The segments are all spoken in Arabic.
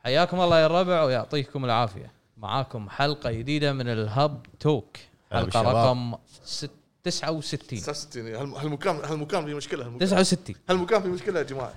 حياكم الله يا الربع ويعطيكم العافية. معاكم حلقة جديدة من الهب توك، حلقة رقم 69. هالمكان فيه مشكلة. 69 هالمكان فيه مشكلة يا جماعة.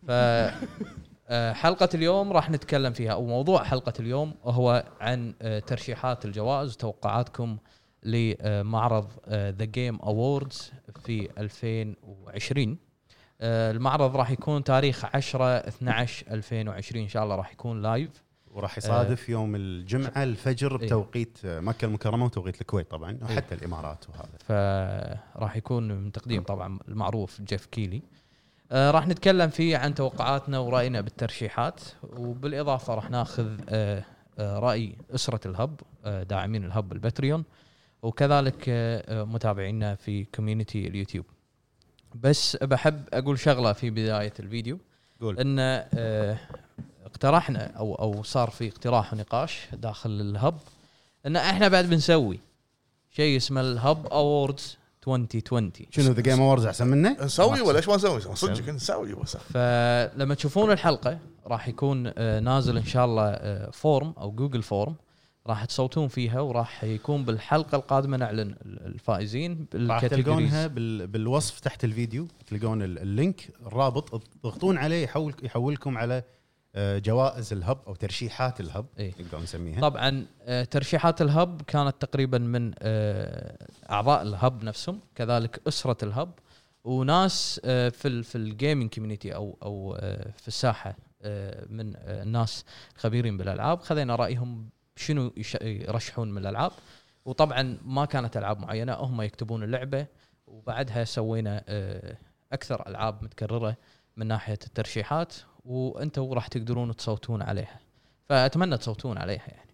حلقة اليوم راح نتكلم فيها، أو موضوع حلقة اليوم هو عن ترشيحات الجوائز وتوقعاتكم لمعرض The Game Awards في 2020. المعرض راح يكون تاريخ 10/12/2020 إن شاء الله، راح يكون لايف وراح يصادف يوم الجمعة الفجر بتوقيت مكة المكرمة وتوقيت الكويت طبعا وحتى الإمارات، وهذا فراح يكون من تقديم طبعا المعروف جيف كيلي. راح نتكلم فيه عن توقعاتنا ورأينا بالترشيحات، وبالإضافة راح ناخذ رأي أسرة الهب، داعمين الهب الباتريون، وكذلك متابعينا في كوميونتي اليوتيوب. بس بحب أقول شغلة في بداية الفيديو، قول. إن اقترحنا أو صار في اقتراح ونقاش داخل الهب إن إحنا بعد بنسوي شيء اسمه الهب أووردز 2020. شنو ذا جيم أووردز أحسن منه؟ نسوي ولا إيش ما نسوي؟ صدق نسوي بس. فلما تشوفون الحلقة راح يكون نازل إن شاء الله فورم أو جوجل فورم، راح تصوتون فيها، وراح يكون بالحلقة القادمة نعلن الفائزين راح تلقونها بالوصف تحت الفيديو، تلقون اللينك الرابط، تضغطون عليه يحولكم على جوائز الهب أو ترشيحات الهب نقدر نسميها. طبعا ترشيحات الهب كانت تقريبا من أعضاء الهب نفسهم، كذلك أسرة الهب، وناس في الجيمنج كوميونيتي أو في الساحة من الناس الخبيرين بالألعاب. خذينا رأيهم شنو يرشحون من الألعاب، وطبعا ما كانت ألعاب معينة، هم يكتبون اللعبة وبعدها سوينا أكثر ألعاب متكررة من ناحية الترشيحات، وأنتوا راح تقدرون تصوتون عليها، فأتمنى تصوتون عليها يعني.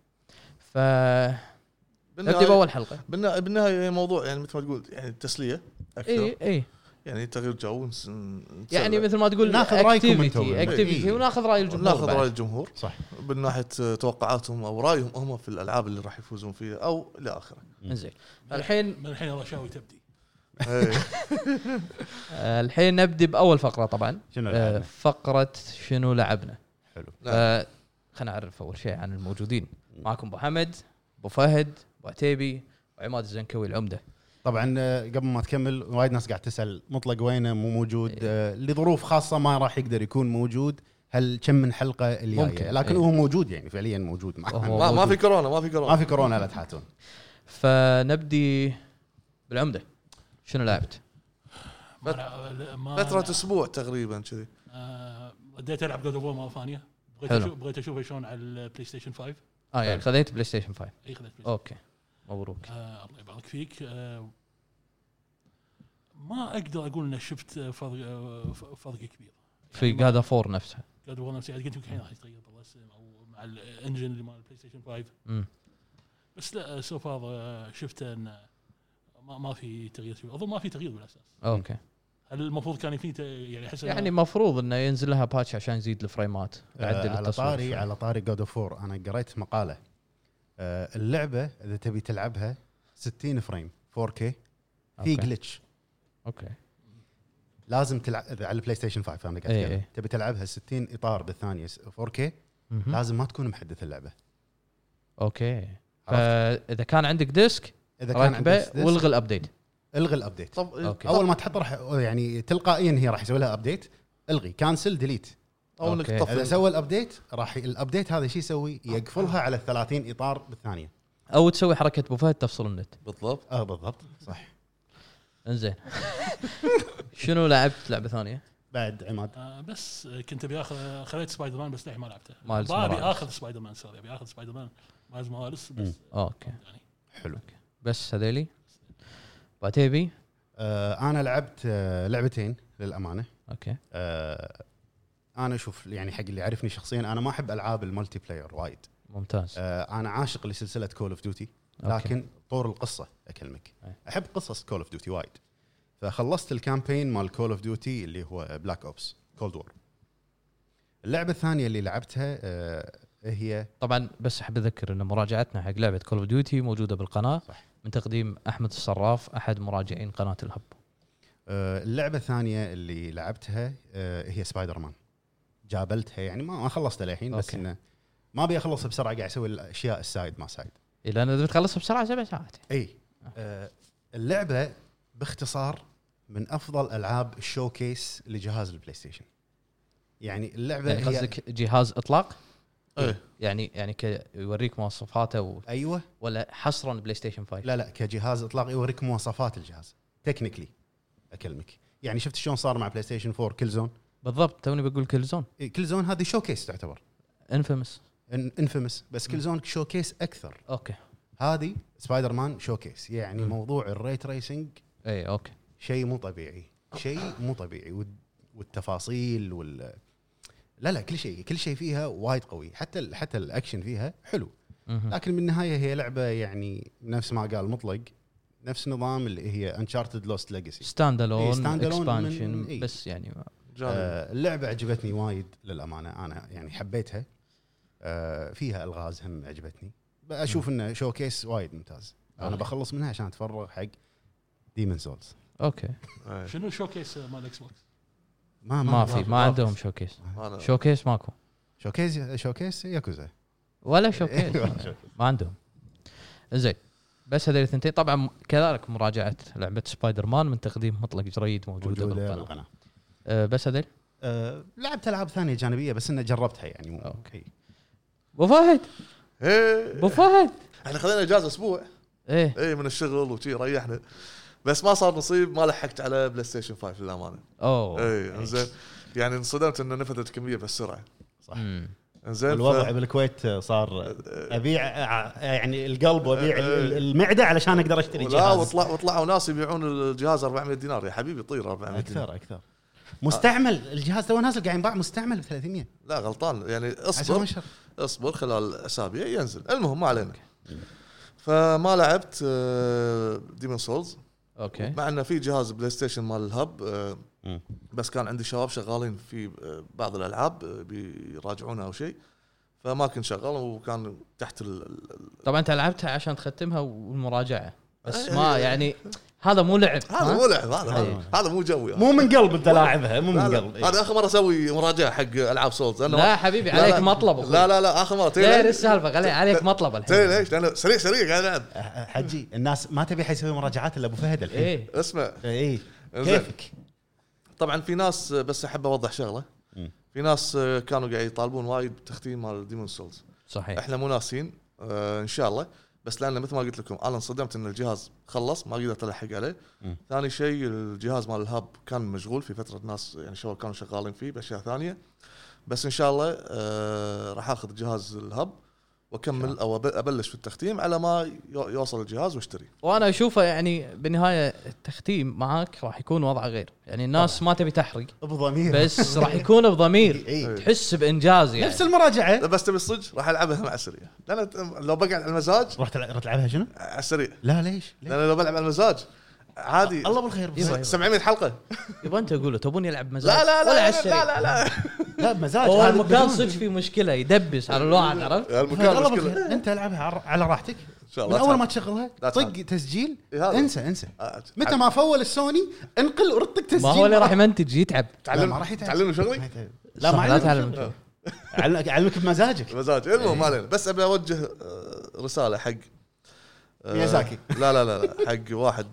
نبدأ بأول حلقة. بالنهاية موضوع يعني مثل ما تقول يعني التسلية أكثر. إيه يعني تغيير جو، يعني مثل ما تقول ناخذ رايكم اكتيفيتي وناخذ راي الجمهور. ناخذ راي الجمهور صح، من ناحيه توقعاتهم او رايهم هم في الالعاب اللي راح يفوزون فيها او الى اخره. زين، الحين الرشاوي تبدي. الحين نبدأ بأول فقرة طبعا. فقرة شنو لعبنا. حلو. خلينا نعرف أول شيء عن الموجودين. معكم أبو حمد، أبو فهد، أبو عتيبي، وعماد الزنكوي العمدة. طبعا قبل ما تكمل، وايد ناس قاعد تسأل مطلق وينه مو موجود. لظروف خاصة ما راح يقدر يكون موجود كم من حلقة الجاية، لكن هو موجود يعني فعليا موجود معنا. ما في كورونا ما في كورونا لا تحاتون. فنبدي بالعمدة. شنو لعبت؟ فترة أسبوع تقريبا كذي. بديت ألعب God of War مرة ثانية. بغيت أشوف شلون على البلاي ستيشن 5. يعني خذيت بلاي ستيشن 5. أي خذيت. أوكي مبروك. الله يبارك فيك. ما أقدر أقول إن شفت فرق كبير في God of War نفسها. God of War نفسها قلت الحين راح يتغير بالرسم أو مع الإنجن اللي مال البلاي ستيشن 5. بس لا سو فار شفت إن ما في تغيير شيء. أظن ما في تغيير بالأساس. أوكي. هل المفروض كان في يعني حسب يعني مفروض إنه ينزل لها باتش عشان يزيد الفريمات يعدل التصوير. على طاري God of War أنا قريت مقالة. اللعبة إذا تبي تلعبها 60 فريم 4K في جلتش. أوكي. لازم تلعب على البلاي ستيشن 5. أنا قاعد تبي تلعبها 60 إطار بالثانية 4K لازم ما تكون محدث اللعبة. أوكي. فإذا كان عندك ديسك إذا كان عندك ديسك والغي الأبديت. الغي الأبديت. أول ما تحط راح يعني تلقائيا هي راح يسوي لها أبديت. الغي كانسل ديليت. أو إنك تطفي. إذا سوى الأبديت راح الأبديت هذا شيء يسوي يقفلها على 30 إطار بالثانية. أو تسوي حركة بوفات تفصل النت. بالضبط. بالضبط صح. إنزين. شنو لعبت لعبة ثانية؟ بعد عماد. بس كنت بياخذ خليت سبايدر مان بس لحين ما لعبته. بابي آخذ سبايدر مان آخذ سبايدر مان مايلز موراليس بس. أوكي. يعني حلو. بس هذيلي. باتيبي. أنا لعبت لعبتين للأمانة. أوكي. أنا شوف يعني حق اللي يعرفني شخصيا أنا ما أحب ألعاب الملتي بلاير وايد. ممتاز. أنا عاشق لسلسلة كول اوف ديوتي، لكن طور القصة أكلمك. أحب قصص كول اوف ديوتي وايد. فخلصت الكامبين مال كول اوف ديوتي اللي هو بلاك اوبس كولد وور. اللعبة الثانية اللي لعبتها هي طبعا بس أحب أذكر أن مراجعتنا حق لعبة كول اوف ديوتي موجودة بالقناة. صح. من تقديم أحمد الصراف أحد مراجعين قناة الهب. اللعبة الثانية اللي لعبتها هي سبايدر مان. جابلتها يعني ما خلصت للحين بس إنه ما ابي اخلص بسرعه، قاعد اسوي الاشياء السايد ما سايد. اذا انا تخلص بسرعه 7 ساعات. اي اللعبه باختصار من افضل العاب الشوكيس لجهاز البلاي ستيشن. يعني اللعبه يعني هي قصدك جهاز اطلاق؟ ايه يعني يوريك مواصفاته ايوه ولا حصرا بلاي ستيشن 5؟ لا كجهاز اطلاق يوريك مواصفات الجهاز تكنيكلي اكلمك. يعني شفت شلون صار مع بلاي ستيشن 4 كل زون؟ بالضبط، توني بقول كل زون. كل زون هذه شوكيس تعتبر انفيمس. انفيمس، بس كل زون شوكيس اكثر. اوكي هذه سبايدر مان شوكيس. يعني موضوع الريت ريسنج اي اوكي شيء مو طبيعي، والتفاصيل لا كل شيء فيها وايد قوي. حتى الاكشن فيها حلو. لكن بالنهايه هي لعبه يعني نفس ما قال مطلق، نفس نظام اللي هي انشارتد لوست ليجاسي، ستاند الون اكسبانشن إيه. بس يعني اللعبه عجبتني وايد للامانه. انا يعني حبيتها. فيها الغاز هم عجبتني. اشوف انه شوكيس وايد ممتاز. انا بخلص منها عشان اتفرغ حق ديمن سولز. اوكي. شنو الشوكيس مال اكس بوكس؟ ما عندهم شوكيس. شوكيس ماكو. شوكيس ياكوزا ولا شوكيس ما عندهم. زين بس هذول الثنتين. طبعا كذلك مراجعه لعبه سبايدر مان من تقديم مطلق جريد موجوده بالقناه. بس هذول لعبت العاب ثانيه جانبيه بس اني جربتها يعني. اوكي. ابو فهد احنا خذينا اجازه اسبوع ايه من الشغل وشي ريحنا، بس ما صار نصيب، ما لحقت على بلاي ستيشن 5 للامانه. ايه انزين يعني انصدمت ان نفذت كميه بالسرعه. صح. انزين الوضع بالكويت صار ابيع يعني القلب وابيع المعده علشان اقدر اشتري جهاز. وطلعوا ناس يبيعون الجهاز 400 دينار. يا حبيبي طير 400 دينار اكثر مستعمل. الجهاز تو نازل قاعد ينباع مستعمل ب 300. لا غلطان يعني اصبر خلال اسابيع ينزل. المهم ما علينا. فما لعبت ديمون سولز. اوكي. مع انه في جهاز بلاي ستيشن مال الهب، بس كان عندي شباب شغالين في بعض الالعاب بيراجعونها او شيء، فما كنت شغال وكان تحت طبعا انت لعبتها عشان تختمها والمراجعه بس ما يعني هذا مو لعب. هذا مو جوي. مو من قلب انت لاعبها. مو من قلب. هذا اخر مره اسوي مراجعه حق العاب سولز. لا حبيبي عليك مطلب. لا اخر مره غير السالفه عليك مطلب الحين. ليش؟ لانه سريع قاعد العب. حجي الناس ما تبي حيسوي مراجعات الا ابو فهد الحين. ايه اسمع كيفك. طبعا في ناس، بس احب اوضح شغله. في ناس كانوا قاعد يطالبون وايد بتختيم مال ديمون سولز. صحيح. احنا مو ناسين ان شاء الله، بس لان مثل ما قلت لكم انا انصدمت ان الجهاز خلص ما قدرت الحق عليه. ثاني شيء الجهاز مال الهاب كان مشغول في فتره، ناس يعني شباب كانوا شغالين فيه باشياء ثانيه. بس ان شاء الله راح اخذ جهاز الهاب واكمل او ابلش في التختيم على ما يوصل الجهاز واشتري. وانا اشوفه يعني بالنهايه التختيم معاك راح يكون وضع غير. يعني الناس ما تبي تحرق بضمير، بس راح يكون بضمير. تحس بانجاز يعني. نفس المراجعه. بس تبي الصج راح العبها مع السريع. لان لو بقعد على المزاج راح تلعبها شنو على السريع. لا ليش؟ لان لو بلعب على المزاج عادي الله بالخير 700 حلقه. يبغى انت تقول تبون يلعب مزاج؟ لا بمزاج. هذا المكان صدق في مشكله يدبس على الواحد. عرفت المكان مشكله. انت العبها على راحتك ان شاء الله. من اول ما تشغلها طق تسجيل. انسى متى ما فول السوني انقل ورطق تسجيل. ما هو اللي راح يمنتج يتعب. ما راح يتعلم شغلي. لا ما تعلم. علمك بمزاجك. مزاج. المهم ما علينا. بس ابي اوجه رساله حق ميازاكي. لا حق واحد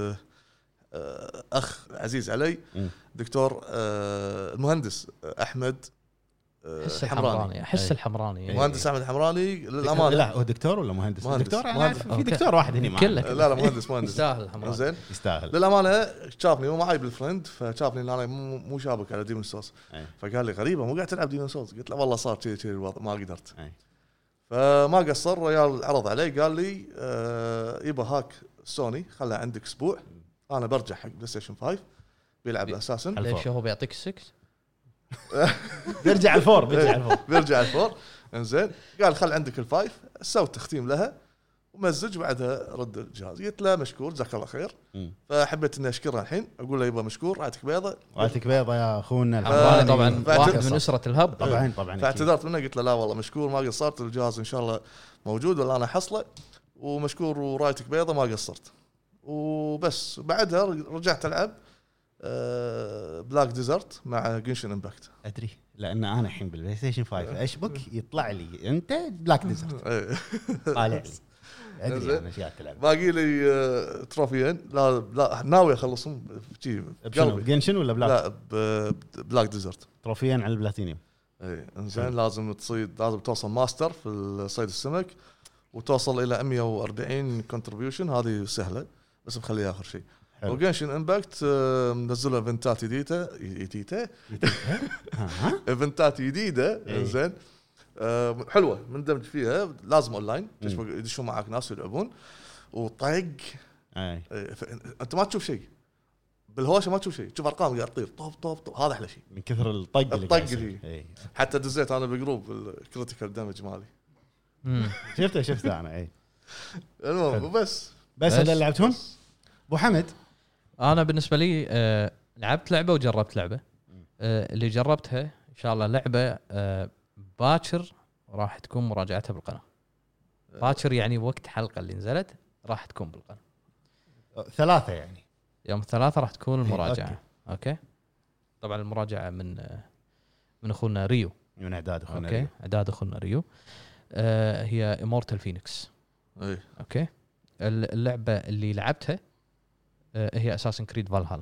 اخ عزيز علي، دكتور المهندس احمد الحمراني. احس الحمراني مهندس احمد الحمراني للامانه. لا هو دكتور ولا مهندس؟ دكتور. في دكتور واحد هنا معنا. لا مهندس يستاهل الحمراني. زين يستاهل للامانه. شافني ومعاي بالفريند، فشافني ان انا مو شابك على ديمون سولز، فقال لي غريبه مو قاعد تلعب ديمون سولز. قلت له والله صار كذي الوضع ما قدرت. فما قصر ريال، عرض علي قال لي يبا هاك سوني خلها عندك اسبوع، انا برجع حق بلاي ستيشن 5 بيلعب اساسا. ليش هو بيعطيك 6؟ بيرجع الفور. انزين قال خل عندك الفايف، سوي تختيم لها ومزج بعدها رد الجهاز. قلت له مشكور جزاك الله خير. فحبيت اني اشكره الحين، اقول له يبا مشكور، راتك بيضه يا اخونا الحمراني. طبعا واحد من اسره الهب. طبعا فاعتذرت منه، قلت له لا والله مشكور ما قصرت، الجهاز ان شاء الله موجود ولا انا حصله، ومشكور ورايتك بيضه ما قصرت. وبس بعدها رجعت العب بلاك ديزرت مع جنشن امباكت. ادري لان انا الحين بالبلاي ستيشن 5 اشبك يطلع لي انت بلاك ديزرت طالع لي ادري انا اشياء تلعب. باقي لي تروفيين لا ناوي اخلصهم بقلبي. جنشن ولا بلاك؟ لا بلاك ديزرت تروفيين على البلاتينيوم. اي انزين لازم توصل ماستر في صيد السمك وتوصل الى 140 كونتريبيوشن. هذه سهله بس بخليها اخر شيء. وجنشن امباكت منزلوا ايفنتات جديده ايفنتات جديده زين حلوه مندمج فيها. لازم اونلاين يدشون معك ناس يلعبون وطق. انت ما تشوف شيء بالهوشه، ما تشوف شيء، تشوف ارقام قاعد تطير طوب طوب طوب. هذا احلى شيء من كثر الطق اللي حتى دزيت انا بالجروب الكريتيكال دامج مالي. شفته انا. المهم بس هذا اللي لعبتهم. ابو حمد انا بالنسبه لي لعبت لعبه وجربت لعبه. اللي جربتها ان شاء الله لعبه باكر راح تكون مراجعتها بالقناه. باكر يعني وقت حلقه اللي نزلت راح تكون بالقناه 3 يعني يوم 3 راح تكون المراجعه. أوكي. طبعا المراجعه من اخونا ريو، من اعداد اخونا ريو. اعداد اخونا ريو. هي امورتال فينيكس. اوكي. اللعبه اللي لعبتها هي اساسن كريد فالهالا.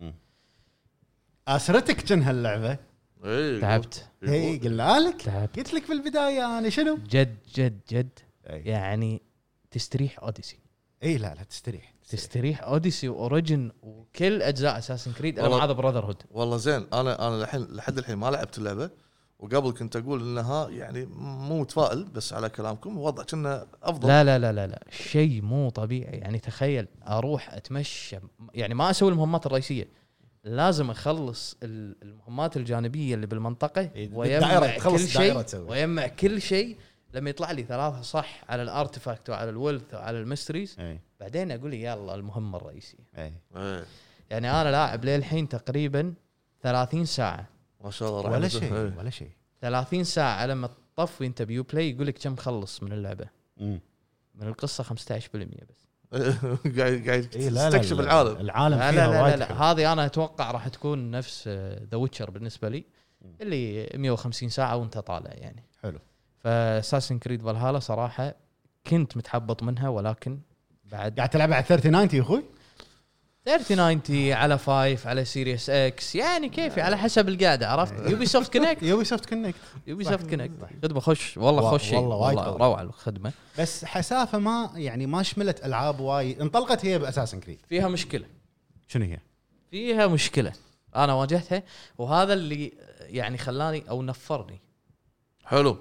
اسرتك كن هاللعبه. تعبت. قلنا لك قلت لك بالبدايه انا شنو جد جد جد يعني تستريح اوديسي. لا تستريح اوديسي واوريجن وكل اجزاء اساسن كريد. انا مع براذر هود والله زين. انا الحين لحد الحين ما لعبت اللعبه، وقبل كنت اقول انها يعني مو متفائل، بس على كلامكم وضع كنا افضل. لا لا لا لا, لا. شيء مو طبيعي. يعني تخيل اروح اتمشى، يعني ما اسوي المهمات الرئيسيه، لازم اخلص المهمات الجانبيه اللي بالمنطقه ويجمع كل شيء ويجمع كل شيء. لما يطلع لي 3 صح على الارتفاكت وعلى الولث وعلى الميستريز بعدين اقول لي يلا المهمه الرئيسيه. يعني انا لاعب للحين تقريبا 30 ساعه ما شاء الله. ولا شيء 30 ساعه. لما تطفي انت بيو بلاي يقول لك كم خلص من اللعبه. من القصه 15% بس. قاعد تستكشف العالم فيها. لا هذه انا اتوقع راح تكون نفس ذا ويتشر بالنسبه لي، اللي 150 ساعه وانت طالع يعني. حلو. فاساسن كريد فالهالا صراحه كنت متحبط منها، ولكن بعد قاعد تلعب على 3090 يا اخوي. 3090 على 5 على سيريس اكس، يعني كيفي على حسب القعده. عرفت يوبي سوفت كونكت خدمه خش والله خوش شيء والله روعه الخدمه. بس حسافه ما شملت العاب وايد. انطلقت هي باساسن كريد فيها مشكله. شنو هي؟ فيها مشكله انا واجهتها، وهذا اللي يعني خلاني او نفرني. حلو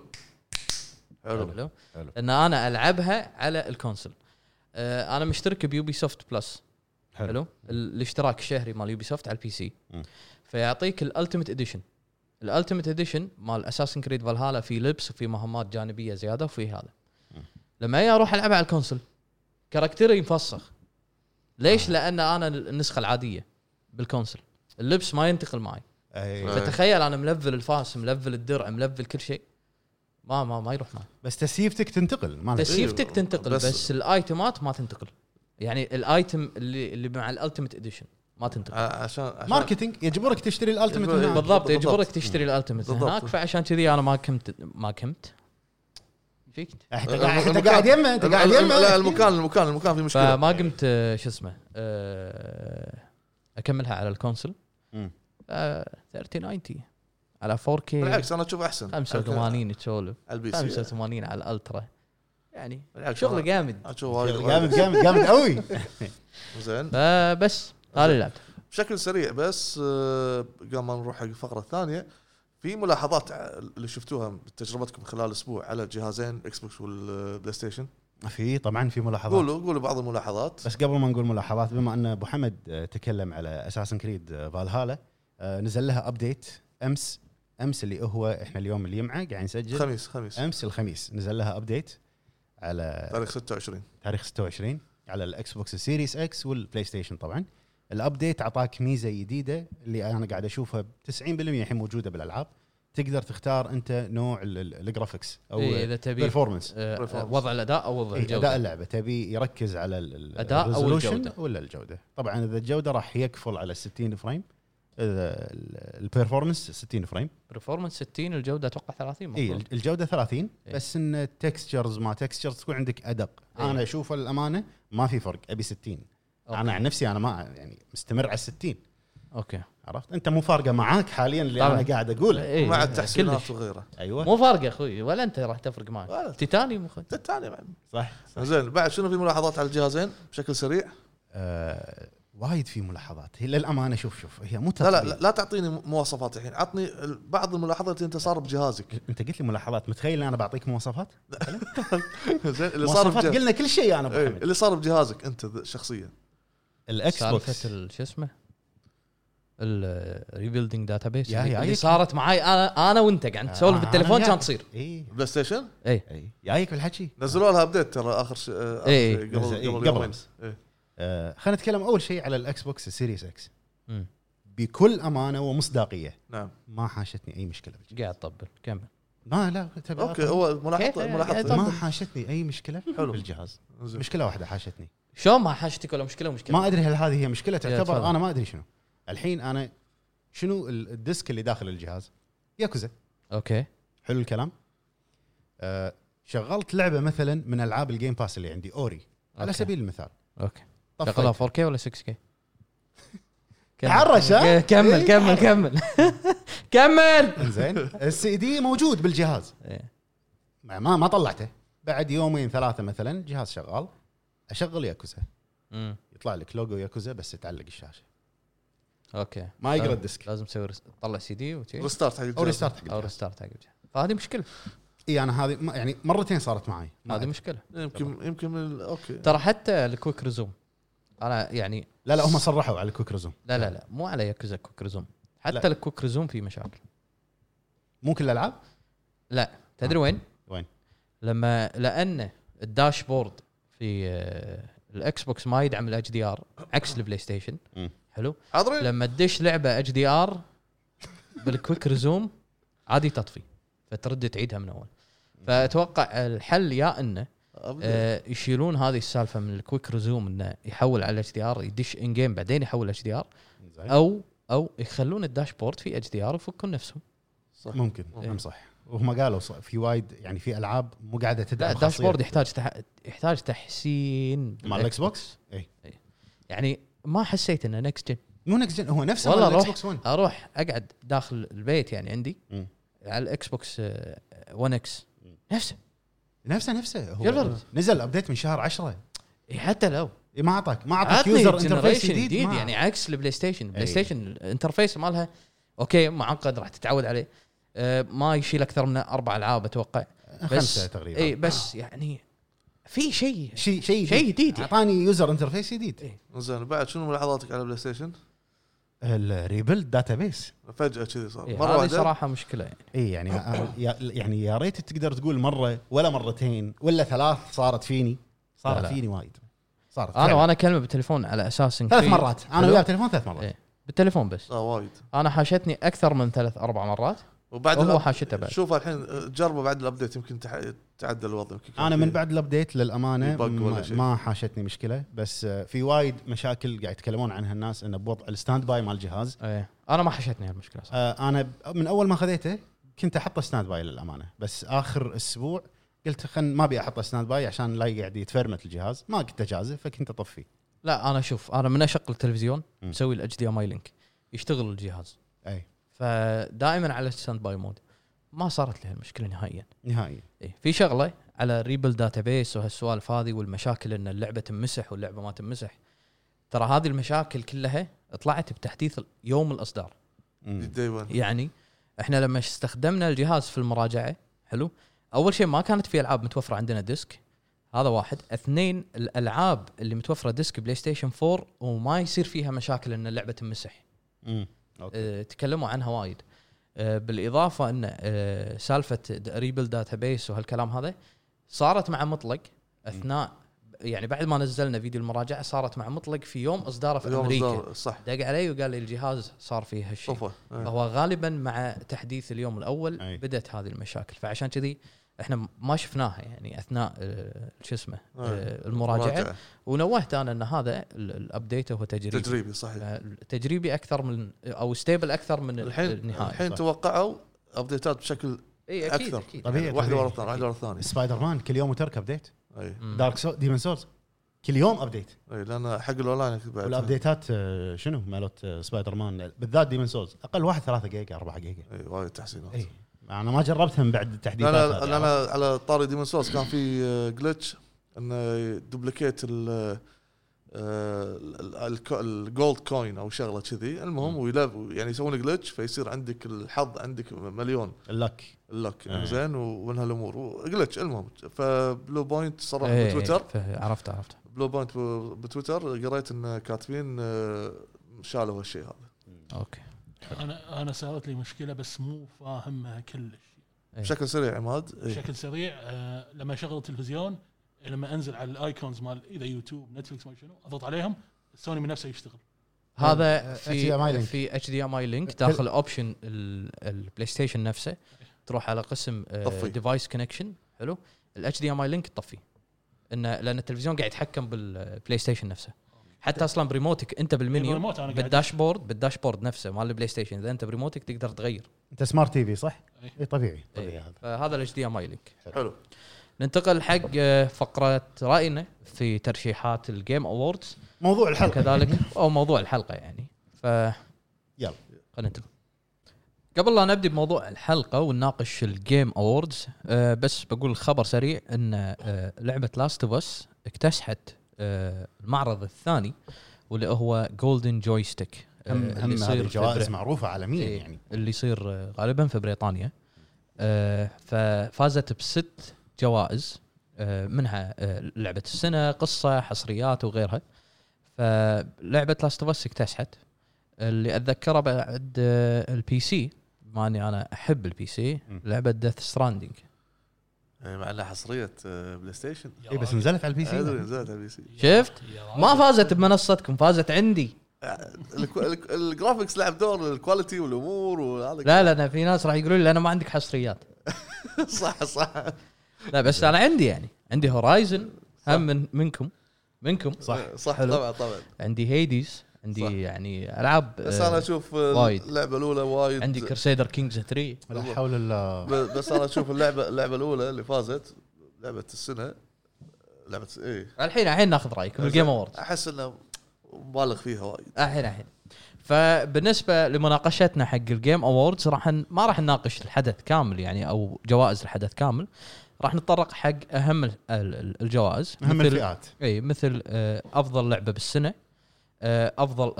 ان انا العبها على الكونسول. انا مشترك بيوبي سوفت بلس. حلو. الاشتراك الشهري مال يوبي سوفت على البي سي. فيعطيك الالتيميت اديشن مال اساسن كريد فالهالا، في لبس وفي مهمات جانبيه زياده وفي هذا. لما اجي اروح العبها على الكونسول كاركتري مفسخ. ليش؟ لان انا النسخه العاديه بالكونسول اللبس ما ينتقل معي. فتخيل انا ملفل الفاس، ملفل الدرع، ملفل كل شيء، ما يروح معي. بس تسيفتك تنتقل. تسيفتك تنتقل بس الايتمات ما تنتقل. يعني الايتم اللي مع الالتيميت اديشن ما تنتقل. عشان ماركتينج يجبرك تشتري الالتيميت بالضبط. يجبرك تشتري الالتيميت هناك. فعشان كذي انا ما كمت فيك. انت قاعد يمه لا المكان في مشكله. فما قمت شو اسمه اكملها على الكونسول. 3090 على 4K. بالعكس انا اشوف احسن. 85 تشولف 85 على الالترا. يعني شغل جامد جامد قوي. زين بس هذا اللعب بشكل سريع. بس قبل ما نروح حق الفقره الثانيه، في ملاحظات اللي شفتوها بتجربتكم خلال اسبوع على جهازين اكس بوكس والبلاي ستيشن؟ طبعا في ملاحظات. قولوا بعض الملاحظات. بس قبل ما نقول ملاحظات، بما ان ابو حمد تكلم على اساسن كريد فالهالا، نزل لها ابديت امس اللي هو احنا اليوم اللي يمعه قاعد نسجل خميس. امس الخميس نزل لها ابديت على تاريخ 26 على الاكس بوكس السيريس اكس والبلاي ستيشن. طبعا الابديت اعطاك ميزه جديده اللي انا قاعد اشوفها 90% الحين موجوده بالالعاب، تقدر تختار انت نوع الجرافيكس او اذا تبي بيرفورمانس، وضع الاداء او وضع الجوده. اداء اللعبه تبي يركز على الاداء او الجوده ولا الجوده. طبعا اذا الجوده راح يكفل على 60 فريم، اذا البيرفورمانس 60 فريم، برفورمانس 60 الجوده اتوقع 30 اي مفروض. الجوده 30 بس ان التكستشرز ما تكستشرز تكون عندك ادق. انا اشوف الامانه ما في فرق، ابي 60. انا عن نفسي انا ما يعني مستمر على 60. اوكي عرفت انت مو فارقه معاك حاليا اللي طبعا. انا قاعد اقوله مع التحسينات وغيره. ايوه مو فارقه اخوي، ولا انت راح تفرق معك تيتانيوم اخوي. الثاني صح. زين. بعد شنو في ملاحظات على الجهازين بشكل سريع؟ وايد في ملاحظات. هي للامانه شوف هي مو لا تعطيني مواصفات الحين، عطني بعض الملاحظات اللي انت صار بجهازك. انت قلت لي ملاحظات، متخيل انا بعطيك مواصفات؟ زين اللي صار مواصفات قلنا كل شيء انا ابو حمد. اللي صار بجهازك انت شخصيا. الاكس بوكس سالفه شو اسمه الريبيلدينج داتابيس اللي جايك. صارت معاي انا وانت قاعد نسولف بالتليفون كانت تصير. اي بلاي ستيشن جايك بالحكي. نزلوا لها ابديت ترى اخر شيء قبل يومين. خلينا نتكلم اول شيء على الاكس بوكس السيريس اكس. بكل امانه ومصداقيه نعم ما حاشتني اي مشكله قاعد طبل كمل. لا اوكي هو ملاحظه ما حاشتني اي مشكله حلو بالجهاز. مشكله واحده حاشتني. شلون ما حاشتك ولا مشكله ما ادري هل هذه هي مشكله تعتبر. تفضل. انا ما ادري شنو الحين. انا شنو الديسك اللي داخل الجهاز؟ ياكوزا. اوكي حلو الكلام. شغلت لعبه مثلا من العاب الجيم باس اللي عندي اوري على سبيل المثال. اوكي شغلها 4K ولا 6K؟ تعرش ها؟ كمل كمل كمل كمل. زين السي دي موجود بالجهاز ما طلعته. بعد يومين ثلاثه مثلا الجهاز شغال، اشغل ياكوزا يطلع لك لوجو ياكوزا بس تعلق الشاشه. اوكي ما يقرا الديسك. لازم تسوي طلع سي دي ريستارت حق او ريستارت حق او ريستارت حق الجهاز. فهذه مشكله. اي انا هذه يعني مرتين صارت معي. هذه مشكله. يمكن اوكي. ترى حتى الكويك ريزوم انا يعني لا هم صرحوا على الكويك ريزوم. لا مو على ياكوزا كويك ريزوم. حتى الكويك ريزوم في مشاكل. مو كل الالعاب. لا تدري وين لان الداشبورد في الاكس بوكس ما يدعم الاتش دي ار عكس البلاي ستيشن. حلو. لما تدش لعبه اتش دي ار بالكويك ريزوم عادي تطفي فترد تعيدها من اول. فاتوقع الحل يا انه يشيلون هذه السالفه من الكويك ريزوم انه يحول على اتش دي ار يدش ان جيم بعدين يحول اتش دي ار او يخلون الداشبورد في اتش دي ار ويفكون نفسهم. صح. ممكن صح. وهم قالوا في وايد يعني في العاب مو قاعده تدعم. الداشبورد يحتاج تحسين مع الاكس بوكس. اي يعني ما حسيت انه نكست جن. مو نكست جن هو نفسه والله الاكس بوكس 1. اروح اقعد داخل البيت يعني عندي على الاكس بوكس 1 اكس نفسه هو نزل ابديت من شهر 10. حتى لو ما اعطاك يوزر انترفيس جديد يعني عكس البلاي ستيشن. البلاي ستيشن الانترفيس مالها اوكي معقد راح تتعود عليه. ما يشيل اكثر من 4 العاب اتوقع 5 تقريبا. اي بس يعني في شيء جديد اعطاني يوزر انترفيس جديد. زين بعد شنو ملاحظاتك على البلاي ستيشن؟ الريبيلد داتابيس فجاه كذي صار مره واحده صراحه مشكله يعني يا ريت تقدر تقول مره ولا مرتين ولا 3 صارت فيني وايد صارت. انا اكلمه بالتليفون على اساس 3 مرات انا وياه بالتليفون 3 مرات بالتليفون بس. وايد. انا حاشتني اكثر من 3-4 مرات وبعد هو حاشته بعد. شوف الحين جربه بعد الابديت يمكن تعدل الوضع. انا من بعد الابديت للامانه ما حاشتني مشكله. بس في وايد مشاكل قاعد يتكلمون عنها الناس انه بوضع الستاند باي مال الجهاز. انا ما حاشتني هالمشكله صح. انا من اول ما خذيته كنت احطه ستاند باي للامانه. بس اخر اسبوع قلت ما ابي احطه ستاند باي عشان لا يقعد يتفرمت الجهاز. ما كنت اجازف فكنت اطفي. لا انا شوف انا من اشغل التلفزيون مسوي الاتش دي ام اي لينك يشتغل الجهاز. فدائما على ستاند باي مود ما صارت لي المشكله نهائيا. في شغله على ريبل داتابيس وهالسوالف هذه والمشاكل ان اللعبه تمسح واللعبه ما تمسح. ترى هذه المشاكل كلها طلعت بتحديث يوم الاصدار. يعني احنا لما استخدمنا الجهاز في المراجعه حلو اول شيء ما كانت في العاب متوفره عندنا ديسك. هذا 1. 2 الالعاب اللي متوفره ديسك بلاي ستيشن 4 وما يصير فيها مشاكل ان اللعبه تمسح. تكلموا عنها وايد. بالاضافه ان سالفه ريبل داتابيس وهالكلام هذا صارت مع مطلق اثناء يعني بعد ما نزلنا فيديو المراجعه صارت مع مطلق في يوم اصداره في يوم امريكا. إصدار، صح. دق علي وقال لي الجهاز صار فيه هالشيء. صفه فهو غالبا مع تحديث اليوم الاول أي. بدت هذه المشاكل، فعشان كذي احنا ما شفناها يعني اثناء شو اسمه المراجعه. ونوهت انا ان هذا الابديت هو تجريبي صحيح، تجريبي اكثر من او ستيبل اكثر من النهايه. الحين توقعوا ابديتات بشكل اي اكيد اكثر اكيد طبيعي. واحده ورا الثانيه. سبايدر مان كل يوم وترك ابديت. اي دارك ديمون سولز كل يوم ابديت. اي لان حق الاونلاين بعد والابديتات شنو مالت سبايدر مان بالذات ديمون سولز اقل واحد 3 جيجا 4 جيجا. اي وايد تحسينات. اي انا ما جربتها من بعد التحديثات. انا على طاري ديمون سولز كان في جلتش انه دوبليكيت الجولد كوين او شغله كذي. المهم ويلعب يعني يسوون جلتش فيصير عندك الحظ عندك مليون اللك زين ومن هالامور وجلتش. المهم فبلو بوينت صرح بتويتر، عرفت بلو بوينت بتويتر قريت ان كاتبين شالوا هالشيء هذا. اوكي انا صارت لي مشكله بس مو فاهمها كلش. بشكل سريع عماد بشكل سريع لما اشغل التلفزيون لما انزل على الايكونز مال اذا يوتيوب نتفلكس ما شنو اضغط عليهم سوني من نفسه يشتغل. هذا في اتش دي ام اي لينك داخل اوبشن البلاي ستيشن نفسه. تروح على قسم ديفايس كونكشن. حلو الاتش دي ام اي لينك تطفي لان التلفزيون قاعد يتحكم بالبلاي ستيشن نفسه. حتى اصلا بريموتك انت بالمنيو بالداشبورد نفسه مال البلاي ستيشن اذا انت بريموتك تقدر تغير. انت سمارت تي في صح؟ اي طبيعي هذا. فهذا الاتش دي ام اي لينك. حلو. ننتقل حق فقره راينا في ترشيحات الجيم اووردز. موضوع الحلقه كذلك او موضوع الحلقه يعني. يلا خلينا ننتقل. قبل لا نبدأ بموضوع الحلقة ونناقش الجيم أووردز بس بقول خبر سريع إن لعبة لاست اوف اس اكتسحت المعرض الثاني واللي هو جولدن جويستيك اللي يصير جوائز معروفة عالميا يعني اللي يصير غالبا في بريطانيا. ففازت ب6 جوائز منها لعبة السنة قصة حصريات وغيرها. فلعبة لاست اوف اس اكتسحت. اللي أتذكره بعد البي سي ماني أنا أحب البي سي لعبة ديث ستراندينج مع انها حصريه بلاي ستيشن. اي بس نزلت على البي سي. نزلت على البي سي. شفت ما فازت بمنصتكم فازت عندي. الجرافيكس لعب دور الكواليتي والامور وهذا. لا انا في ناس راح يقولوا لي انا ما عندك حصريات. صح لا بس انا عندي يعني عندي هورايزن هم منكم صح طبعا عندي هيديز عندي صح. يعني العاب بس انا اشوف اللعبه الاولى وايد. عندي كرسيدر كينجز 3 لا حول الله. بس انا اشوف اللعبه الاولى اللي فازت لعبه السنه لعبه ايه. الحين ناخذ رايك بالجيم اوورد. احس انه مبالغ فيها وايد الحين فبالنسبه لمناقشتنا حق الجيم اووردز ما راح نناقش الحدث كامل يعني او جوائز الحدث كامل. راح نتطرق حق اهم الجوائز اهم الفئات. اي مثل افضل لعبه بالسنه افضل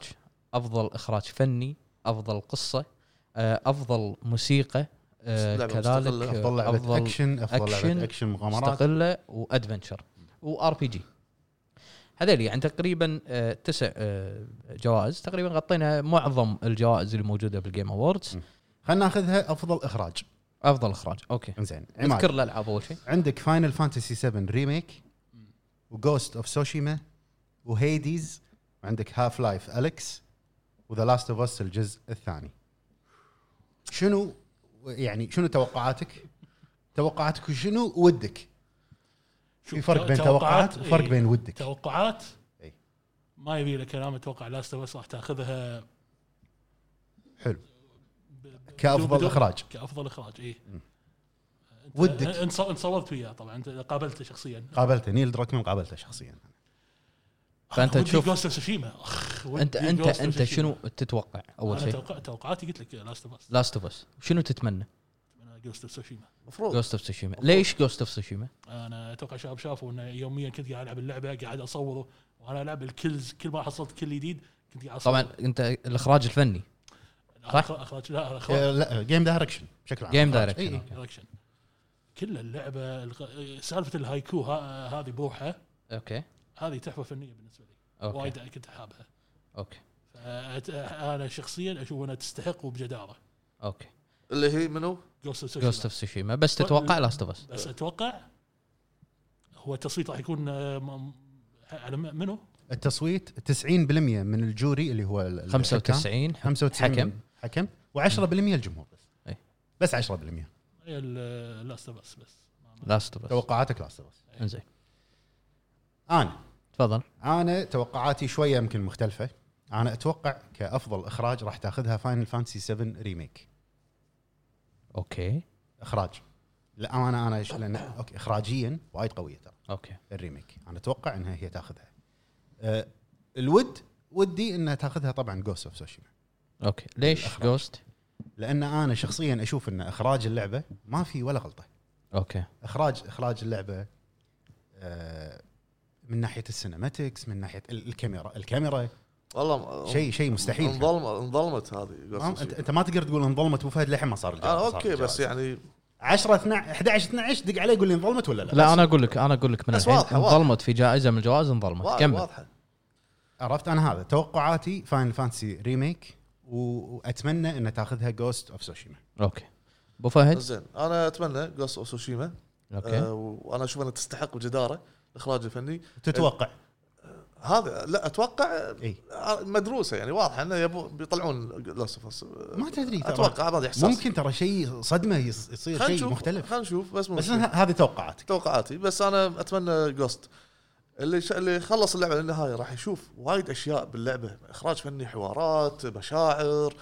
اخراج فني افضل قصه افضل موسيقى كذلك افضل لعبه اكشن مغامرات مستقله وادفنتشر وار بي جي. هذول يعني تقريبا 9 جوائز. تقريبا غطينا معظم الجوائز اللي موجوده بالجيم اووردز. خلينا ناخذها افضل اخراج. اوكي زين نذكر الالعاب اول شيء. عندك فاينل فانتسي 7 ريميك وغوست اوف سوشيما وهيديز. عندك هاف لايف أليكس وذا لاست اوف اس الجزء الثاني. شنو توقعاتك وشنو ودك؟ في فرق بين توقعات وفرق بين ودك. توقعات ما يبي له كلام. اتوقع لاست اوف اس راح تاخذها حلو كافضل اخراج اي. ودك انت صورت وياه طبعا. انت قابلته شخصيا. نيل دراكمان قابلته ششخصيا. فانت تشوف انت شنو تتوقع اول شيء؟ توقعاتي قلت لك لاست اوف اس. شنو تتمنى؟ جوست اوف سوشيما. مفروض جوست اوف سوشيما. ليش جوست اوف سوشيما؟ انا اتوقع شباب شافوا انه يوميا كنت قاعد العب اللعبه قاعد اصوره وانا العب الكلز. كل ما حصلت كل جديد كنت قاعد اصور. طبعا انت الاخراج الفني صح؟ اخراج لا جيم دايركشن بشكل عام. جيم دايركشن كل اللعبه سالفه الهايكو هذه بروحها. اوكي هذه تحفه فنيه بالنسبه لي. وايد كنت حابها. اوكي انا شخصيا اشوف انها تستحق وبجداره. اوكي اللي هي منو؟ جوست اوف سوشيما. بس تتوقع لاست اوف اس؟ بس اتوقع هو التصويت راح يكون على منو؟ التصويت 90% من الجوري اللي هو 95 حكم و10% الجمهور بس. أي. بس 10%. هي لاست بس لاست بس. توقعاتك لاست بس. انزين انا تفضل. انا توقعاتي شويه يمكن مختلفه. انا اتوقع كافضل اخراج راح تاخذها فاينل فانتسي 7 ريميك. اوكي اخراج لا انا لان اوكي اخراجيا وايد قويه ترى. اوكي الريميك انا اتوقع انها هي تاخذها. ودي انها تاخذها طبعا جوست اوف سوشيما. اوكي ليش جوست؟ لان انا شخصيا اشوف ان اخراج اللعبه ما في ولا غلطه. اوكي اخراج اللعبه من ناحيه السينماتكس، من ناحيه الكاميرا والله شيء مستحيل. انظلمت هذه. انت ما تقدر تقول انظلمت ابو فهد للحين ما صار الجواب. اوكي بس يعني 10 11 12 دق عليه يقول لي انظلمت ولا لا؟ لا انا اقول لك من الحين انظلمت في جائزه من الجوائز انظلمت. كمل. واضحه. عرفت انا هذا توقعاتي فاينل فانتسي ريميك واتمنى ان تاخذها جوست اوف سوشيما. اوكي ابو فهد. زين انا اتمنى جوست اوف سوشيما. اوكي وانا اشوف انها تستحق بجداره الاخراج الفني. تتوقع هذا لا اتوقع إيه؟ مدروسه يعني واضحه انه بيطلعون لاست. ما تدري اتوقع هذا احساس ممكن ترى شيء صدمه يصير شيء مختلف. خلينا نشوف بس هذه توقعاتي بس انا اتمنى جوست اللي خلص اللعبه للنهايه راح يشوف وايد اشياء باللعبه، اخراج فني، حوارات، مشاعر،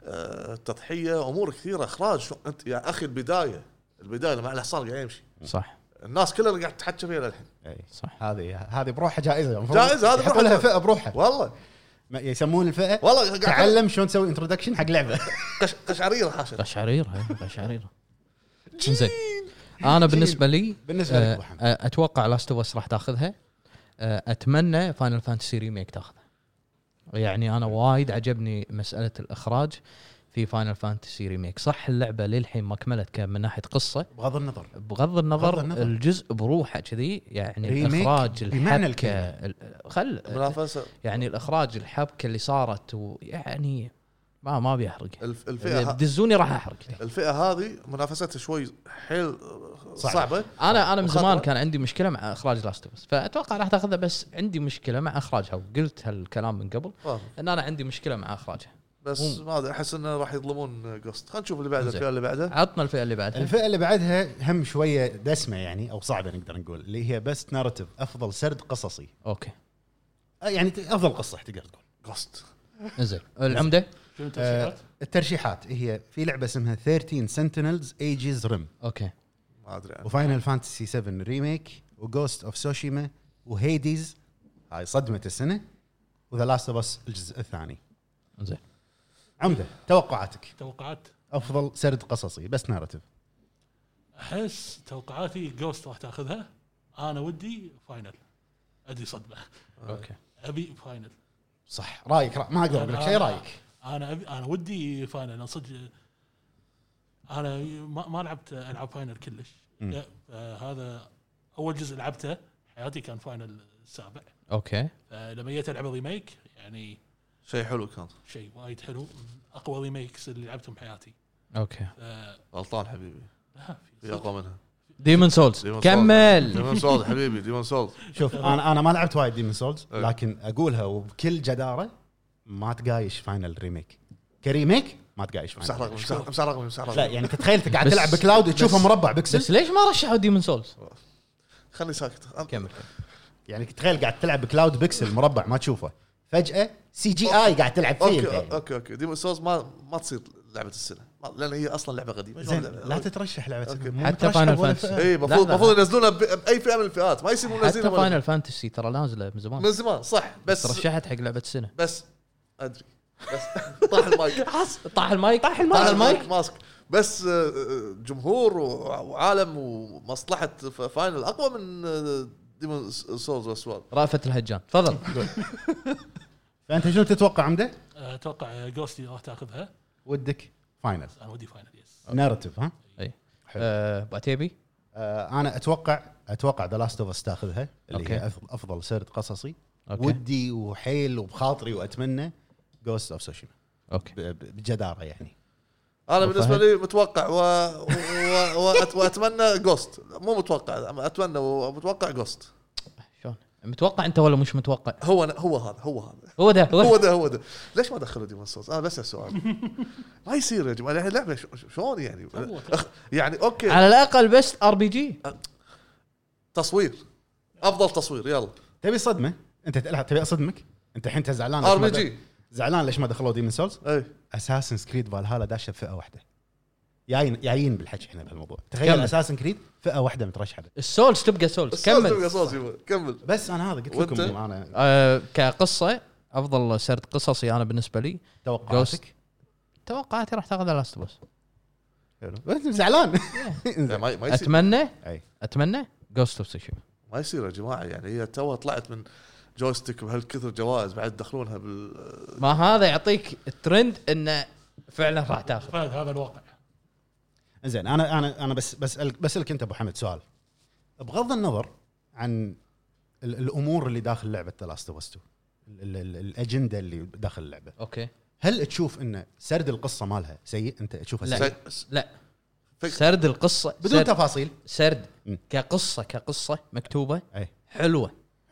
تضحيه، امور كثيره. اخراج انت يا اخي البدايه لما الحصان قاعد يمشي صح، الناس كلها قاعد تحكي فيها للحين. اي صح. هذه بروحها جائزه هذه يحطوا لها فئه بروحها والله. يسمون الفئه والله تعلم شلون تسوي انترودكشن حق لعبه. قشعريره حاشا قشعريره. زين انا بالنسبه لي اتوقع لاست اوف اس راح تاخذها. اتمنى فاينل فانتسي ريميك تاخذها. يعني انا وايد عجبني مساله الاخراج في فاينل فانتسي ريميك. صح اللعبه للحين ما كملت من ناحيه قصه، بغض النظر الجزء بروحه كذي يعني الاخراج الحبكه المنافسه يعني الاخراج الحبكه اللي صارت ويعني ما بيحرق. الفئه بدزوني راح احرق. الفئه هذه منافستها شوي حيل صعبه. انا من زمان كان عندي مشكله مع اخراج لاست اوف اس، فاتوقع راح تاخذها. بس عندي مشكله مع اخراجها وقلت هالكلام من قبل ان انا عندي مشكله مع اخراجها. بس ما ادري احس انه راح يظلمون جوست. خلينا نشوف اللي بعده. الفئه اللي بعدها عطنا الفئه اللي بعدها هم شويه دسمه يعني او صعبه نقدر نقول، اللي هي بست ناراتيف، افضل سرد قصصي. اوكي يعني افضل قصه تقدر تقول جوست. زين العمده الترشيحات هي في لعبه اسمها 13 سنتينلز ايجز ريم. اوكي ما ادري. وفاينل فانتسي 7 ريميك وجوست اوف سوشيما وهيديز هاي صدمه السنه وذا لاست اوف اس الجزء الثاني. زين عمده توقعاتك. توقعات افضل سرد قصصي بس ناراتيف. احس توقعاتي جوست راح تاخذها. انا ودي فاينل. ادري صدمه. اوكي ابي فاينل. صح رايك ما اقدر اقول لك شيء. رايك انا ودي فاينل. انا صدق انا ما لعبت العاب فاينل كلش. هذا اول جزء لعبته حياتي كان فاينل السابع. اوكي لما جيت العب ريميك يعني شيء حلو، كان شيء وايد حلو، اقوى ريميكس اللي لعبتهم بحياتي. اوكي غلطان حبيبي، في اقوى منها. ديمون سولز كمل. ديمون سولز حبيبي، ديمون سولز. شوف انا ما لعبت وايد ديمون سولز، لكن اقولها وبكل جداره ما تقايش فاينل ريميك كريميك. ما تقايش فاينل. مسح لا يعني تتخيل انت قاعد تلعب بكلاود تشوفه مربع بكسل. بس ليش ما رشحوا ديمون سولز؟ خلني ساكت. كمل. يعني تتخيل قاعد تلعب بكلاود بكسل مربع ما تشوفه، فجأة سي جي اي قاعد تلعب فيه. اوكي ديمون سولز ما تصير لعبه السنه لان هي اصلا لعبه قديمه. لا تترشح لعبه السنه حتى فاينل فانتسي. اي المفروض ينزلونها باي فئه من الفئات، ما يصير منزلينها. حتى فاينل فانتسي ترى نازله من زمان صح، بس ترشحت حق لعبه السنه. بس ادري بس طاح المايك ماسك. بس جمهور وعالم ومصلحه فاينل اقوى من ديمون سولز وسوال. رافت الهجان تفضل. فانت شنو تتوقع عمده؟ اتوقع جوستي راح تاخذها. ودك فاينل؟ انا ودي فاينل يس. ناراتيف ها اي باتيبي. انا اتوقع ذا لاست اوف اس تاخذها اللي هي افضل سرد قصصي. ودي وحيل وبخاطري واتمنى جوست اوف سوشيما. اوكي بجداره يعني. انا بالنسبه لي متوقع واتمنى جوست، مو متوقع، اتمنى ومتوقع جوست. شلون متوقع انت ولا مش متوقع؟ هو هذا هو ده. ليش ما دخلوا ديمون سولز؟ انا بس السؤال ما يصير يا جماعه اللعبه شلون يعني يعني اوكي على الاقل بس ار بي جي تصوير، افضل تصوير. يلا تبي صدمه انت تبي اصدمك انت الحين، انت زعلان ار بي جي، زعلان ليش ما دخلوا ديمون سولز؟ اي اساسن كريد فالهالا داشه بفئه واحده، جايين بالحكي احنا بهالموضوع. تخيل اساسن كريد فئه واحده مترشحه. السولز تبقى سولز. كمل. بس انا هذا قلت لكم انا كقصه افضل سرد قصصي انا بالنسبه لي. توقعاتي راح تاخذ لاست بوس. حلو زعلان. اتمنى جوست اوف سوشيما. ما يصير يا جماعه، يعني هي تو طلعت من جويستيك بهالكثر جوائز بعد دخلونها ما هذا يعطيك الترند انه فعلا راح تاخذ. هذا الواقع. زين انا بسألك انت ابو حمد سؤال، بغض النظر عن الامور اللي داخل لعبه ذا لاست اوف اس 2، الاجنده اللي داخل اللعبه، اوكي، هل تشوف ان سرد القصه مالها سيء؟ انت تشوفها سيء؟ لا سرد القصه بدون تفاصيل، سرد كقصه مكتوبه حلوه.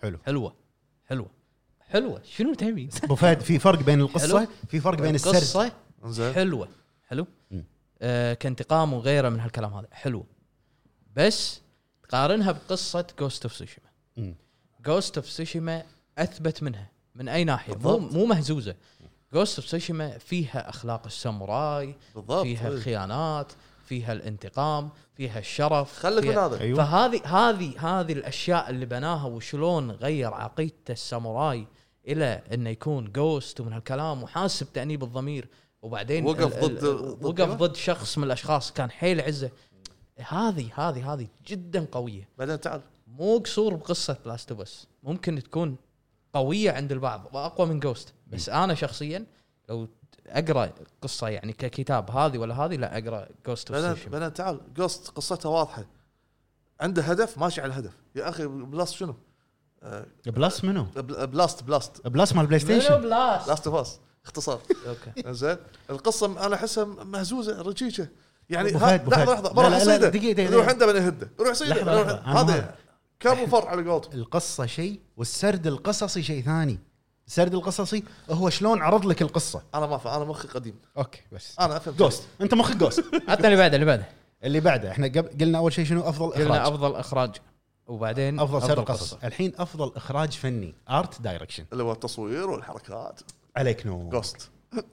شنو تبي ابو فهد؟ في فرق بين القصه، في فرق بين السرد. حلو كانتقام وغيره من هالكلام هذا حلو، بس تقارنها بقصه جوست اوف سوشيما. جوست اوف سوشيما اثبت منها من اي ناحيه، مو مهزوزه. جوست اوف سوشيما فيها اخلاق الساموراي، فيها الخيانات، فيها الانتقام، فيها الشرف، خليك من هذا. أيوة. فهذه الاشياء اللي بناها وشلون غير عقيدته الساموراي الى انه يكون جوست ومن هالكلام وحاسب تأنيب الضمير، وبعدين وقف ضد شخص من الاشخاص كان حيل عزه. هذه جدا قويه. بعدين تعال، مو قصور بقصه لاست اوف اس، ممكن تكون قويه عند البعض واقوى من جوست، بس انا شخصيا لو اقرا قصه يعني ككتاب هذه ولا هذه، لا اقرا جوست اوف سوشيما. بعدين تعال، جوست قصتها واضحه، عنده هدف ماشي على الهدف. يا اخي بلاست شنو؟ بلاست منو؟ بلاست مال بلاي ستيشن، لاست اوف اس اختصار. اوكي زين، القصه انا احسها مهزوزه رجيجه يعني. لحظه بروح صيده دقيقه، روح عنده من يهده، روح صيده، هذا كم فرع على قولته. القصه شيء والسرد القصصي شيء ثاني. السرد القصصي هو شلون عرض لك القصه. انا ما انا مخي قديم. اوكي بس انا افهم جوست، انت مخك جوست. عطنا اللي بعده. احنا قلنا اول شيء شنو افضل اخراج، قلنا افضل اخراج، وبعدين افضل سرد قصص. الحين افضل اخراج فني، ارت دايركشن، اللي هو التصوير والحركات. عليك نو جوست.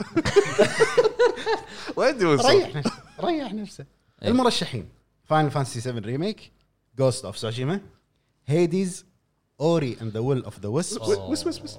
وين ريح نفسه. المرشحين: فاينل فانتسي 7 ريميك، جوست اوف سوشيما، هيديز، اوري اند ذا ويل اوف ذا ويسبس،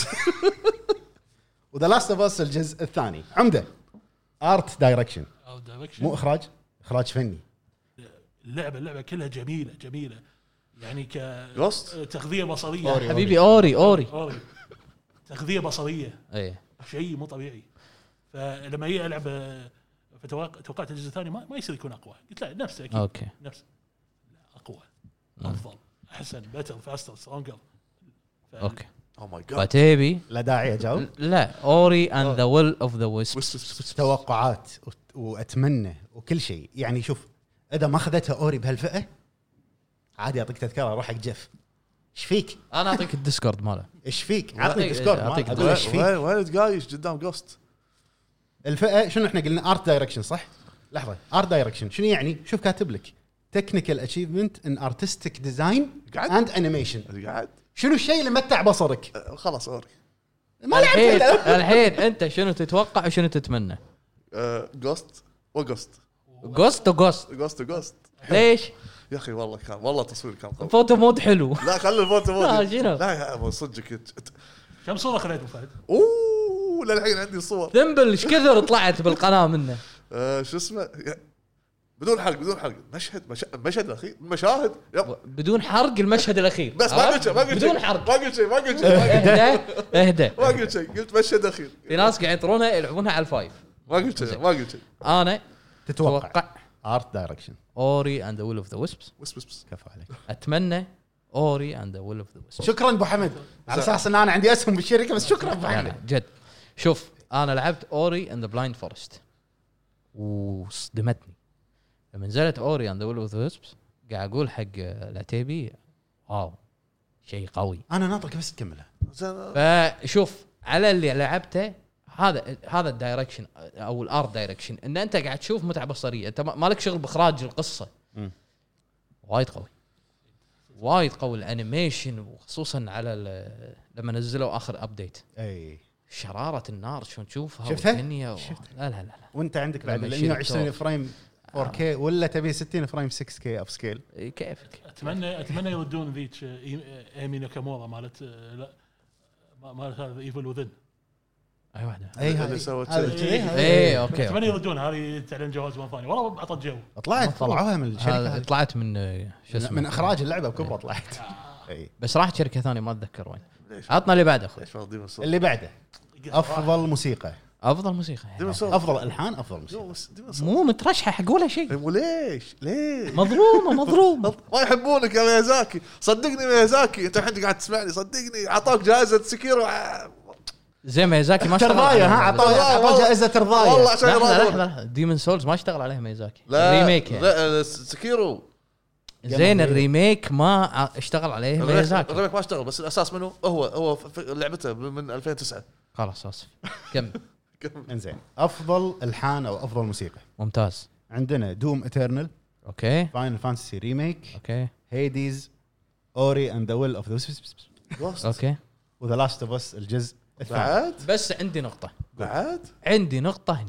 وذا لاست اوف اس الجزء الثاني. عمده ارت دايركشن، مو اخراج فني. اللعبه كلها جميله يعني تغذيه بصريه. حبيبي اوري تغذيه بصريه، اي شيء مو طبيعي. فلما هي العب توقعت الجزء الثاني ما يصير يكون اقوى. قلت لا، نفسه اكيد اوكي نفسه اقوى، افضل، احسن، بيتر، فاستر، سترونجر. اوكي او ماي جاد، فتيبي لا داعي اجاوب. لا، اوري اند ذا ويل اوف ذا ويسبس. توقعات واتمنى وكل شيء. يعني شوف، اذا ما اخذتها اوري بهالفئه عادي اعطيك تذكره اروح اجف. ايش فيك؟ انا اعطيك الديسكورد ماله. ايش فيك؟ اعطيك ديسكورد. اقول ايش فيك؟ وين تقايش قدام جوست؟ الفئه شنو احنا قلنا؟ ارت دايركشن، صح؟ لحظه، ارت دايركشن شنو يعني؟ شوف كاتب لك تكنيكال اتشيفمنت ان ارتستيك ديزاين اند انيميشن. قاعد شنو الشيء اللي متع بصرك؟ خلاص اوري. ما لعبت الحين انت شنو تتوقع وشنو تتمنى؟ جوست وجوست ليش يا اخي؟ والله تصوير كان قوي. فوتو مود حلو. لا خلي الفوتو مود. لا يا ابو صدقك. كم صوره خليت ابو فهد؟ للحين عندي صور. ذنبل ايش كثر طلعت بالقناه منه. شو اسمه؟ بدون حرق مشهد الاخير، المشاهد بدون حرق المشهد الاخير. بس ما قلت بدون حرق. ما قلت شيء اهدى ما قلت شيء، قلت مشهد اخير. في ناس قاعد يطرونها يلعبونها على الفايف. ما قلت شيء. انا تتوقع ارت دايركشن اوري اند ذا ويل اوف ذا ويسبس. كفى عليك. اتمنى اوري اند ذا ويل اوف ذا ويسبس. شكرا ابو حمد، على اساس ان انا عندي اسهم بالشركه، بس شكرا ابو حمد. جد شوف، انا لعبت اوري اند ذا بلايند فورست وصدمتني لما نزلت اوري اند ذا ويل اوف ذا ويسبس. قاعد اقول حق العتيبي واو شيء قوي. انا ناطرك بس تكملها. فشوف على اللي لعبته هذا الدايركشن او الارت دايركشن ان انت قاعد تشوف متعه بصريه، انت مالك شغل باخراج القصه. وايد قوي الانيميشن، وخصوصا على لما نزلوا اخر ابديت. اي شراره النار شلون تشوفها شفتها؟ لا وانت عندك بعد لما 120 فريم 4K ولا تبي 60 فريم 6K اب سكيل؟ كيفك. اتمنى يردون ذيك ايمي ناكامورا مالت لا مالت هذا ايفل وذن. اي واحده اللي سوت اي اوكي. اتمنى يردون هذه تعلن جواز مره ثانيه والله عطت جو. طلعوها من الشركه، طلعت من شو اسمه من اخراج اللعبه بكبره طلعت. اي بس راحت شركه ثانيه ما اتذكر وين. عطنا اللي بعده اخوي. اللي بعده افضل موسيقى، افضل موسيقى، افضل الحان، افضل موسيقى. مو مترشحه حق ولا شيء. ليش مظلوم ما يحبونك يا ميازاكي. صدقني ميازاكي انت الحين قاعد تسمعني، صدقني عطاك جائزه سكيرو زي ميازاكي ما اشتغل ترضايا. عطاه جائزه ترضايا والله عشان لحظه ديمن سولز ما اشتغل عليها ميازاكي. الريميك يعني. لا سكيرو زين الريميك ما اشتغل عليه ميازاكي. الريميك ما اشتغل، بس الاساس منه هو لعبته من 2009. خلاص اسف كمل. انزين افضل الحان او افضل موسيقى ممتاز. عندنا دوم إترنال، اوكي فاينل فانتسي ريميك، اوكي هيديز، اوري اند ذا ويل اوف ذا اوكي وذا لاست اوف اس الجزء الثاني. بعد بس عندي نقطة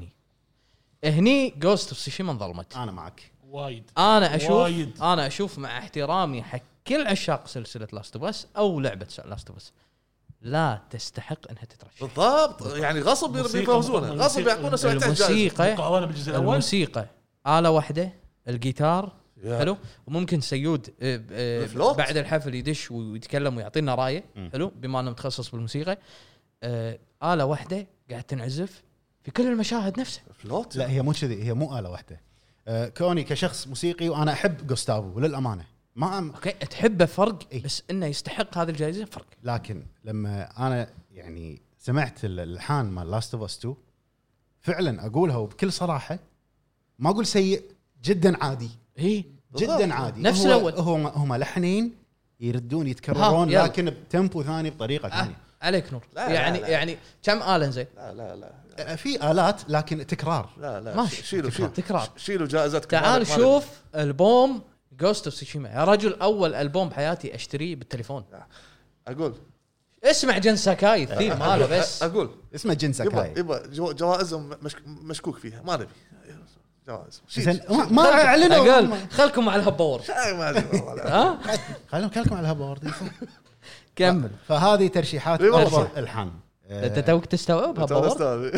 هني جوست اوف سوشيما انظلمت. انا معك وايد. انا اشوف مع احترامي حق كل عشاق سلسلة لاست اوف اس او لعبة لاست اوف اس لا تستحق انها تترشح. بالضبط يعني غصب يفوزونه، غصب يعطونا ساعتين الموسيقى مقارنة بالجزء الأول. الموسيقى آلة واحدة، الجيتار حلو، وممكن سيود بعد الحفل يدش ويتكلم ويعطينا رايه حلو بما انه متخصص بالموسيقى. آلة واحدة قاعد تنعزف في كل المشاهد نفسها. فلوت. لا هي مو كذي، هي مو آلة واحدة. كوني كشخص موسيقي وانا احب جوستافو للامانه ما اوكي تحبه فرق إيه؟ بس انه يستحق هذه الجائزه فرق. لكن لما انا يعني سمعت الالحان مال لاست اوف اس 2 فعلا اقولها وبكل صراحه ما اقول سيء، جدا عادي. ايه جدا عادي نفس الاول. هم لحنين يردون يتكررون لكن بتمبو ثاني بطريقه ثانيه. عليك نور. لا يعني لا لا. يعني كم آلة زين؟ لا في آلات لكن تكرار. لا ماشي. شيلوا تكرار. شيلوا جائزتك. تعال شوف البوم جوست اوف سوشيما يا رجل، اول البوم بحياتي اشتريه بالتليفون. اقول اسمع جن ساكاي الثيم ماله بس اقول اسمه جن ساكاي. يبا جوائزهم مشكوك فيها، ما نبي جوائز. ما اعلنوا. اقول خلكم مع الهبور. ها خليهم كلكم على الهبور. كمل. فهذه ترشيحات افضل الحان. انت توك تستوعب هبور.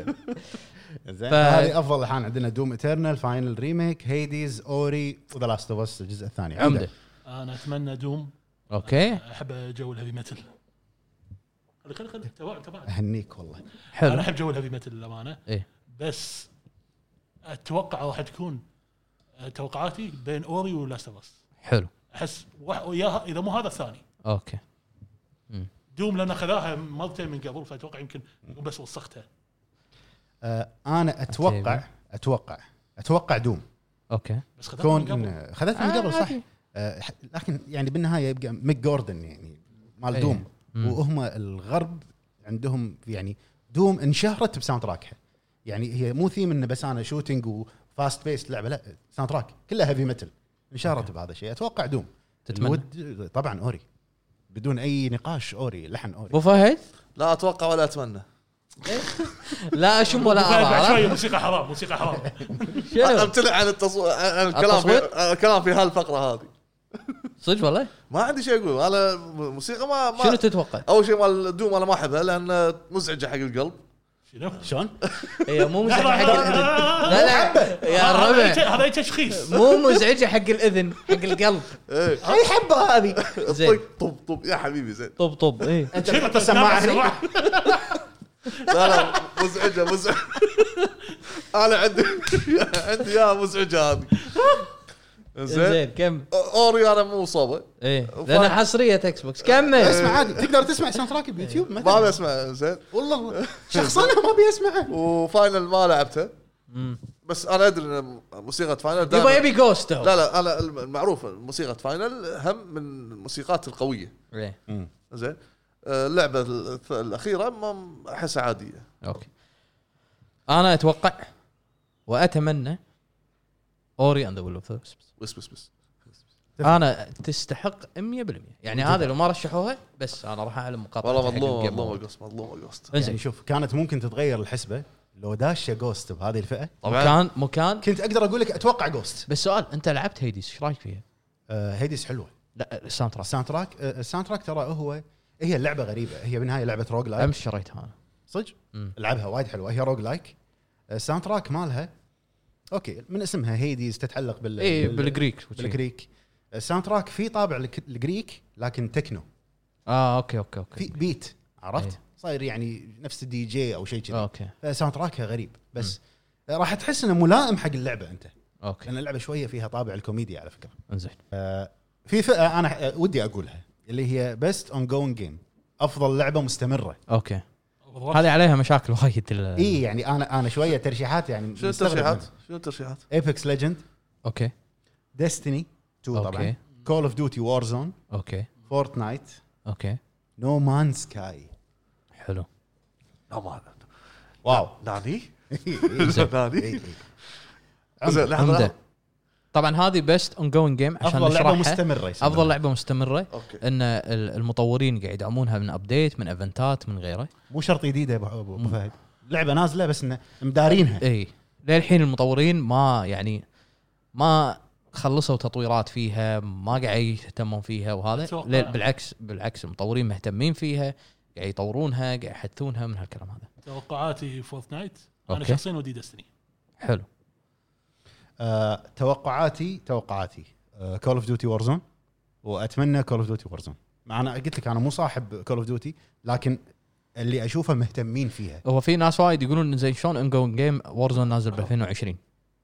زين هذه افضل الحان عندنا دوم إترنال، فاينل ريميك، هيديز، اوري وذا لاست اوف اس الجزء الثاني. عمده. انا اتمنى دوم. اوكي احب جو الهيفي ميتال. خلي تبع اهنيك والله. حلو. انا احب جو الهيفي ميتال للامانه. ايه بس اتوقع راح تكون توقعاتي بين اوري ولاست اوف اس. حلو. احس وياها اذا مو هذا الثاني. اوكي. دوم لان خذاها مرتين من قبل فاتوقع يمكن بس وسختها. انا اتوقع دوم. اوكي. بس خذتها من قبل. خذتها من قبل صح. لكن يعني بالنهايه يبقى ميك جوردن يعني مال دوم. وهم الغرب عندهم يعني دوم انشهرت بساوند تراكها. يعني هي مو ثيم انه بس انا شوتينج وفاست بيست لعبه، لا ساوند تراك كلها هيفي ميتال انشهرت بهذا الشيء. اتوقع دوم. تتمنى طبعا اوري بدون اي نقاش. اوري لحن اوري. ابو فهد لا اتوقع ولا اتمنى. لا اشم ولا ارى. شويه موسيقى حرام امتنع عن الكلام في هالفقره هذه. صدق والله ما عندي شيء اقول. انا موسيقى ما شنو تتوقع؟ اول شيء مال دوم انا ما احبها لان مزعجه حق القلب. شلون؟ هي مو مزعجه حق الاذن. لا يا الربع هذا تشخيص. مو مزعجه حق الاذن حق القلب. هاي حبه هذه. زين طب يا حبيبي زين. طب ايه انت تحط السماعه. لا مزعجه انا عندي يا مزعجه هذه. زين كم اوري انا مو صوبه. ايه لان حصريه اكس بوكس. كمل اسمع عادي تقدر تسمع ساوند تراك بيوتيوب ما بسمع. زين والله شخصنا ما بيسمعه. وفاينل ما لعبته بس انا ادري ان موسيقى فاينل يبي جوست. لا انا المعروف موسيقى فاينل هم من الموسيقات القويه. زين اللعبه الاخيره ما احسها عاديه. اوكي انا اتوقع واتمنى اوري اند ذا ويل اوف بس انا تستحق 100%. يعني هذا لو ما رشحوها بس انا راح اعلم مقاطعه. والله مظلومه جوست. يعني شوف كانت ممكن تتغير الحسبه لو داشه جوست بهذه الفئه. مكان كنت اقدر اقول لك اتوقع جوست. بس سؤال، انت لعبت هيديس ايش رايك فيها؟ هيديس حلوه. لا الساوند تراك ترى هي اللعبه غريبه. هي بالنهايه لعبه روج لايك. امس شريتها انا صدق. لعبها وايد حلوه. هي روج لايك. الساوند تراك مالها اوكي من اسمها هيديز تتعلق بالجريك. الساوند تراك في طابع الجريك لكن تكنو. اوكي في بيت عرفت. صاير يعني نفس الدي جي او شيء كذا. اوكي الساوند تراك غريب بس راح تحس انه ملائم حق اللعبه انت. اوكي لان اللعبه شويه فيها طابع الكوميديا على فكره. انزين في فئه انا ودي اقولها اللي هي بيست اون جوينج جيم، افضل لعبه مستمره. اوكي هذه عليها مشاكل وايد. اي يعني انا شويه ترشيحات يعني. شنو الترشيحات؟ ايبكس ليجند. اوكي ديستني 2 طبعا. كول اوف ديوتي وار زون. اوكي فورتنايت. اوكي نو مان سكاي. حلو. واو ناني عمده. طبعا هذه بيست اون جوينج جيم عشان افضل لعبه مستمره. افضل لعبه مستمره. ان المطورين قاعد يدعمونها من ابديت، من ايفنتات، من غيره. مو شرط جديده ابو فهد. لعبه نازله بس انه مدارينها. اي للحين المطورين ما خلصوا تطويرات فيها، ما قاعد يهتمون فيها. وهذا بالعكس المطورين مهتمين فيها، قاعد يطورونها، قاعد يحثونها من هالكلام هذا. توقعاتي فورتنايت. انا شخصيا ودي دستني. حلو. توقعاتي كول اوف ديوتي وارزون. واتمنى كول اوف ديوتي وارزون. انا قلت لك انا مو صاحب كول اوف ديوتي لكن اللي اشوفه مهتمين فيها. هو في ناس وايد يقولون زي شلون انجوين جيم وارزون نازل ب 2020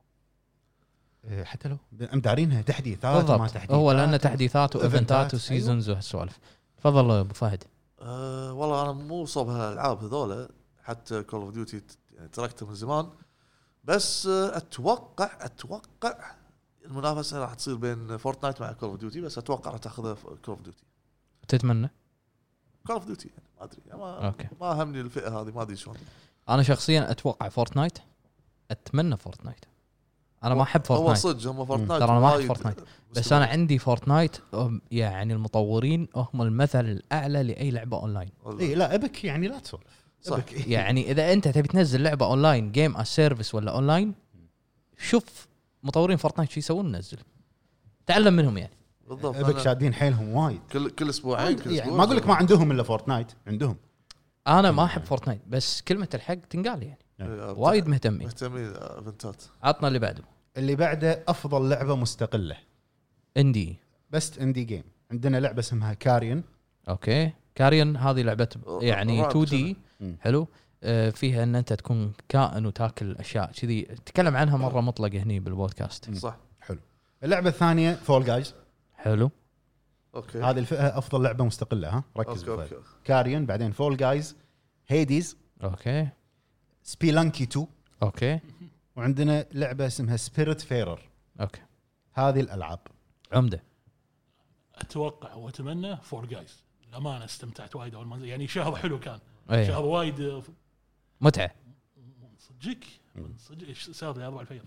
حتى لو مدارينها تحديثات ما تحديثات. هو لانه تحديثات وايفنتات وسيزونز وهالسوالف. تفضل ابو فهد. والله انا مو صوب هالالعاب هذولا، حتى كول اوف ديوتي يعني تركته من زمان. بس اتوقع المنافسه راح تصير بين فورتنايت مع كول اوف ديوتي، بس اتوقع راح تاخذها كول اوف ديوتي. تتمنى كول اوف ديوتي يعني ما ادري ما همني الفئه هذه ما ادري شلون. انا شخصيا اتوقع فورتنايت. اتمنى فورتنايت. انا ما احب فورتنايت. هو صدق هم فورتنايت ترى انا ما احب فورتنايت بس انا عندي فورتنايت يعني المطورين هم المثل الاعلى لاي لعبه اونلاين. اي لا ابك يعني لا تسولف. يعني اذا انت تبي تنزل لعبه اونلاين جيم اس سيرفيس ولا اونلاين، شوف مطورين فورتنايت شو يسوون، نزل تعلم منهم يعني. بالضبط. ابك شادين حيلهم وايد كل اسبوعين يعني ما اقول لك ما عندهم الا فورتنايت، عندهم. انا ما احب فورتنايت بس كلمه الحق تنقال يعني. وايد مهتمين ايفنتات. عطنا اللي بعده افضل لعبه مستقله اندي. بست اندي جيم. عندنا لعبه اسمها كاريون. اوكي كاريون هذه لعبه يعني 2 دي حلو. فيها ان انت تكون كائن وتاكل اشياء كذي. تكلم عنها مره مطلقه هني بالبودكاست. صح حلو. اللعبه الثانيه فول جايز. حلو. اوكي هذه الفئه افضل لعبه مستقله. ها ركز. كاريون بعدين فول جايز هيديز. اوكي سبيلانكي 2. اوكي وعندنا لعبه اسمها سبيريت فيرر. اوكي هذه الالعاب عمده. اتوقع واتمنى فور جايز. الامانه استمتعت وايد اول ما يعني شهر حلو كان. أيه. شهر وايد متعه صدق ايش صار لي 4 الفجر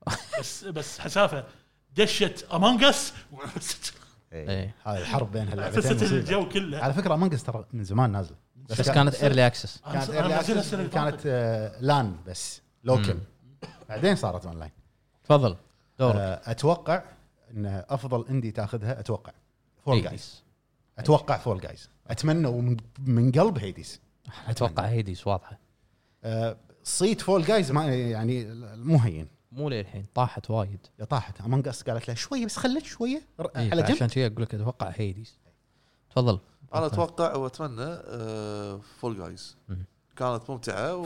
بس حسافه دشت امانجس. ايه هاي الحرب بين هاللعبتين الجو كله. على فكره امانجس ترى من زمان نازله بس كانت ايرلي اكسس. كانت لان بس لوكل. بعدين صارت اونلاين. تفضل دورك. اتوقع ان افضل اندي تاخذها اتوقع فول جايز. اتوقع فول جايز. اتمنى ومن قلب هيديس. اتوقع هيديس واضحه. صيت فول جايز ما يعني مو هين. مو للحين طاحت وايد. طاحت امانجس قالت له شويه بس خلت شويه على جنب. عشان كذا اقول لك اتوقع هيديس. تفضل. انا اتوقع واتمنى فول جايز. كانت ممتعه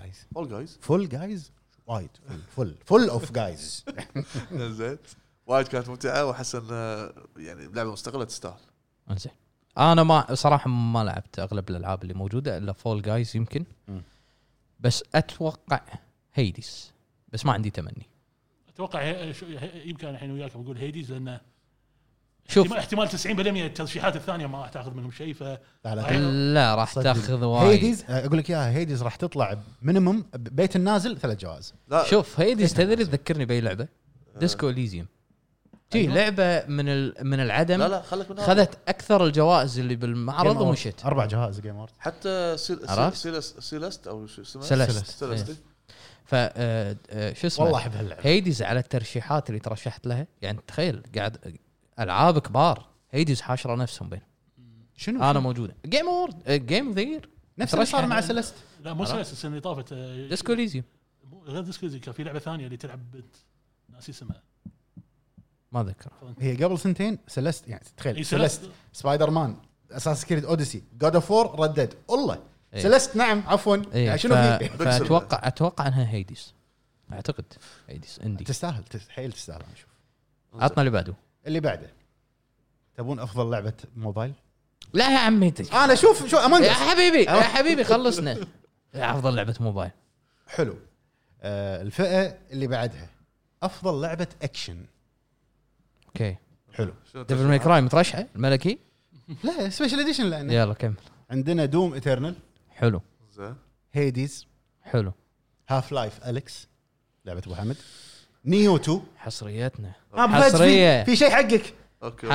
فول جايز وايد فول اوف جايز. زين وايد كانت ممتعه واحس ان يعني لعبه مستقله تستاهل. زين انا ما صراحه ما لعبت اغلب الالعاب اللي موجوده الا فول جايز يمكن. بس اتوقع هيديس بس ما عندي تمني. اتوقع يمكن الحين وياك بقول هيديز لانه شوف احتمال 90% الترشيحات الثانيه ما راح تاخذ منهم شيء لا راح تاخذ وايد. هيديز اقول لك اياها، هيديز راح تطلع مينيمم بيت النازل 3 جوائز. شوف هيديز تدري تذكرني باي لعبه ديسكو إليزيوم. أيوة. لعبه من العدم. لا خليك من خذت اكثر الجوائز اللي بالمعرض ومشت 4 جوائز جيم أورد. حتى سيلست او شو اسمه سيلست. ف شو اسمه والله احب هاللعبه. هيديز على الترشيحات اللي ترشحت لها، يعني تخيل قاعد العاب كبار هيديز حاشره نفسهم بين شنو انا موجوده جيم أورد جيم ذير نفس اللي صار مع سيلست. لا مو سيلست السنه اللي طافت ديسكو إليزيوم. غير ديسكو إليزيوم كان في لعبه ثانيه اللي تلعب بنت ناسي اسمها ما ذكر. هي قبل سنتين سيلست، يعني تخيل سيلست سبايدر مان اساس كريد اوديسي جود اوف وور ردد والله إيه. سيلست نعم عفوا يعني شنو في فاتوقع انها هيديز. اعتقد هيديز اندي تستاهل حيل تستاهل. نشوف عطنا اللي بعده. اللي بعده تبون افضل لعبه موبايل؟ لا يا عمي انا شوف امانج يا حبيبي خلصنا. افضل لعبه موبايل حلو. الفئه اللي بعدها افضل لعبه اكشن. اوكي حلو. ديفل ماي كراي مترشحه الملكي. لا سبيشل اديشن لانه يلا كمل. عندنا دوم ايترنال حلو زين هيديز حلو هاف لايف اليكس لعبه ابو حمد نيو 2 حصرياتنا حصريه في شيء حقك اوكي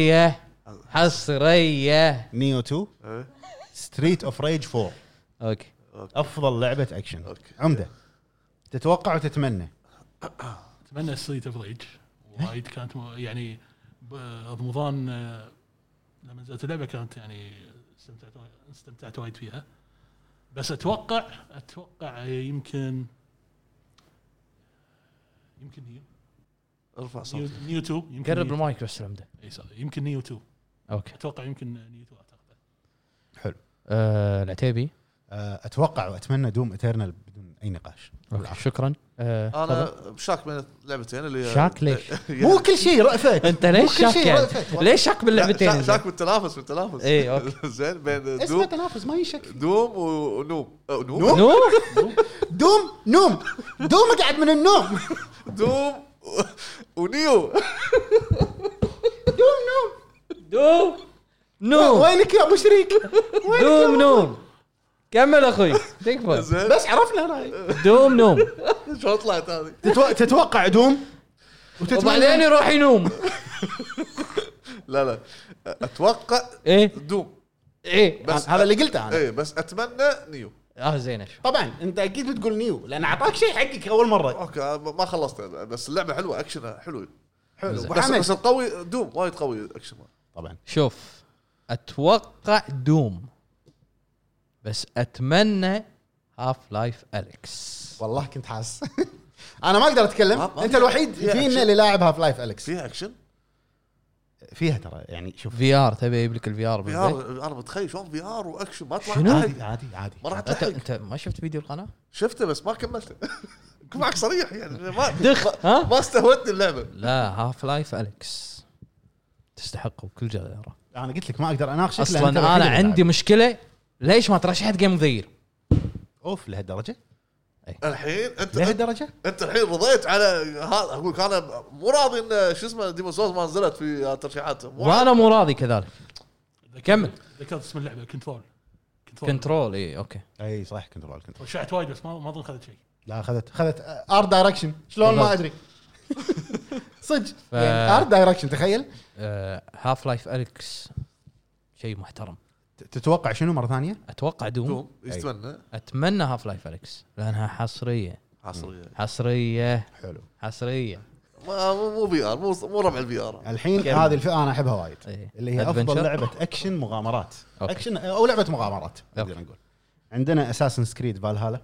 حصريه نيو 2 ستريت اوف ريج 4 اوكي افضل لعبه اكشن عمده. تتوقع وتتمنى اتمنى ستريت اوف ريج وايد كانت يعني رمضان لما نزلت اللعبه كانت يعني استمتعت وايد فيها. بس اتوقع يمكن نيو ارفع صوتك نيو 2 يمكن قرب المايك بس لمده. اي صح يمكن نيو 2 اوكي اتوقع يمكن نيو 2 اعتقد. حلو. العتيبي اتوقع واتمنى دوم ايترنال بدون اي نقاش. شكرا. انا شاك بين اللعبتين اللي شاك ليش؟ مو كل شيء رأفت. انت ليش شاك يعني؟ ليش شاك باللعبتين؟ شاك بالتنافس اي اوكي زين بين اسمه تنافس ما يشك. دوم ونوم دوم قاعد من النوم دوم ونيو نوم وينك يا ابو شريك؟ نوم كمل اخوي تكفى بس عرفنا راي دوم نوم شو طلعت هذه؟ تتوقع دوم وبعدين يروح ينوم. لا اتوقع دوم بس هذا اللي قلته انا بس اتمنى نيو. زين طبعا انت اكيد بتقول نيو لان اعطاك شيء حقك اول مره. اوكي ما خلصت بس اللعبه حلوه اكشن حلو بس القوي دوم وايد قوي اكشن. طبعا شوف اتوقع دوم بس اتمنى هاف لايف اليكس. والله كنت حاس انا ما اقدر اتكلم. انت الوحيد فينا اللي لاعب هاف لايف اليكس. فيها اكشن فيها ترى يعني شوف في ار تبي يجيب لك الفي ار انا متخيل شلون في ار واكشن ما طلع عادي ما راح انت ما شفت فيديو القناه؟ شفته بس ما كملته. كل معك صريح يعني ما استهوتني اللعبه. لا هاف لايف اليكس تستحق بكل جدارة. انا قلت لك ما اقدر اناقشك اصلا انا عندي مشكله ليش ما ترشحت جيم ذير اوف لهالدرجه. الحين انت لهالدرجه انت الحين رضيت على هذا. اقول انا مو راضي ان شو اسمه ديمون سولز ما نزلت في ترشيحات وانا مو راضي كذلك. كمل. ذكرت اسم اللعبه كنترول اي اوكي اي صح كنترول شعت وايد بس ما اظن خذت شيء. لا خذت ار دايركشن شلون ما ادري صدق يعني ار دايركشن تخيل. هاف لايف اليكس شيء محترم. تتوقع شنو مره ثانيه؟ اتوقع دوم اتمنى هاف لايف اليكس لانها حصريه حلو حصريه مو في ار مو ربع الفي ار. الحين هذه الفئه انا احبها وايد اللي هي افضل لعبه اكشن مغامرات. اكشن او لعبه مغامرات نقدر نقول. عندنا اساسن سكريد فالهالا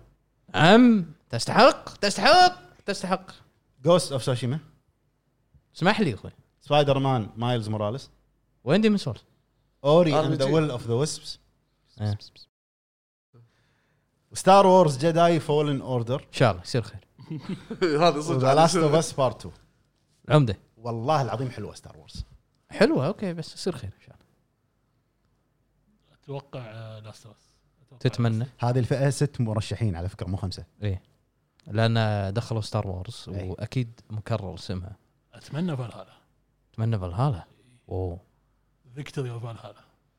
تستحق جوست اوف سوشيما. اسمح لي اخوي سبايدر مان مايلز موراليس. وين ديمون سولز؟ اوري اند ذا ويل اوف ذا ويسبس. ستار وورز جداي فولن اوردر. ان شاء الله يصير خير. هذا صدق. ذا لاست اوف اس بارت 2 عمده والله العظيم حلوه ستار وورز حلوه اوكي بس يصير خير ان شاء الله. اتوقع لاست اوف اس. تتمنى هذه الفئه 6 مرشحين على فكره مو 5. ايه لان دخلوا ستار وورز أي. واكيد مكرر اسمها. اتمنى فالهالا. اتمنى فالهالا. اوه فيكتوريا وفالهالا.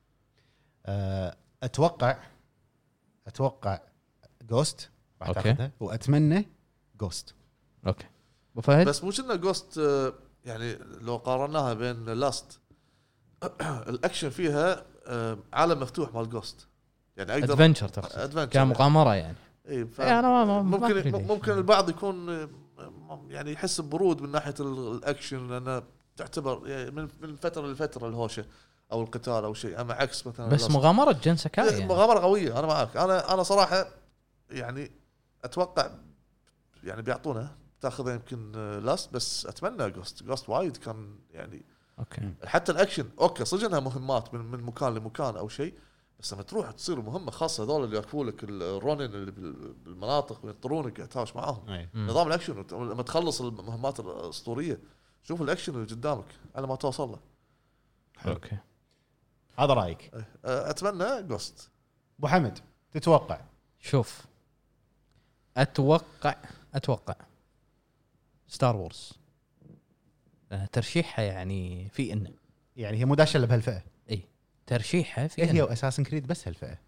اتوقع جوست راح أوكي. تاخذها، واتمنى جوست. اوكي ابو فهد. بس مو كنا جوست يعني لو قارناها بين لاست الاكشن فيها عالم مفتوح مال جوست، يعني اقدر ادفنتشر تقصد ادفنتشر كان مغامره يعني. اي انا ما ممكن البعض يكون يعني يحس ببرود من ناحيه الاكشن، لانه تعتبر يعني من فتره لفتره الهوشه او القتال او شيء، اما عكس مثلا بس مغامره جن ساكاي يعني. مغامره قويه. انا معك، انا صراحه يعني اتوقع يعني بيعطونا تاخذها يمكن لاست، بس اتمنى جوست وايد كان يعني اوكي حتى الاكشن اوكي صدق انها مهمات من مكان لمكان او شيء، بس لما تروح تصير مهمه خاصه هذول اللي يكفوا لك الرونن اللي بالمناطق وينطرونك يتهاوش معاهم. نظام الاكشن لما تخلص المهمات الاسطوريه شوف الاكشن اللي قدامك على ما توصل له. اوكي هذا رايك. اتمنى جوست. ابو حمد تتوقع؟ شوف اتوقع ستار وورز ترشيحها يعني في انه يعني هي مو داشه الا بهالفئه. اي ترشيحها في هي واساسن كريد بس هالفئه.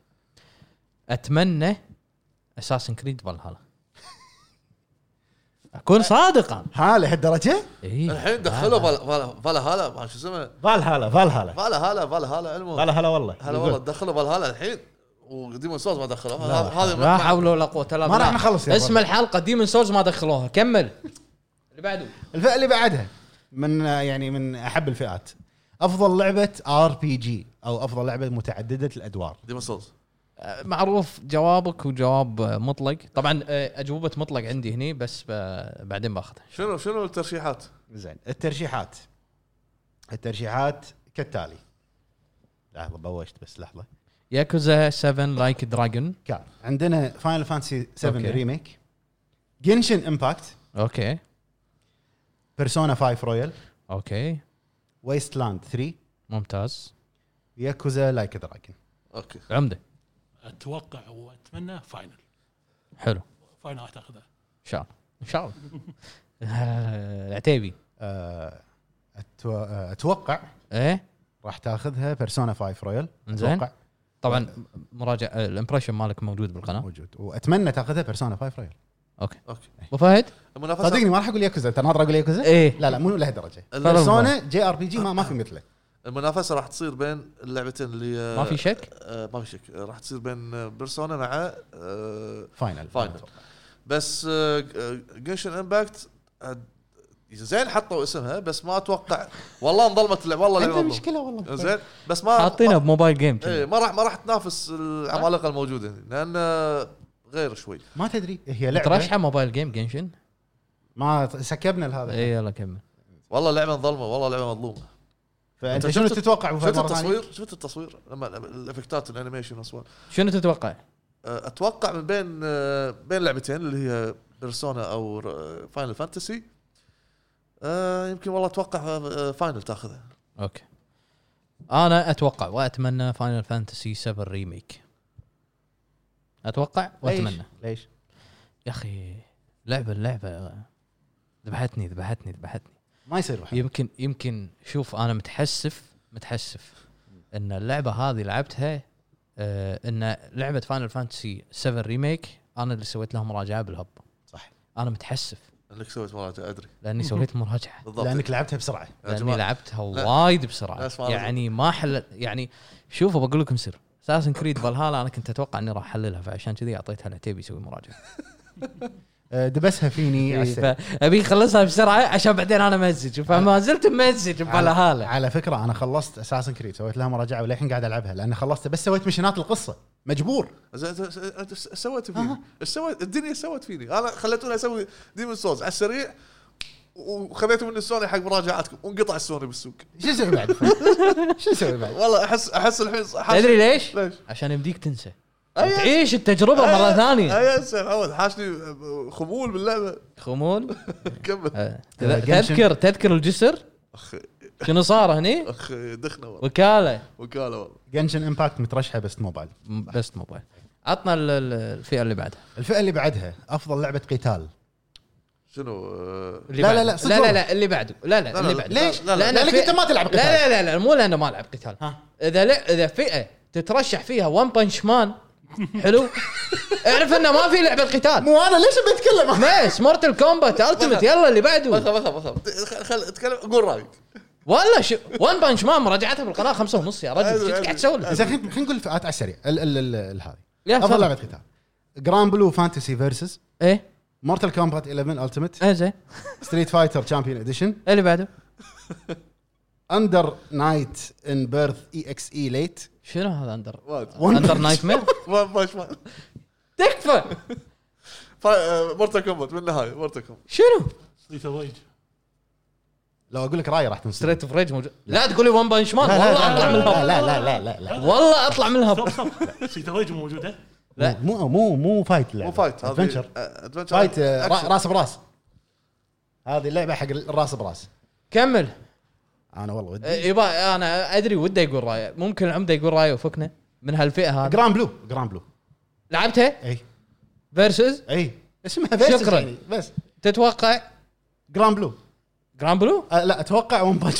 اتمنى اساسن كريد فالهالا. اكون صادقا هاله هالدرجه. إيه. الحين دخلوا فالهالا ما شو اسمه فالهالا فالهالا والله هلا والله دخلوا فالهالا الحين، وديمون سولز ما دخلوها. هذا لا حول ولا قوه الا ما راح بالله. نخلص يا اسم الحلقه ديمون سولز ما دخلوها. كمل اللي بعده. الفئه اللي بعدها من احب الفئات، افضل لعبه RPG او افضل لعبه متعدده الادوار. ديمون سولز معروف جوابك وجواب مطلق طبعا. اجوبه مطلق عندي هني بس بعدين باخذها. شنو الترشيحات؟ زين الترشيحات كالتالي. لحظه بوشت بس لحظه. ياكوزا 7 لايك دراجون. كان عندنا فاينل فانتسي 7 أوكي. ريميك، جنشن امباكت، اوكي بيرسونا 5 رويال، اوكي ويستلاند 3، ممتاز. ياكوزا لايك دراجون. اوكي عمده اتوقع واتمنى فاينل. حلو فاينل راح تاخذها ان شاء الله ان شاء الله. العتيبي اتوقع ايه راح تاخذها بيرسونا 5 رويال. زين اتوقع طبعا مراجع الامبريشن مالك موجود بالقناه. موجود، واتمنى تاخذها بيرسونا 5 رويال. اوكي اوكي ابو فهد المنافسه صدقني ما راح اقول ياكوزا، انت ناطر اقول ياكوزا؟ ايه لا مو لهالدرجه. فرق بيرسونا RPG ما في مثله. المنافسه راح تصير بين اللعبتين اللي ما في شك. ما في شك راح تصير بين بيرسونا مع فاينل. بس جنشن امباكت زين حطوا اسمها، بس ما اتوقع والله انظلمت اللعبه. والله عندنا لعبه مشكله والله. زين بس ما حاطينها بموبايل جيم ايه ما راح تنافس العمالقه الموجوده لان غير شوي. ما تدري هي لعبه ترشح موبايل جيم جنشن. ما سكبنا لهذا. اي يلا كمل. والله لعبه مظلمه، والله لعبه مظلومه. فانت شنو تتوقع ابو فهد؟ شفت التصوير لما الافكتات الانيميشن اصلا شنو تتوقع؟ اتوقع من بين لعبتين اللي هي بيرسونا او فاينل فانتسي. يمكن والله اتوقع فاينل تاخذها. اوكي انا اتوقع واتمنى فاينل فانتسي 7 ريميك. اتوقع واتمنى. ليش يا اخي اللعبه ذبحتني ما يصير يمكن شوف انا متحسف ان اللعبه هذه لعبتها ان لعبه فاينل فانتسي 7 ريميك انا اللي سويت لها مراجعه بالهب. صح انا متحسف انك سويت مراجعه ادري لاني سويت مراجعه لانك لعبتها بسرعه. لاني لعبتها وايد بسرعه يعني ما حل يعني. شوفوا بقول لكم سر اساسن كريد فالهالا انا كنت اتوقع اني راح احللها، فعشان كذي اعطيتها العتيبي يسوي مراجعه. دبسها فيني ابي اخلصها بسرعه عشان بعدين انا امزج، فما زلت ممزج بفالهالا. على فكره انا خلصت اساسن كريد سويت لها مراجعه وللحين قاعد العبها لان خلصت بس سويت مشينات القصه مجبور. سويت فيني سويت الدنيا سوت فيني انا خليتوني اسوي ديمون سولز على السريع وخذيته من السوني حق مراجعاتكم وانقطع السوني بالسوق. شو اسوي بعد؟ شو اسوي بعد؟ والله احس الحين تدري ليش؟ عشان يمديك تنسى تعيش التجربه مره ثانيه. يا سلام حاشني خمول باللعبه. خمول كمل. تذكر الجسر شنو صار هني؟ دخنا والله وكاله والله. جنشن امباكت مترشحه بس موبايل. بس موبايل. عطنا الفئه اللي بعدها. الفئه اللي بعدها افضل لعبه قتال. شنو اللي لا، بعده. لا، صدق لا والله. لا اللي بعده. لا اللي بعده. ليش؟ لأن لانك انت ما تلعب قتال. لا مو لانه ما العب قتال. ها. اذا فئه تترشح فيها ون بانش مان حلو اعرف انه ما في لعبه قتال. مو انا ليش بتكلم؟ ماشي مورتال كومبات التيمت يلا اللي بعده. خل اتكلم قول رايك. والله ون بانش مان مراجعتها بالقناه 5:30 يا رجل ايش قاعد تسوي؟ زين خلينا نقول الفئات على السريع. هذه يا افضل تفضل. لعبه قتال: جراند بلو فانتسي فيرسز، ايه مورتال كومبات 11 التيمت، زين ستريت فايتر تشامبيون اديشن، اللي بعده. اندر نايت ان بيرث اي اكس اي ليت. شنو هذا اندر One اندر Punch نايت مير ما تكفى. مورتال كومبات من النهايه مورتال كومبات. شنو ستريت اوف ريج. لو اقول لك راي راح تنصدم. ستريت اوف ريج موجود. لا تقول لي ون بانش مان والله اطلع من الهب. لا والله اطلع من الهب. ستوب ستريت اوف ريج موجوده. لا. مو فايت. مو فايت ادفنشر ادفنشر فايت راس براس. هذه اللعبه حق الراس براس. كمل. انا والله ودي يبا انا ادري وده يقول رايه. ممكن العمده يقول رايه وفكنا من هالفئه هذه. جراند بلو لعبتها اي فيرسز اسمها فيرسز شكراً. يعني بس تتوقع جراند بلو. جراند بلو لا اتوقع ون بانش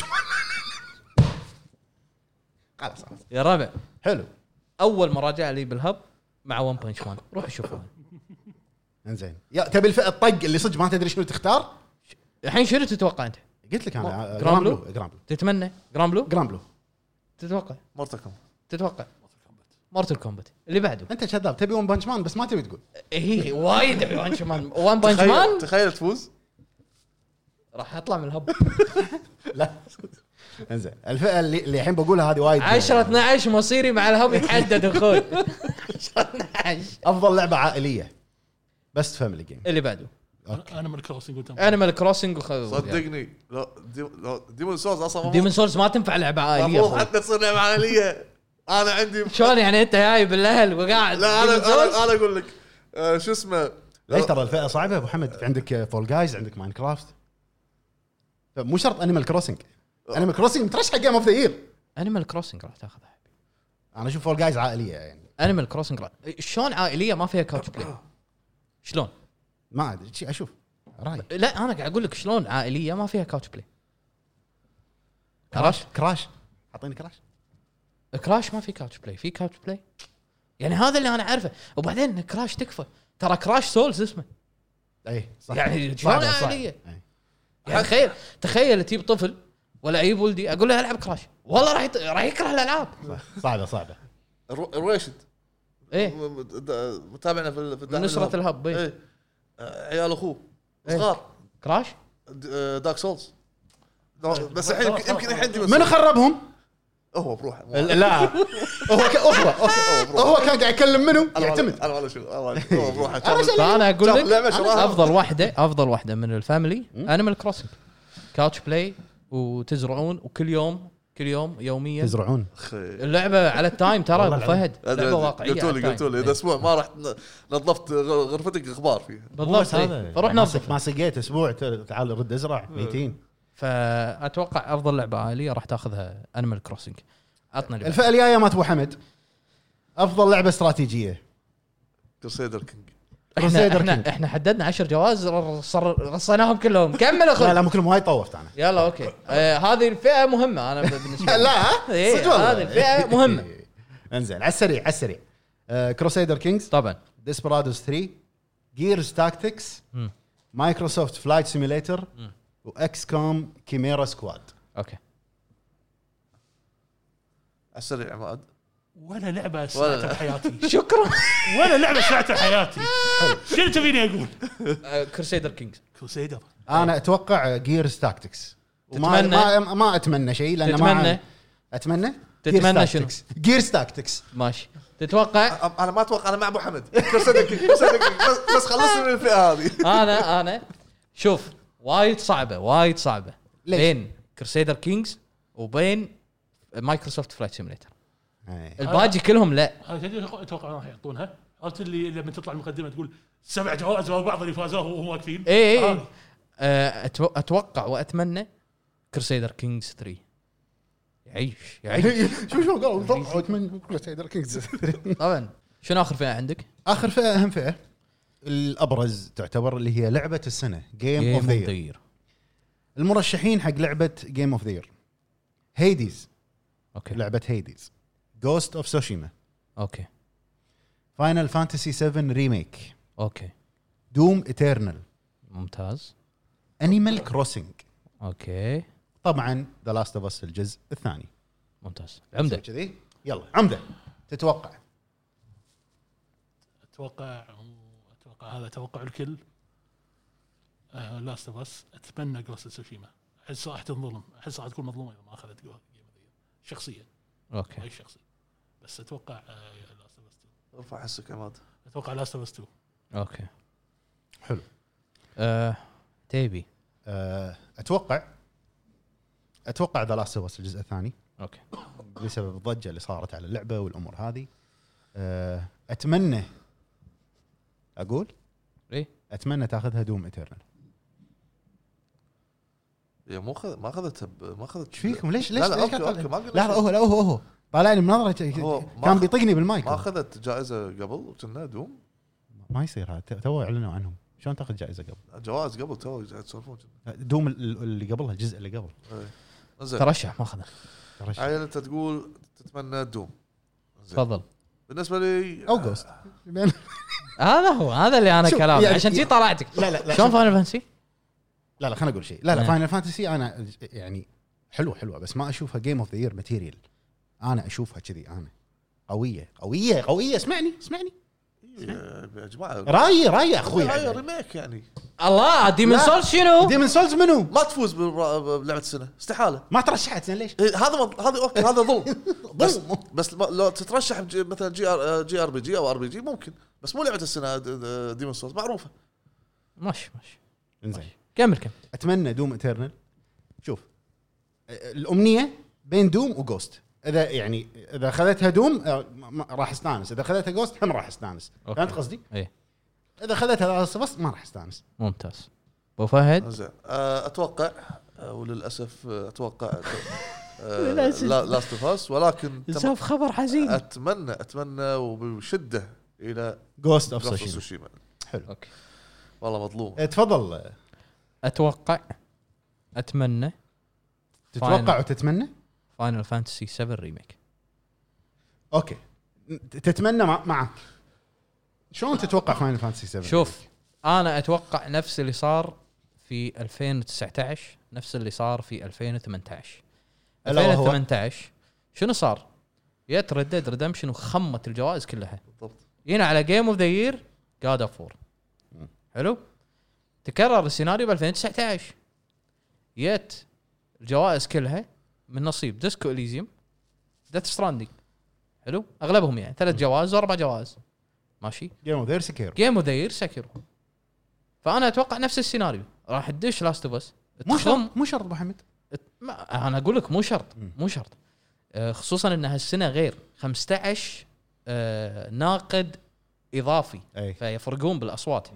خلاص يا ربع. حلو. اول مراجعه لي بالهب مع ون بانش مان روح شوفها. انزين تبي الفئه الطق اللي صدق ما تدري شنو تختار. الحين شنو تتوقع انت؟ قلت لك انا جراند بلو؟ جراند تتمنى جراند بلو؟ تتوقع مورتال كومبات. تتوقع مورتال كومبات اللي بعده. انت كذاب تبي ون بانش مان بس ما تبي تقول. هي وايد ابي ون مان. ون بانش مان تخيل تفوز. راح اطلع من الهب. لا انزين الفئه اللي الحين بقولها هذه وايد 10 12 مصيري مع الهب يتحدد اخوي. 10 12 افضل لعبه عائليه بست فاميلي جيم. اللي بعده انا من الكروسنج قلت انيمال كروسنج. صدقني لا ديمون سولز اصلا ديمون سولز ما تنفع لعبه عائليه المفروض أخوي. حتى تصير لعبه عائليه. انا عندي شلون يعني انت جاي بالاهل وقاعد لا Demon's Souls؟ انا اقول لك شو اسمه ليش ترى الفئه صعبه ابو حمد. عندك فول جايز عندك ماينكرافت. مو شرط انيمال كروسنج. انيمال كروسنج مترشح جيم اوف ذا يير. انيمال كروسنج راح تاخذها. انا اشوف فول جايز عائليه يعني. انيمال كروسنج شلون عائليه ما فيها كاوتش بلاي؟ شلون؟ ما ادري اشوف راي. لا انا قاعد اقول لك شلون عائليه ما فيها كاوتش بلاي. كراش اعطيني كراش. كراش ما في كاوتش بلاي. في كاوتش بلاي يعني هذا اللي انا عارفه. وبعدين كراش تكفى ترى كراش سولز اسمه اي صح. يعني شلون صعبة، صح. عائليه. يعني تخيل تجيب طفل ولا اجيب ولدي اقول له العب كراش والله راح يكره الالعاب. صعبه. رويشد ايه متابعنا في نصرة الهب ايه عيال اخوه صغار كراش دارك سولز بس الحين يمكن الحين من خربهم؟ هو بروحه لا هو كان قاعد يكلم منه يعتمد. انا ولا شو هو بروحه. فانا اقول لك لعبة افضل واحده من الفاميلي انيمال كروسنج كاوتش بلاي وتزرعون وكل يوم يوميا تزرعون. اللعبه على التايم ترى ابو فهد لعبه واقعيه. قلتوا لي اذا اسبوع ما رحت نظفت غرفتك غبار فيها بالضبط. فروح نظف. ما سقيت اسبوع تعال رد ازرع 200. فاتوقع افضل لعبه عائليه راح تاخذها انيمال كروسنج. عطنا الفئه الجايه مات ابو حمد. افضل لعبه استراتيجيه كروسيدر كينج. احنا حددنا 10 جوائز رصيناهم كلهم. كمل اخوي. لا مو كلهم وايد طوفت انا. يلا اوكي. هذه الفئه مهمه انا بالنسبه لي. لا هذه الفئه مهمه. انزين على السريع كروسيدر كينجز طبعا ديسبرادوس 3 جيرز تاكتكس مايكروسوفت فلايت سيميليتر واكس كوم كيميرا سكواد. اوكي السريع عماد ولا لعبه سمعتها بحياتي. شكرا. ولا لعبه سمعتها بحياتي. شنو تبيني اقول؟ كروسيدر كينجز. كروسيدر انا اتوقع جيرز تاكتكس. تتمنى؟ ما اتمنى شيء لان تتمنى؟ اتمنى تتمنى شنو؟ جيرز تاكتكس. ماشي. تتوقع؟ انا ما اتوقع. انا مع ابو حمد كروسيدر كينج بس خلصني من الفئه هذه. انا شوف وايد صعبه ليش؟ بين كروسيدر كينجز وبين مايكروسوفت فلايت سيميليتر. الباقي كلهم لا. انا اتوقع راح يعطونها. قلت اللي لما تطلع المقدمه تقول 7 جوائز وبعض اللي فازوه وهم واقفين. اي اتوقع واتمنى كروسيدر كينجز 3 يعيش. شو قالوا اتمنى كروسيدر كينجز. طبعا شنو اخر فئه عندك؟ اخر فئه اهم فئه الابرز تعتبر اللي هي لعبه السنه جيم اوف ذا يير. المرشحين حق لعبه جيم اوف ذا يير: هيديز، اوكي، لعبه هيديز، جوست اوف سوشيما، اوكي، فاينل فانتسي 7 ريميك، اوكي، دوم ايترنال، ممتاز، انيمال كروسنج، اوكي، طبعا ذا لاست اوف اس الجزء الثاني. ممتاز. عمده كذي يلا عمده تتوقع؟ اتوقع هذا توقع الكل. لاست اوف اس. اتمنى جوست سوشيما. احس راح تنظلم، احس راح تكون مظلومه اذا ما اخذت شخصيا. اوكي، اي شخصي، بس اتوقع لاست اوف اس 2. ارفع حسك عماد. اتوقع لاست اوف اس 2. اوكي، حلو. تيبي. اتوقع ذا لاست اوف اس الجزء الثاني. اوكي، بسبب الضجه اللي صارت على اللعبه والامور هذه. اتمنى اقول ايه، اتمنى تاخذها دوم ايترنال. يا ما اخذتها ما اخذت. ايش فيكم؟ ليش لا ليش اوكي ما قلنا لا هو طالعني بنظره كان بيطقني بالمايك. ما اخذت جائزه قبل كنا دوم. ما يصير هذا، تو اعلنوا عنهم. شلون تاخذ جائزه قبل؟ جوائز قبل تو يسولفون. دوم اللي قبلها، الجزء اللي قبل زين ترشح ما اخذها. عيل انت تقول تتمنى دوم. تفضل. بالنسبه لي او جوست. هذا اللي انا كلامي يعني عشان جي طلعتك. لا شلون فاينل فانسي؟ لا خليني اقول شيء. لا فاينل فانتسي انا يعني حلوه بس ما اشوفها جيم اوف ذا يير ماتيريال. انا اشوفها كذي، انا قويه. اسمعني يا جماعه راي اخوي. راي ريميك يعني. الله، ديمن سولز شنو؟ ديمن سولز منو؟ ما تفوز بلعبه السنه استحاله. ما ترشحت زين ليش؟ هذا اوكي هذا ظلم. بس لو تترشح مثلا جي ار بي جي او ار بي جي ممكن، بس مو لعبه السنه. ديمون سولز معروفه. ماشي انزين كمل. اتمنى دوم ايترنال. شوف الامنيه بين دوم وجوست. اذا اخذتها دوم راح استانس، اذا اخذتها جوست هم راح استانس. فهمت قصدي؟ ايه. اذا اخذتها بس ما راح استانس. ممتاز. ابو فهد. زين اتوقع وللاسف اتوقع لاست اوف اس، ولكن سوف خبر حزين. اتمنى وبشده الى جوست اوف سوشيما. حلو. اوكي والله مظلوم. تفضل. اتمنى تتوقع وتتمنى فاينل فانتسي 7 ريميك. اوكي تتمنى معك. شلون تتوقع فاينل فانتسي 7؟ شوف انا اتوقع نفس اللي صار في 2019، نفس اللي صار في 2018. 2018 شنو صار؟ يت ردد ريدمشن وخمت الجوائز كلها. بالضبط. هنا على جيم اوف ذا يير جاد اوف وور. حلو. تكرر السيناريو ب 2019. يت الجوائز كلها من نصيب ديسكو إليزيوم، ديث ستراندينج. حلو. اغلبهم يعني 3 جوائز و4 جوائز. ماشي. جيم اوف ذا يير سكيرو. فانا اتوقع نفس السيناريو راح تدش لاست اوف اس. مو شرط ابو حمد. انا اقول لك مو شرط. خصوصا ان هالسنه غير 15 ناقد اضافي فيفرقون بالاصوات.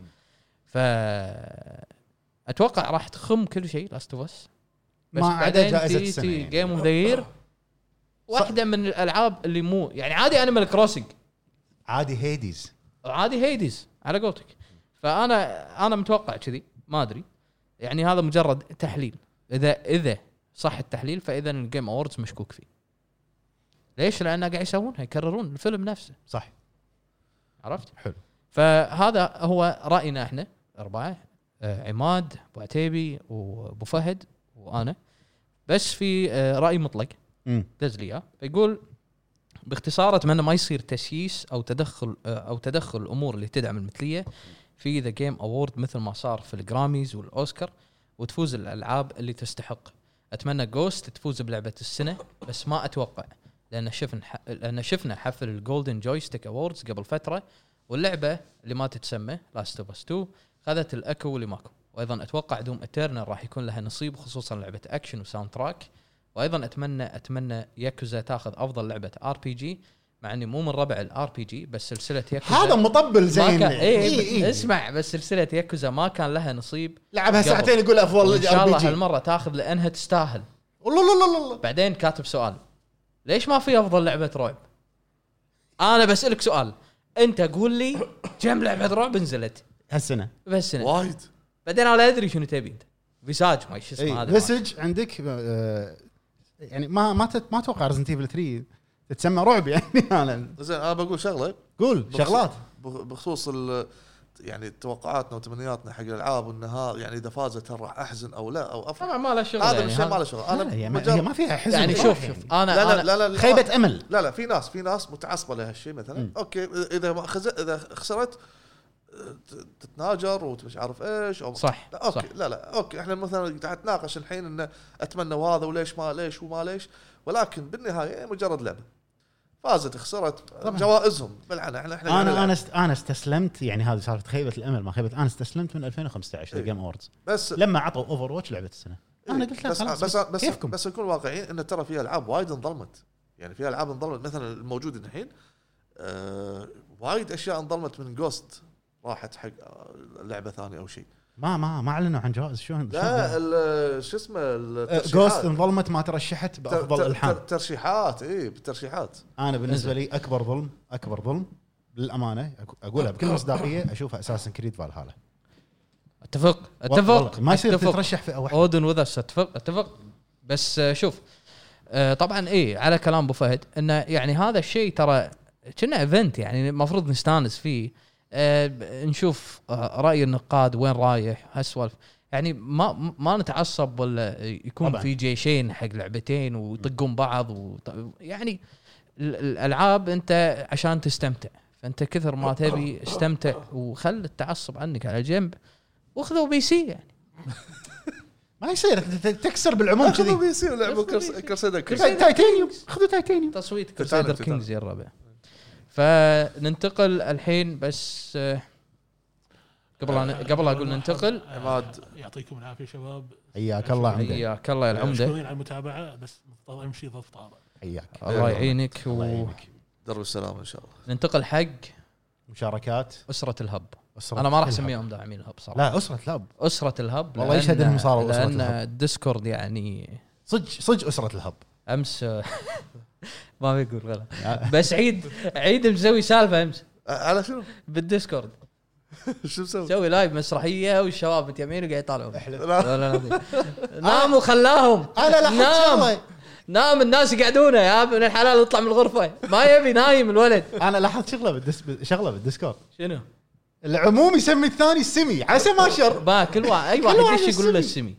اتوقع راح تخم كل شيء لاست اوف اس، بس ما عدا جائزه السنه يعني. جيم اوف ذا يير واحده من الالعاب اللي مو يعني عادي انيمال كروسنج، عادي هيديز على قولتك. فانا متوقع كذي، ما ادري يعني هذا مجرد تحليل. اذا صح التحليل فاذا الجيم اووردز مشكوك فيه. ليش؟ لانه قاعد يسوونها يكررون الفيلم نفسه. صح. عرفت؟ حلو. فهذا هو راينا احنا 4 عماد، ابو عتيبي وابو فهد وانا. بس في راي مطلق دز لي فيقول باختصار اتمنى ما يصير تسييس او تدخل الامور اللي تدعم المثليه في ذا جيم اوورد مثل ما صار في الجراميز والاوسكار وتفوز الالعاب اللي تستحق. اتمنى جوست تفوز بلعبه السنه، بس ما اتوقع لان شفنا حفل الجولدن جويستيك اووردز قبل فتره، واللعبه اللي ما تتسمى لاست اوف اس 2 خذت الاكو اللي ماكو. وايضا اتوقع دوم ايترنال راح يكون لها نصيب، خصوصا لعبه اكشن وساوند تراك. وايضا اتمنى ياكوزا تاخذ افضل لعبه ار بي جي، مع اني مو من ربع الار بي جي، بس سلسله ياكوزا هذا مطبل زين. اسمع، بس سلسله ياكوزا ما كان لها نصيب. لعبها ساعتين يقول افضل ان شاء الله هالمره تاخذ لانها تستاهل. والله بعدين كاتب سؤال: ليش ما في افضل لعبه رعب؟ انا بسالك سؤال، انت قول لي كم لعبه رعب نزلت هالسنه بس سنه وايد بعدين انا لا ادري شنو تبي انت فيساج ما ايش اسمه هذا فيسج عندك يعني ما توقع ريزنت ايفل 3 تتسمى رعب يعني. انا زين انا بقول شغله قول شغلات بخصوص يعني توقعاتنا وتمنياتنا حق الالعاب والنهار، يعني اذا فازت هل راح احزن او لا او افرح. طبعا ما له شغل هذا يعني الشيء ما له شغل. انا هي ما فيها حزن يعني شوف انا لا خيبه امل. لا في ناس متعصبه لهالشيء مثلا. اوكي اذا اذا خسرت تتناجر ومش عارف ايش او صح لا اوكي صح. لا اوكي احنا مثلا قاعد نتناقش الحين انه اتمنى وهذا وليش ما ليش وما ليش، ولكن بالنهايه مجرد لعبه فازت خسرت جوائزهم بالعنى. احنا انا استسلمت يعني. هذه صارت خيبه الامل ما خيبه. انا استسلمت من 2015 الجيم اووردز بس لما عطوا اوفر واتش لعبه السنه. انا قلت لا خلاص كيفكم. بس نكون واقعيين ان ترى في العاب وايد انظلمت. يعني في العاب انظلمت مثلا الموجود الحين وايد اشياء انظلمت من جوست راحت حق لعبه ثانيه او شيء. ما اعلنوا عن جوائز. شلون لا شو اسمه جوست انظلمت ما ترشحت بافضل الحان ترشيحات. بالترشيحات. انا بالنسبه لي اكبر ظلم للامانه اقولها بكل مصداقيه اشوفها اساسن كريد فالهالا. اتفق ما يصير تترشح في واحد اودن وذس. اتفق بس شوف طبعا على كلام ابو فهد انه يعني هذا الشيء ترى كنا ايفنت يعني المفروض نستانس فيه. نشوف رأي النقاد وين رايح هالسوالف يعني ما نتعصب ولا يكون طبعا في جيشين حق لعبتين ويطقون بعض يعني الألعاب أنت عشان تستمتع، فأنت كثر ما تبي استمتع وخل التعصب عنك على جنب واخذوا بي سي يعني. ما يصير تكسر بالعموم كذي. خذوا بي سي ولعبوا كرسيدر تايتانيوم. خذوا تايتانيوم تصويت كرسيدر كينجز يا الربع. فننتقل الحين بس قبل اقول ننتقل. عماد يعطيكم العافيه شباب. حياك الله عمده. حياك الله يا العمده. شكرا على المتابعه بس مضطر امشي ضغط طارئ. حياك الله يعينك درب السلام ان شاء الله. ننتقل حق مشاركات أسرة الهب. انا ما راح اسميهم داعمين الهب صراحه. لا أسرة الهب والله يشهد انهم صاروا أسرة لأن الهب. الديسكورد يعني صدق أسرة الهب. امس ما بيقول غلط بس عيد مسوي سالفه امس على شنو بالديسكورد. شو مسوي؟ سوي لايف مسرحيه والشباب متيمين وقاعد يطالعون. لا نام وخلاهم. انا نام الناس يقعدونه يا ابن الحلال اطلع من الغرفه ما يبي نايم الولد. انا لاحظت شغله بالديسكورد. شنو؟ العموم يسمي الثاني السمي عسى ما شر با كل واحد اي واحد يشي يقول له السمي.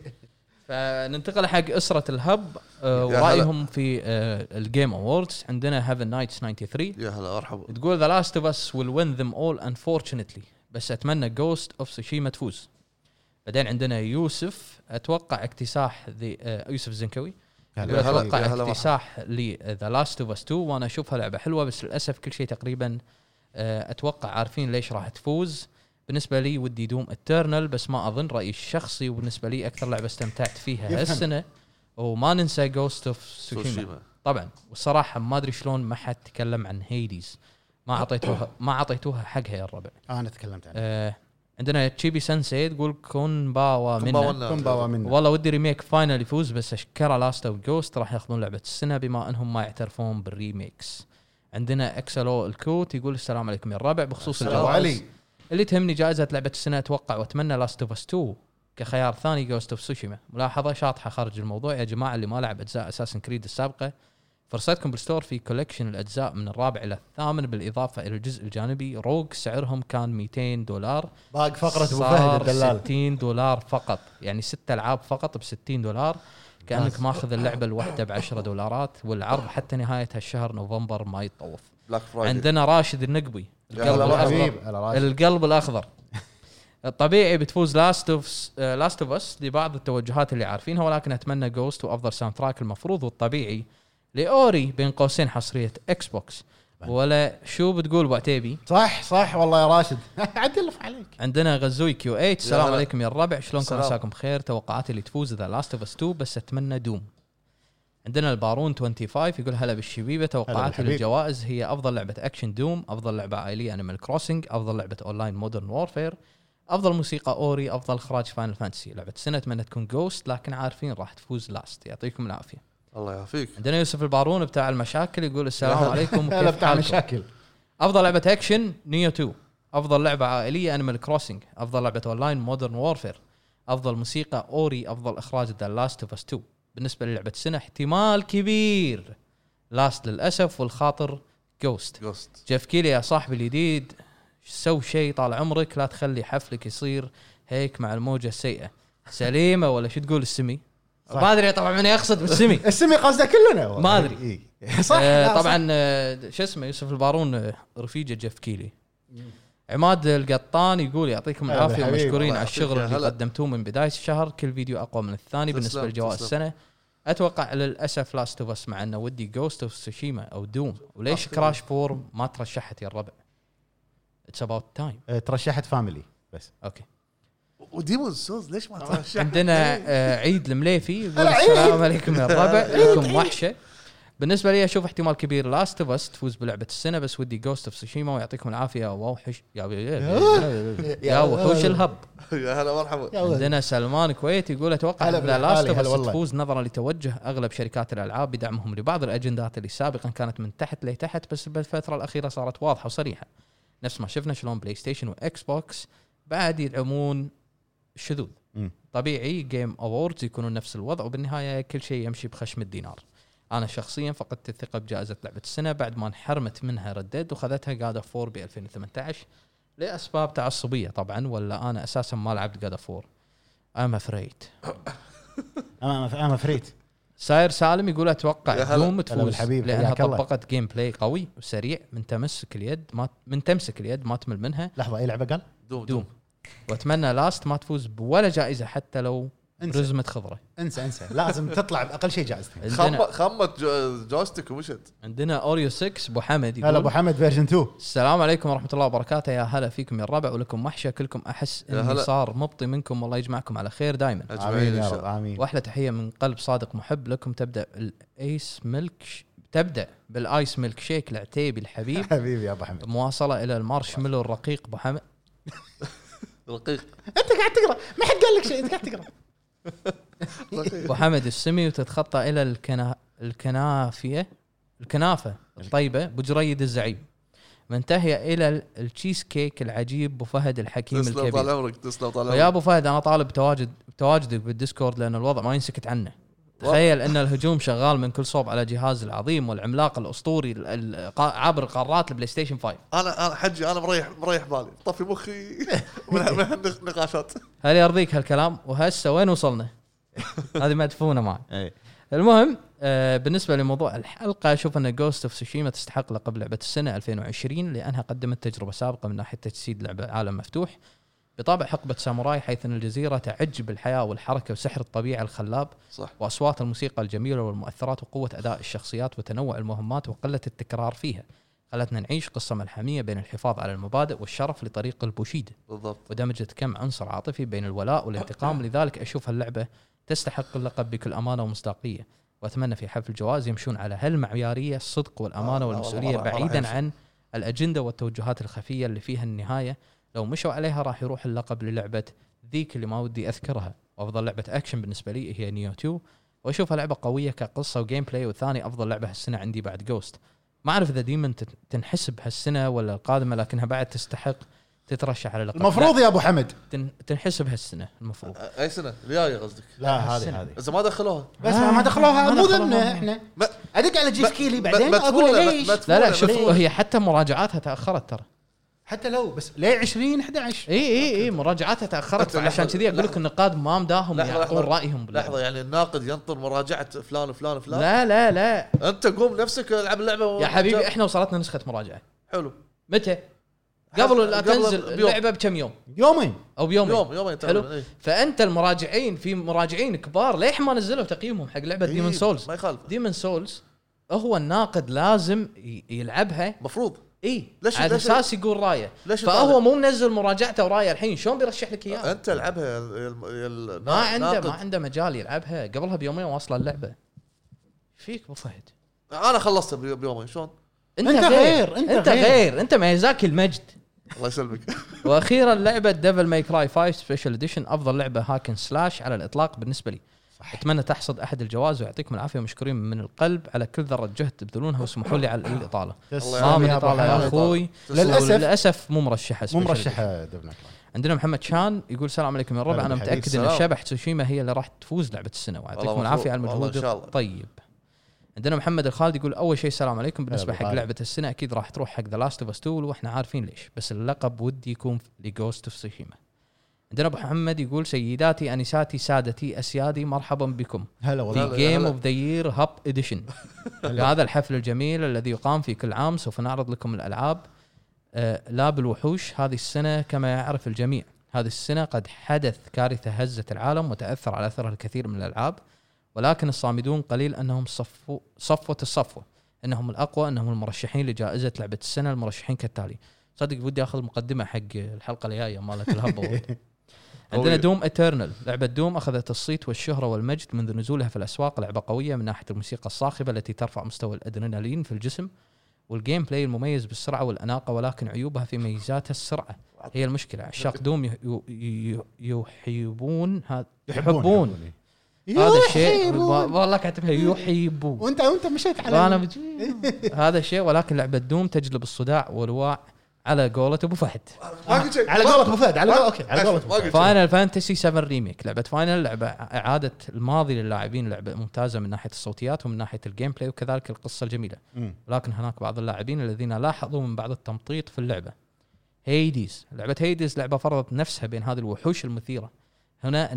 فننتقل حق أسرة الهب ورأيهم في الجيم أووردز. عندنا هافن نايتس 93 يا هلا مرحبا تقول The Last of Us will win them all unfortunately بس أتمنى Ghost of Tsushima تفوز. بعدين عندنا يوسف أتوقع اكتساح يوسف زنكوي أتوقع اكتساح ل The Last of Us 2 وأنا أشوفها لعبة حلوة بس للأسف كل شيء تقريبا أتوقع عارفين ليش راح تفوز. بالنسبة لي ودي دوم إترنال بس ما أظن رأيي الشخصي وبالنسبة لي أكثر لعبة استمتعت فيها هالسنة. وما ننسى Ghost of Tsushima طبعا. والصراحة ما أدري شلون ما حد تكلم عن هيديز ما عطيتوها حقها يا الربع. أنا تكلمت عنه. عندنا تشيبي سانسي تقول كونباوا منا والله ودي ريميك فاينل يفوز بس أشكره لاست أوف جوست راح ياخذون لعبة السنة بما أنهم ما يعترفون بالريميكس. عندنا اكسلو الكوت يقول السلام عليكم يا الربع بخصوص الجوائز اللي تهمني جائزة لعبة السنة أتوقع وأتمنى لاست اوف اس 2 كخيار ثاني جوست اوف سوشيما. ملاحظة شاطحة خارج الموضوع يا جماعة اللي ما لعب أجزاء أساسن كريد السابقة فرصتكم بالستور في كولكشن الأجزاء من الرابع إلى الثامن بالإضافة إلى الجزء الجانبي روج سعرهم كان $200 باق فقرة أبو فهد الدلال $60 فقط يعني 6 ألعاب فقط $60 كأنك ماخذ اللعبة الواحدة $10 والعرض حتى نهاية هالشهر نوفمبر ما يتطوف. عندنا راشد النقبي القلب الأخضر طبيعي بتفوز لاست اوف اس لبعض التوجهات اللي عارفينها ولكن أتمنى جوست وأفضل ساوند تراك المفروض والطبيعي لأوري بين قوسين حصرية اكس بوكس. ولا شو بتقول ابو عتيبي؟ صح والله يا راشد عدلف عليك. عندنا غزوي كيو 8 السلام عليكم يا الربع شلونكم عساكم بخير. توقعاتي اللي تفوز ذا لاست اوف اس 2 بس اتمنى دوم. عندنا البارون 25 يقول هلا بالشبيبه توقعاتي للجوائز هي افضل لعبه اكشن دوم افضل لعبه عائليه انيمال كروسنج افضل لعبه اونلاين مودرن وورفير افضل موسيقى اوري افضل اخراج فاينل فانتسي. لعبه السنه اتمنى تكون جوست لكن عارفين راح تفوز لاست. يعطيكم العافيه. الله يعافيك. عندنا يوسف البارون بتاع المشاكل يقول السلام عليكم كيف حالكم؟ افضل لعبه اكشن نيو 2، افضل لعبه عائليه انيمال كروسنج، افضل لعبه اونلاين مودرن وورفير، افضل موسيقى اوري، افضل اخراج ذا لاست اوف اس 2. بالنسبه للعبه السنه احتمال كبير لاست للاسف، والخاطر جوست. جيف كيلي يا صاحبي الجديد سوي شيء طال عمرك، لا تخلي حفلك يصير هيك مع الموجه السيئه. سليمه ولا شو تقول السمي؟ ما ادري طبعا من يقصد بالسمي. السمي قصده كلنا ما ادري. صح. طبعا شو اسمه يوسف البارون رفيجه جيف كيلي. عماد القطان يقول يعطيكم العافيه ومشكورين على الشغل اللي قدمتوه من بدايه الشهر، كل فيديو اقوى من الثاني. بالنسبه لجوائز السنه اتوقع للاسف لاست اوف اس، مع انه ودي جوست اوف سوشيما او دوم. وليش كراش 4 ما ترشحت يا الربع؟ اتس اباوت تايم. ترشحت فاميلي بس. اوكي. وديمون سولز ليش ما ترشح؟ عندنا عيد المليفي يقول السلام عليكم يا الربع، لكم وحشه. بالنسبه لي اشوف احتمال كبير لاست اوف اس تفوز بلعبه السنه، بس ودي جوست اوف سوشيما. ويعطيكم العافيه يا وحش يا وحوش الهب. يا هلا مرحبا. عندنا سلمان كويت يقول اتوقع ان لاست اوف اس تفوز نظرا لتوجه اغلب شركات الالعاب بدعمهم لبعض الاجندات اللي سابقا كانت من تحت لتحت، بس بالفتره الاخيره صارت واضحه وصريحه، نفس ما شفنا شلون بلاي ستيشن واكس بوكس بعد يدعمون الشذوذ. طبيعي جيم اووردز يكونون نفس الوضع، وبالنهايه كل شيء يمشي بخشم الدينار. انا شخصيا فقدت الثقه بجائزه لعبه السنه بعد ما انحرمت منها ردد وخذتها جاد اوف 4 ب 2018 لاسباب تعصبيه طبعا، ولا انا اساسا ما لعبت جاد اوف 4. ام افريد. انا فريت. ساير سالم يقول اتوقع دوم تفوز لانها الله. طبقت جيم بلاي قوي وسريع من تمسك اليد ما تمل منها. لحظه اي لعبه قال؟ دوم. واتمنى لاست ما تفوز بولا جائزه حتى لو رزمه خضره. انسى لازم تطلع باقل شيء جائزتين. خمت جوستك ومشت. عندنا اوريو 6 ابو حمد يقول هلا ابو حمد فيرجن 2. السلام عليكم ورحمه الله وبركاته. يا هلا فيكم يا الربع ولكم وحشه كلكم. احس اني صار مبطي منكم، والله يجمعكم على خير دائما. امين يا رب امين. واحلى تحيه من قلب صادق محب لكم. تبدا بالايس ميلك شيك العتيبي الحبيب. حبيبي يا ابو حمد. مواصله الى المارشميلو الرقيق ابو حمد. رقيق. انت قاعد تقرا، ما حد قال لك شيء، انت قاعد تقرا. ابو حمد السمي. وتتخطى الى الكنافه الطيبه بجريد الزعيم، منتهيه الى التشيز كيك العجيب ابو فهد الحكيم الكبير. طال عمرك. تسلم طال عمرك يا ابو فهد. انا طالب بتواجدك بالديسكورد لان الوضع ما ينسكت عنه. تخيل ان الهجوم شغال من كل صوب على جهاز العظيم والعملاق الاسطوري عبر قارات البلاي ستيشن 5. انا حجي انا مريح بالي طفي مخي من النقاشات. هل يرضيك هالكلام؟ وهسه وين وصلنا؟ هذه مدفونه معي. المهم بالنسبه لموضوع الحلقه، اشوف ان جوست اوف سوشيما تستحق لقب لعبه السنه 2020 لانها قدمت تجربه سابقه من ناحيه تجسيد لعبه عالم مفتوح بطابع حقبه ساموراي، حيث ان الجزيره تعج بالحياه والحركه وسحر الطبيعه الخلاب. صح. واصوات الموسيقى الجميله والمؤثرات وقوه اداء الشخصيات وتنوع المهمات وقله التكرار فيها خلتنا نعيش قصه ملحميه بين الحفاظ على المبادئ والشرف لطريق البوشيد بالضبط، ودمجت كم عنصر عاطفي بين الولاء والانتقام. لذلك اشوف اللعبه تستحق اللقب بكل امانه ومصداقيه، واتمنى في حفل الجوائز يمشون على هالمعياريه، الصدق والامانه والمسؤوليه بعيدا عن الاجنده والتوجهات الخفيه اللي فيها النهايه. لو مشوا عليها راح يروح اللقب للعبه ذيك اللي ما ودي اذكرها. وافضل لعبه اكشن بالنسبه لي هي نيو 2، واشوفها لعبه قويه كقصه وجيم بلاي. وثاني افضل لعبه هالسنه عندي بعد جوست. ما اعرف اذا ديمن تنحسب هالسنه ولا القادمه، لكنها بعد تستحق تترشح على اللقب. المفروض يا ابو حمد تنحسب هالسنه المفروض. اي سنه الجايه قصدك؟ لا هذه اذا ما دخلوها بس ما دخلوها مو ذنبنا احنا. ادق على جيف كيلي بعدين اقول ليش. لا شوف هي حتى مراجعاتها تاخرت ترى، حتى لو بس ليه 2011. اي مراجعاتها تاخرت، عشان كذي اقول لك النقاد ما مداهم يعطون رايهم باللعبة. لحظه، يعني الناقد ينطر مراجعه فلان وفلان وفلان؟ لا انت قوم نفسك العب اللعبه يا حبيبي. احنا وصلتنا نسخه مراجعه. حلو. متى؟ قبل لا تنزل اللعبه بكم يوم، يومين او بيومين. يومين حلو. فانت المراجعين في مراجعين كبار ليش ما نزلوا تقييمهم حق لعبه ديمون سولز؟ ما يخالف. ديمون سولز هو الناقد لازم يلعبها مفروض. على اساس يقول رايه. فهو مو منزل مراجعته ورايه الحين، شلون بيرشح لك اياها؟ انت العبها ما عنده مجال يلعبها قبلها بيومين واصله اللعبه. فيك ابو فهد؟ انا خلصت بيومين. شلون انت غير انت ميزاكي المجد. الله يسلمك. واخيرا لعبه ديفل ماي كراي 5 سبيشال اديشن، افضل لعبه هاكن سلاش على الاطلاق بالنسبه لي. اتمنى تحصد احد الجوائز ويعطيكم العافيه، مشكورين من القلب على كل ذره جهد تبذلونها، واسمحوا لي على الاطاله. ما من اطاله يا اخوي، للاسف مو مرشحه دبنا. عندنا محمد شان يقول السلام عليكم يا ربع، انا متاكد ان شبح تسوشيما هي اللي راح تفوز لعبه السنه، ويعطيكم العافيه على المجهود الطيب. عندنا محمد الخالد يقول اول شيء السلام عليكم، بالنسبه حق لعبه السنه اكيد راح تروح حق ذا لاست اوف اس 2، واحنا عارفين ليش، بس اللقب ودي يكون لجوست اوف تسوشيما. عندنا ابو محمد يقول سيداتي انساتي سادتي اسيادي مرحبا بكم في جيم اوف ذا يير هاب اديشن. هذا الحفل الجميل الذي يقام في كل عام، سوف نعرض لكم الالعاب لا بالوحوش هذه السنه. كما يعرف الجميع هذه السنه قد حدث كارثه هزت العالم وتاثر على اثرها الكثير من الالعاب، ولكن الصامدون قليل انهم صفوه الصفوه، انهم الاقوى، انهم المرشحين لجائزه لعبه السنه. المرشحين كالتالي. صدق ودي اخذ مقدمه حق الحلقه الجايه مالت الهب. عندنا دوم إترنال. لعبة دوم أخذت الصيت والشهرة والمجد منذ نزولها في الأسواق. لعبة قوية من ناحية الموسيقى الصاخبة التي ترفع مستوى الأدرينالين في الجسم، والجيم بلاي المميز بالسرعة والأناقة، ولكن عيوبها في ميزاتها السرعة هي المشكلة. عشاق دوم يحبون هذا الشيء، والله كاتبها يحبون وانت مشيت على هذا الشيء، ولكن لعبة دوم تجلب الصداع والوعي على قولة ابو فهد. على قولة ابو فهد على قولة فاينل فانتسي 7 ريميك. لعبة فاينل لعبة اعادة الماضي للاعبين، لعبة ممتازة من ناحية الصوتيات ومن ناحية الجيم بلاي وكذلك القصة الجميلة، ولكن هناك بعض اللاعبين الذين لاحظوا من بعض التمطيط في اللعبة. هيديز. لعبة هيديز لعبة فرضت نفسها بين هذه الوحوش المثيرة. هنا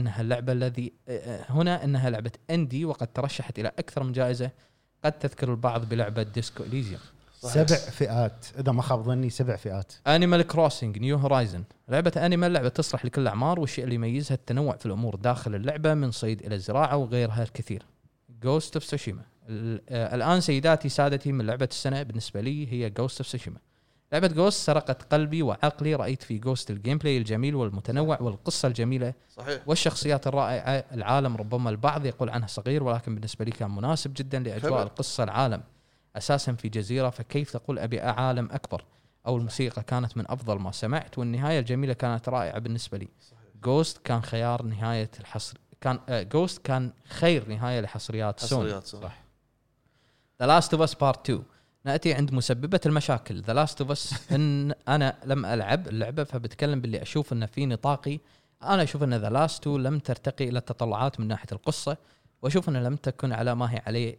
انها لعبة اندي وقد ترشحت الى اكثر من جائزة، قد تذكر البعض بلعبة ديسكو إليزيوم. 7 فئات اذا ما خاب ظني، 7 فئات. انيمال كروسنج نيو هورايزن. لعبه انيمال لعبه تصلح لكل الاعمار، والشيء اللي يميزها التنوع في الامور داخل اللعبه من صيد الى الزراعه وغيرها الكثير. جوست اوف تسوشيما. الان سيداتي سادتي من لعبه السنه بالنسبه لي هي جوست اوف تسوشيما. لعبه جوست سرقت قلبي وعقلي. رايت في جوست الجيم بلاي الجميل والمتنوع والقصه الجميله صحيح والشخصيات الرائعه. العالم ربما البعض يقول عنه صغير، ولكن بالنسبه لي كان مناسب جدا لاجواء القصه. العالم أساساً في جزيرة، فكيف تقول أبي عالم أكبر؟ أو الموسيقى كانت من أفضل ما سمعت، والنهاية الجميلة كانت رائعة بالنسبة لي. جوست كان خيار نهاية الحصر، جوست كان خير نهاية لحصريات سوني. صح. The Last of Us Part 2. نأتي عند مسببة المشاكل. The Last of Us إن أنا لم ألعب اللعبة، فبتكلم باللي أشوف إن في نطاقي. أنا أشوف إن The Last 2 لم ترتقي إلى التطلعات من ناحية القصة، وأشوف إن لم تكن على ما هي عليه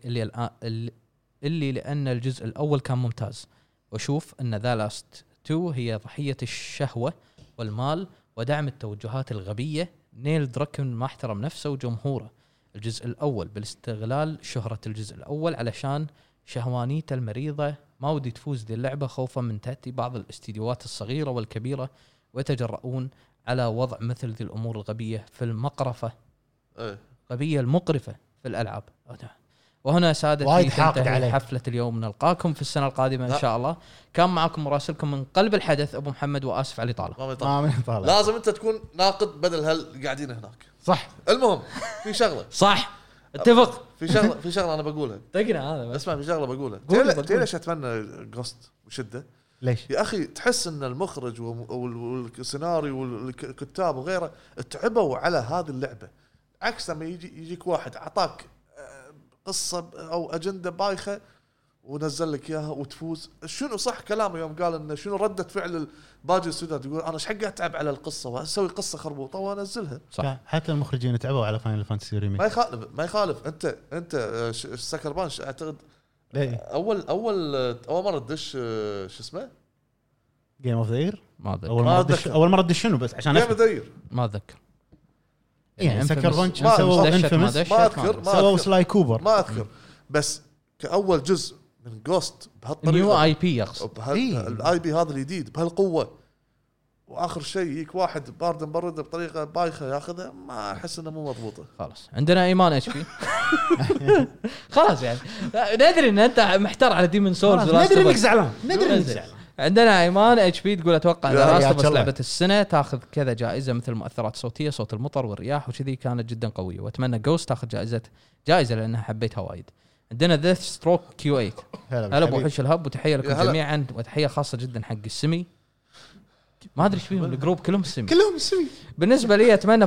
اللي لأن الجزء الأول كان ممتاز. وأشوف أن ذا لاست 2 هي ضحية الشهوة والمال ودعم التوجهات الغبية. نيل دراكن ما احترم نفسه وجمهوره الجزء الأول بالاستغلال شهرة الجزء الأول علشان شهوانيته المريضة. ما ودي تفوز ذي اللعبة خوفا من تأتي بعض الاستديوهات الصغيرة والكبيرة ويتجرؤون على وضع مثل ذي الأمور الغبية في المقرفة غبية المقرفة في الألعاب. وهنا سادتي تنتهي حفلة اليوم. نلقاكم في السنة القادمة إن شاء الله. كان معكم مراسلكم من قلب الحدث أبو محمد، وآسف على الإطالة. لازم أنت تكون ناقد بدل قاعدين هناك. صح. المهم في شغلة صح اتفق. في شغلة أنا بقولها. تقنع هذا اسمع، في شغلة بقولها. ليش أتمنى جوست بشدة؟ ليش يا أخي؟ تحس إن المخرج والسيناريو والكتاب وغيره تعبوا على هذه اللعبة، عكس لما يجيك واحد عطاك قصة أو أجندة بايخة ونزل لك إياها وتفوز. شنو صح كلامه يوم قال إنه شنو ردة فعل باقي السودات؟ يقول أنا إيش حق أتعب على القصة وأسوي قصة خربوطة وأنزلها. صح. حتى المخرجين تعبوا على فاينل فانتسي ريميك. ما يخالف. أنت سكر بانش أعتقد ليه؟ أول مرة تدش شو اسمه جيم اوف ذا يير. أول مرة تدش شنو بس عشان جيم اوف ذا يير ما أتذكر. يعني سكر بانش سووا انفيمس، سووا سلاي كوبر ما أذكر، بس كأول جزء من جوست بهالطريقة نيو اي بي يقصد الاي بي هذا الجديد بهالقوة، واخر شيء يجيك واحد بارد مبرد بطريقة بايخة ياخذها، ما احس انه مو مضبوطة. خلاص عندنا ايمان اتش بي. خلاص يعني ندري ان انت محتار على ديمن سولز، ندري انك زعلان. عندنا ايمان اتش بي تقول اتوقع لاست بس لعبه السنه تاخذ كذا جائزه مثل مؤثرات صوتيه، صوت المطر والرياح وكذي، كانت جدا قويه، واتمنى جوست تاخذ جائزه لانها حبيتها وايد. عندنا ذا ستروك كيو 8. هلا ابو حش الهب، وتحيه لكم جميعا، وتحيه خاصه جدا حق السمي. ما ادري ايش فيهم الجروب كلهم سمي. سمي. بالنسبه لي اتمنى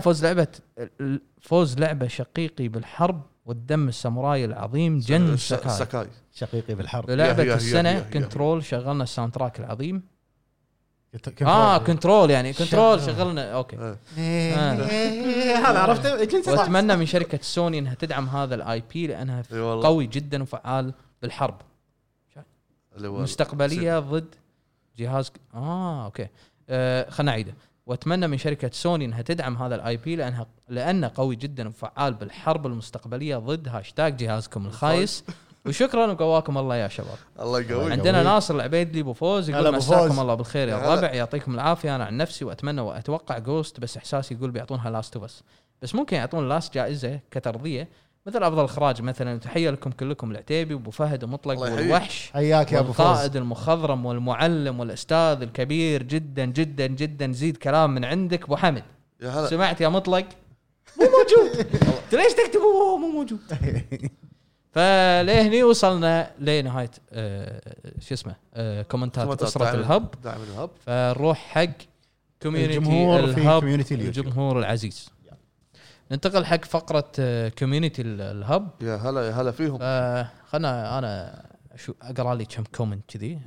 فوز لعبه شقيقي بالحرب والدم الساموراي العظيم جن ساكاي شقيقي بالحرب. لعبه السنه كنترول. شغلنا الساوند تراك العظيم. كنترول. كنترول يعني كنترول شغلنا اوكي. هذا عرفته. واتمنى من شركه سوني انها تدعم هذا الاي بي لانها قوي جدا وفعال بالحرب مستقبليه ضد جهاز اوكي. خلنا نعيده. واتمنى من شركه سوني انها تدعم هذا الاي بي لانه قوي جدا وفعال بالحرب المستقبليه ضد هاشتاج جهازكم الخايس. وشكرا وقواكم الله يا شباب. الله يقويك. عندنا ناصر العبيدلي ابو فوز يقول مساكم الله بالخير يا الربع يعطيكم العافيه. انا عن نفسي واتمنى واتوقع جوست بس احساسي يقول بيعطونها لاست اوف اس بس ممكن يعطون لاست جائزه كترضيه مثل افضل اخراج مثلا. تحيه لكم كلكم العتيبي وابو فهد ومطلق والوحش حياك يا ابو فوز والقائد المخضرم والمعلم والاستاذ الكبير جدا جدا جدا. زيد كلام من عندك ابو حمد. يا هلا. سمعت يا مطلق مو موجود. ليش تكتبوا مو موجود؟ فلهني وصلنا لنهايه شو اسمه كومنتات اسره الهب. دعم الهب. فنروح حق كوميونتي الهب الجمهور العزيز. ننتقل حق فقره كوميونتي الهب. يا هلا فيهم. خلنا انا اقرا لي كم كومنت كذي.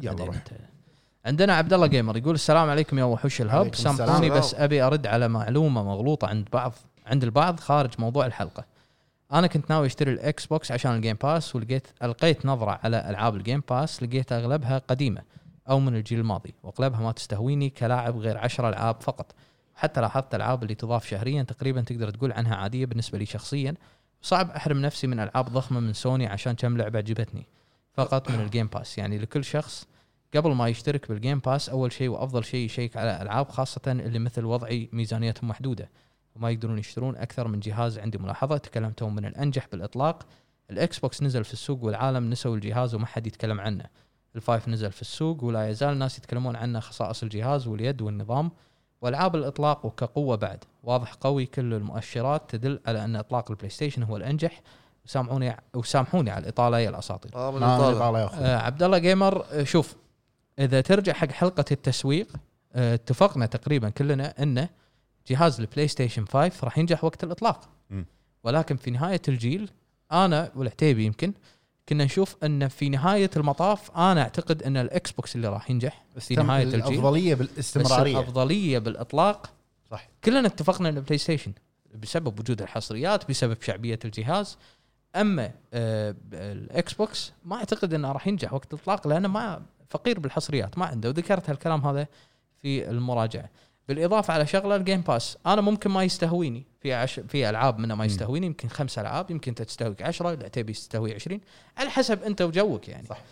عندنا عبد الله جيمر يقول السلام عليكم يا وحوش الهب. سامحوني بس ابي ارد على معلومه مغلوطه عند البعض خارج موضوع الحلقه. انا كنت ناوي اشتري الاكس بوكس عشان الجيم باس القيت نظره على العاب الجيم باس لقيت اغلبها قديمه او من الجيل الماضي واغلبها ما تستهويني كلاعب غير 10 العاب فقط. حتى لاحظت العاب اللي تضاف شهريا تقريبا تقدر تقول عنها عاديه بالنسبه لي شخصيا. صعب احرم نفسي من العاب ضخمه من سوني عشان كم لعبه عجبتني فقط من الجيم باس. يعني لكل شخص قبل ما يشترك بالجيم باس اول شيء وافضل شيء يشيك على العاب خاصه اللي مثل وضعي ميزانيتهم محدوده وما يقدرون يشترون أكثر من جهاز. عندي ملاحظة تكلمتهم من الأنجح بالإطلاق. الإكس بوكس نزل في السوق والعالم نسوا الجهاز وما حد يتكلم عنه. الفايف نزل في السوق ولا يزال الناس يتكلمون عنه خصائص الجهاز واليد والنظام والعاب الإطلاق وكقوة بعد واضح قوي. كل المؤشرات تدل على أن إطلاق البلاي ستيشن هو الأنجح. وسامحوني على الإطالة يا الأساطير. عبد الله جيمر شوف إذا ترجع حق حلقة التسويق اتفقنا تقريبا كلنا أنه جهاز البلاي ستيشن 5 راح ينجح وقت الإطلاق. ولكن في نهاية الجيل أنا والعتيبي يمكن كنا نشوف أن في نهاية المطاف أنا أعتقد أن الإكس بوكس اللي راح ينجح في نهاية الجيل. الأفضلية بالاستمرارية. الأفضلية بالإطلاق صح. كلنا اتفقنا أن البلاي ستيشن بسبب وجود الحصريات بسبب شعبية الجهاز. أما الإكس بوكس ما أعتقد أنه راح ينجح وقت الإطلاق لأنه ما فقير بالحصريات ما عنده. وذكرت هالكلام هذا في المراجعة. بالإضافة على شغلة الجيم باس أنا ممكن ما يستهويني في ألعاب منها ما يستهويني يمكن 5 ألعاب يمكن تستهويك 10 لا تبي تستهوي 20 على حسب أنت وجوك يعني. صح.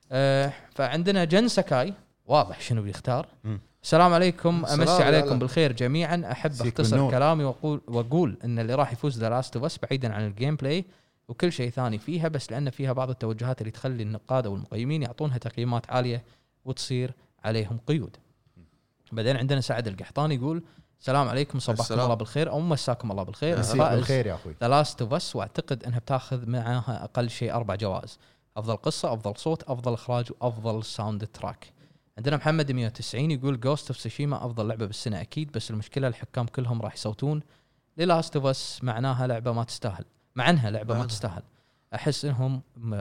فعندنا جن ساكاي واضح شنو بيختار. السلام عليكم أمسي عليكم بالخير جميعا. أحب أختصر كلامي وأقول أن اللي راح يفوز ذا لاست اوف اس بعيدا عن الجيم بلاي وكل شيء ثاني فيها بس لأن فيها بعض التوجهات اللي تخلي النقاد أو المقيمين يعطونها تقييمات عالية وتصير عليهم قيود. بعدين عندنا سعد القحطاني يقول السلام عليكم صباحكم الله بالخير او مساكم الله بالخير. بالخير يا اخوي. ذا لاست اوف اس واعتقد انها بتاخذ معها اقل شيء 4 جوائز. افضل قصه افضل صوت افضل اخراج وافضل ساوند تراك. عندنا محمد 190 يقول جوست اوف تسوشيما افضل لعبه بالسنه اكيد بس المشكله الحكام كلهم راح يصوتون للاست اوف اس معناها لعبه ما تستاهل. مع انها لعبه ما تستاهل احس انهم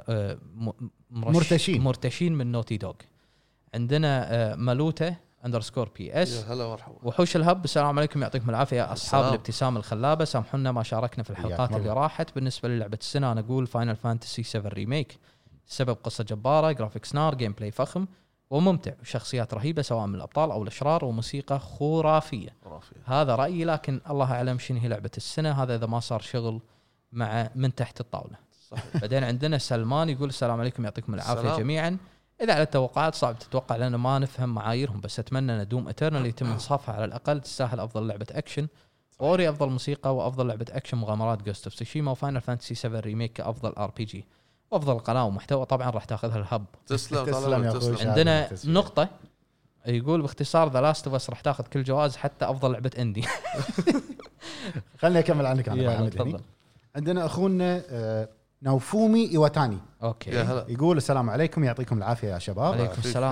مرتشين من نوتي دوغ. عندنا مالوتا _PS هلا مرحبا وحوش الهب. السلام عليكم يعطيكم العافيه اصحاب الابتسام الخلابه. سامحونا ما شاركنا في الحلقات اللي راحت. بالنسبه للعبه السنه انا اقول فاينل فانتسي 7 ريميك. السبب قصه جباره جرافيكس نار جيم بلاي فخم وممتع وشخصيات رهيبه سواء من الابطال او الاشرار وموسيقى خرافيه. هذا رايي لكن الله اعلم شنو هي لعبه السنه هذا اذا ما صار شغل مع من تحت الطاوله. بعدين عندنا سلمان يقول السلام عليكم يعطيكم العافيه جميعا. إذا على التوقعات صعب تتوقع لأنه ما نفهم معاييرهم بس أتمنى أن دوم إترنال يتم إنصافها على الأقل تستاهل أفضل لعبة أكشن وأوري أفضل موسيقى وأفضل لعبة أكشن مغامرات جوست اوف تسوشيما وفاينل فانتسي 7 ريميك كأفضل RPG وأفضل قناة ومحتوى طبعا راح تأخذها الهب. تسلم. عندنا نقطة يقول باختصار ذا لاست اوف اس راح تأخذ كل جوائز حتى أفضل لعبة اندي. خلني أكمل عنك أنا. عندنا أخونا نوفومي إيواتاني اوكي يا هلا يقول السلام عليكم يعطيكم العافيه يا شباب. عليكم السلام.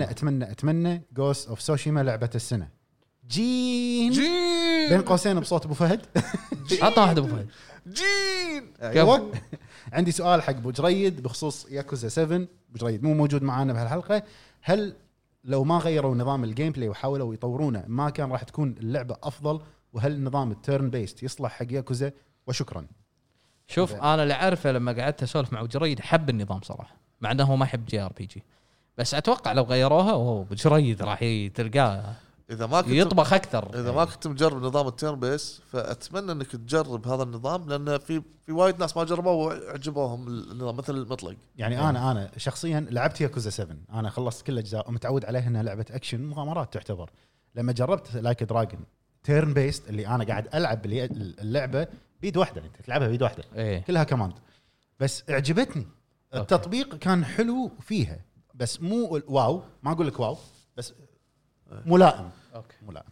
اتمنى جوست اوف سوشيما لعبه السنه. جين بين قوسين بصوت ابو فهد. عطنا واحد ابو فهد. جين ايوه. عندي سؤال حق ابو جريد بخصوص ياكوزا 7. ابو جريد مو موجود معانا بهالحلقه. هل لو ما غيروا نظام الجيم بلاي وحاولوا يطورونه ما كان راح تكون اللعبه افضل؟ وهل نظام التيرن بيست يصلح حق ياكوزا؟ وشكرا. شوف انا اللي اعرفه لما قعدت اسولف مع جريد حب النظام صراحه، مع انه هو ما يحب جي ار بي جي، بس اتوقع لو غيروها هو جريد راح تلقاه اذا ما كنت يطبخ اكثر. اذا ما كنت مجرب نظام التيرن بيس فاتمنى انك تجرب هذا النظام، لان في وايد ناس ما جربوه وعجبوهم النظام مثل المطلق. يعني انا شخصيا لعبت ياكوزا 7، انا خلصت كل اجزاء ومتعود عليها انها لعبه اكشن مغامرات تعتبر. لما جربت لايك دراجون تيرن بيست اللي انا قاعد العب اللعبه بيد واحده، انت تلعبها بيد واحده إيه. كلها كماند، بس اعجبتني. التطبيق كان حلو فيها بس مو واو، ما اقول لك واو بس ملائم. اوكي ملائم.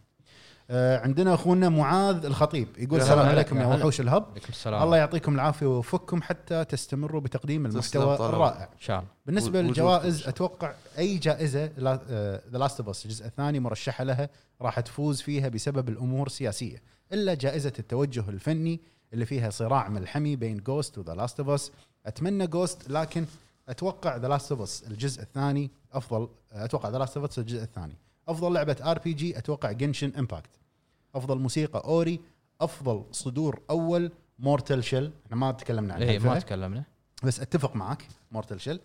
عندنا اخونا معاذ الخطيب يقول السلام عليكم يا وحوش الهب. الله يعطيكم العافيه ويوفقكم حتى تستمروا بتقديم المحتوى الرائع ان شاء الله. بالنسبه للجوائز اتوقع اي جائزه ذا لاست اوف اس الجزء الثاني مرشحه لها راح تفوز فيها بسبب الامور السياسيه، الا جائزه التوجه الفني اللي فيها صراع ملحمي بين جوست وذا لاست اوف اس. اتمنى جوست، لكن اتوقع ذا لاست اوف اس الجزء الثاني افضل. اتوقع ذا لاست اوف اس الجزء الثاني افضل لعبه ار بي جي. اتوقع جنشن امباكت. افضل موسيقى اوري. افضل صدور اول مورتال شيل. احنا ما تكلمنا عنها ايه ما تكلمنا بس اتفق معك مورتال شيل.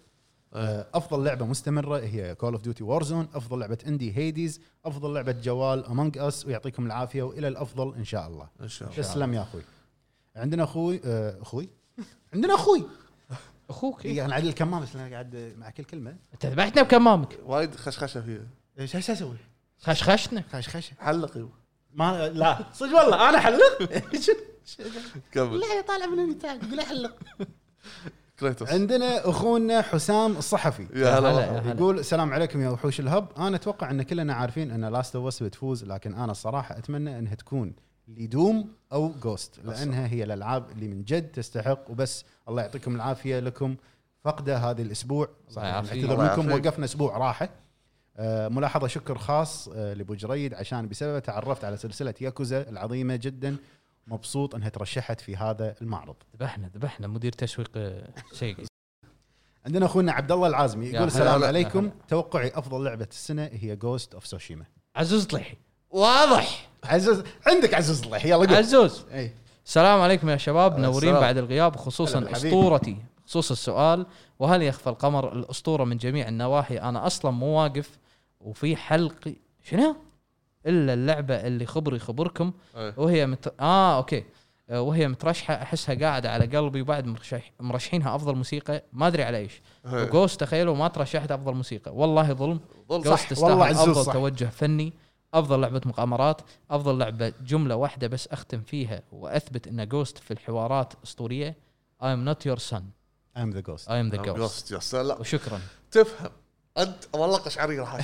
افضل لعبه مستمره هي كول اوف ديوتي وارزون. افضل لعبه اندي هيديز. افضل لعبه جوال امونج اس. ويعطيكم العافيه والى الافضل ان شاء الله. ان شاء الله. تسلم يا اخوي. عندنا اخوي عندنا اخوي اخوك يعني عدل الكمام، بس انا قاعد مع كل كلمه انت ذبحتنا بكمامك. وايد خشخشه فيها. ايش اسوي؟ خشخشنا خش حلق ما لا صدق والله انا حلق. كمل. لا طالع من النتاج يقول احلق. كريتوس. عندنا اخونا حسام الصحفي يا هلا. يقول السلام عليكم يا وحوش الهب. انا اتوقع ان كلنا عارفين ان لاست اوف اس بتفوز، لكن انا الصراحه اتمنى انها تكون لدوم او جوست، لانها هي الالعاب اللي من جد تستحق. وبس الله يعطيكم العافيه لكم فقده هذه الاسبوع. اعتذر لكم وقفنا اسبوع راحه. ملاحظه شكر خاص لابو جريد عشان بسببه تعرفت على سلسله ياكوزا العظيمه جدا. مبسوط انها ترشحت في هذا المعرض. ذبحنا مدير تسويق شيء. عندنا اخونا عبد الله العازمي يقول هلا السلام هلا عليكم. توقعي افضل لعبه السنه هي جوست اوف سوشيما. عزوز طليحي واضح. عزوز عندك عزوز الله يلا قول. عزوز اي السلام عليكم يا شباب، منورين السلام. بعد الغياب، خصوصا اسطورتي. خصوص السؤال وهل يخفى القمر الاسطوره من جميع النواحي؟ انا اصلا مو واقف وفي حلقي شنو الا اللعبه اللي خبركم وهي اوكي وهي مترشحه، احسها قاعده على قلبي، وبعد مرشحينها افضل موسيقى ما ادري على ايش. وجوست تخيلوا ما ترشحت افضل موسيقى، والله ظلم. جوست تستاهل افضل صح. توجه فني، افضل لعبه مغامرات، افضل لعبه. جمله واحده بس اختم فيها واثبت ان جوست في الحوارات اسطوريه. I am not your son. I am the ghost. I am the ghost. يا سلام. وشكرا. تفهم انت والله قشعري راح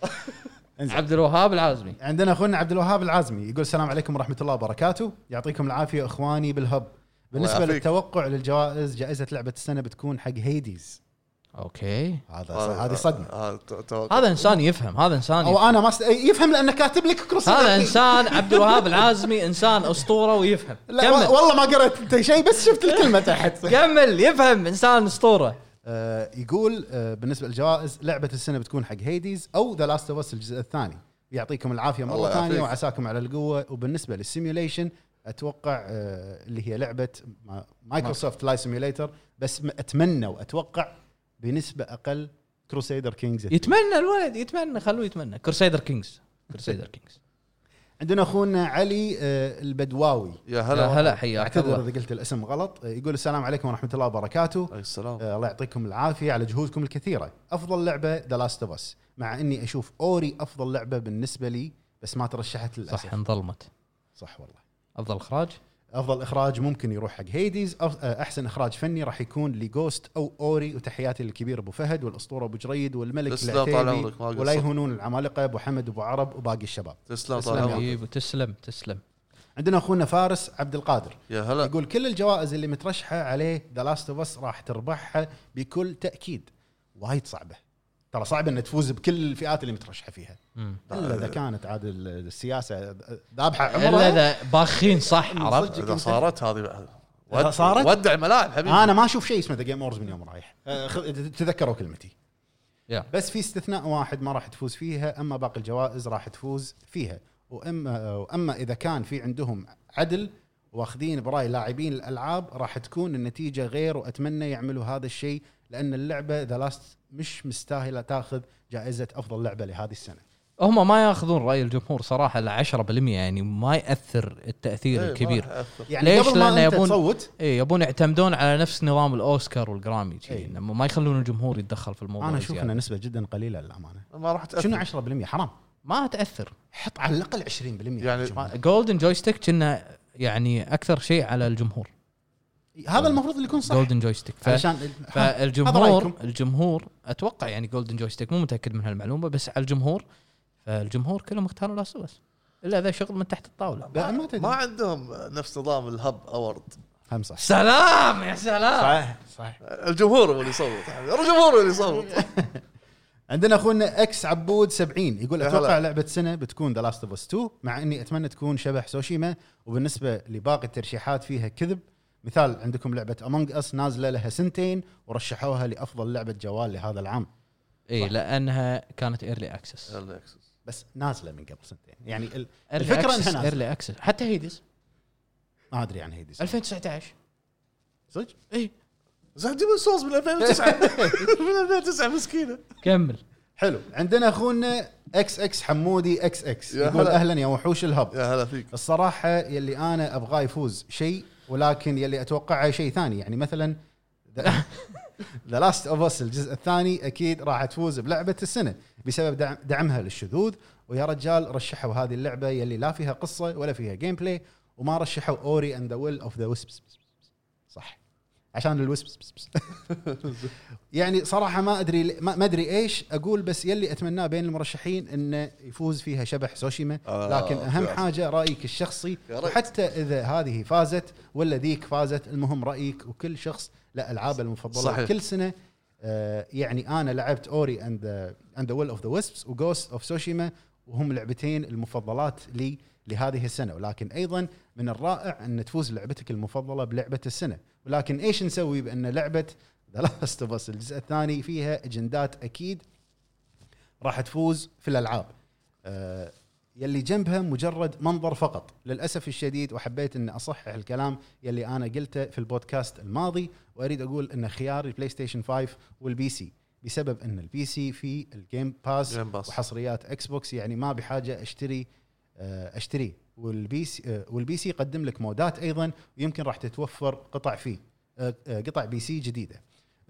عبد الوهاب العازمي. عندنا اخونا عبد الوهاب العازمي يقول السلام عليكم ورحمه الله وبركاته. يعطيكم العافيه اخواني بالهب. بالنسبه للتوقع للجوائز، جائزه لعبه السنه بتكون حق هيديز. اوكي هذه صدمه. هذا انسان يفهم. هذا انسان او انا ما يفهم لانه كاتب لك كروسيدر. هذا انسان عبد الوهاب العازمي انسان اسطوره ويفهم. لا والله ما قرأت انت شيء بس شفت الكلمه تحت. كمل. يفهم انسان اسطوره. يقول بالنسبه للجوائز لعبه السنه بتكون حق هيديز او ذا لاست اوف اس الجزء الثاني. يعطيكم العافيه مره ثانيه وعساكم على القوه. وبالنسبه للسيميوليشن اتوقع اللي هي لعبه مايكروسوفت لاي سيميوليتر، بس اتمنى واتوقع بنسبه اقل كروسيدر كينجز. يتمنى الولد يتمنى، خلوه يتمنى كروسيدر كينجز. عندنا اخونا علي البدواوي. يا هلا. هلا حياك. اعتذر اذا قلت الاسم غلط. يقول السلام عليكم ورحمه الله وبركاته. السلام. الله يعطيكم العافيه على جهودكم الكثيره. افضل لعبه ذا لاست اوف اس، مع اني اشوف اوري افضل لعبه بالنسبه لي، بس ما ترشحت للاسف. صح انظلمت. صح والله. افضل اخراج ممكن يروح حق هيديز. احسن اخراج فني راح يكون لجوست او اوري. وتحياتي للكبير ابو فهد والاسطوره ابو جريد والملك العتيبي ولا يهونون العمالقه ابو حمد وابو عرب وباقي الشباب. تسلم. تسلم. عندنا اخونا فارس عبد القادر يا هلا. يقول كل الجوائز اللي مترشحه عليه ذا لاست اوف اس راح تربحها بكل تاكيد. وايد صعبه، ترى صعب ان تفوز بكل الفئات اللي مترشحه فيها الا اذا كانت عاد السياسه ذابحه الا عمرها. اذا باخين صح، عرفت؟ اذا صارت هذه صارت ودع الملاعب حبيبي. انا ما اشوف شيء اسمه ذا جيم اورز من يوم رايح. تذكروا كلمتي. بس في استثناء واحد ما راح تفوز فيها، اما باقي الجوائز راح تفوز فيها. واما اذا كان في عندهم عدل واخذين براي لاعبين الالعاب راح تكون النتيجه غير. واتمنى يعملوا هذا الشيء لان اللعبه ذا لاست مش مستاهله تاخذ جائزه افضل لعبه لهذه السنه. هم ما ياخذون راي الجمهور صراحه ل 10%، يعني ما ياثر التاثير الكبير. يعني ليش؟ قبل ما لان انت يبون تصوت يبون يعتمدون على نفس نظام الاوسكار والجرامي، ما يخلون الجمهور يتدخل في الموضوع. انا اشوف انها نسبه جدا قليله للامانه. ما راح تاثر. شنو 10%؟ حرام، ما تاثر. حط على الاقل 20% يعني جولدن جويستيك كنا يعني اكثر شيء على الجمهور. هذا المفروض اللي يكون صح. جولدن جويستيك فالجمهور اتوقع يعني جولدن جويستيك مو متاكد من هالمعلومه، بس على الجمهور كلهم اختاروا لاست اوف اس الا اذا شغل من تحت الطاوله. ما عندهم نفس نظام الهب أورد. هم صح. سلام يا سلام. صح. الجمهور هو اللي يصوت. الجمهور هو اللي يصوت. عندنا اخونا اكس عبود 70 يقول اتوقع لعبه سنه بتكون ذا لاست اوف اس 2، مع اني اتمنى تكون شبه سوشيما. وبالنسبه لباقي الترشيحات فيها كذب. مثال عندكم لعبه امونج اس نازله لها سنتين ورشحوها لافضل لعبه جوال لهذا العام. اي لانها كانت ايرلي اكسس بس نازله من قبل سنتين. يعني الفكره انها نازله ايرلي اكسس. حتى هيدس ما ادري عن هيدس 2019 صدق. اي زين ديمون سولز من 2009 من 2009 مسكينه. كمل. حلو. عندنا اخونا اكس حمودي اكس يقول اهلا يا وحوش الهب. يا هلا فيك. الصراحه يلي انا ابغاه يفوز شيء، ولكن يلي اتوقعه شيء ثاني. يعني مثلا ذا لاست اوف اس الجزء الثاني اكيد راح تفوز بلعبه السنه بسبب دعمها للشذوذ. ويا رجال رشحوا هذه اللعبه يلي لا فيها قصه ولا فيها جيم بلاي، وما رشحوا اوري اند ذا ويل اوف ذا ويسبس. صح عشان الويسبس. يعني صراحه ما ادري ايش اقول، بس يلي اتمناه بين المرشحين انه يفوز فيها شبح سوشيما. لكن اهم حاجه رايك الشخصي، وحتى اذا هذه فازت ولا ذيك فازت المهم رايك. وكل شخص له العابه المفضله صحيح. كل سنه يعني انا لعبت اوري اند ذا ويل اوف ذا ويسبس وغوست اوف سوشيما، وهم لعبتين المفضلات لي لهذه السنه. ولكن ايضا من الرائع ان تفوز لعبتك المفضله بلعبه السنه. ولكن ايش نسوي بان لعبه ذا لاست اوف اس الجزء الثاني فيها اجندات اكيد راح تفوز في الالعاب يلي جنبها مجرد منظر فقط للاسف الشديد. وحبيت ان اصحح الكلام يلي انا قلته في البودكاست الماضي، واريد اقول ان خيار البلاي ستيشن 5 والبي سي بسبب ان البي سي في الجيم باس وحصريات اكس بوكس، يعني ما بحاجه اشتري. والبي سي يقدم لك مودات ايضا، ويمكن راح تتوفر قطع بي سي جديده.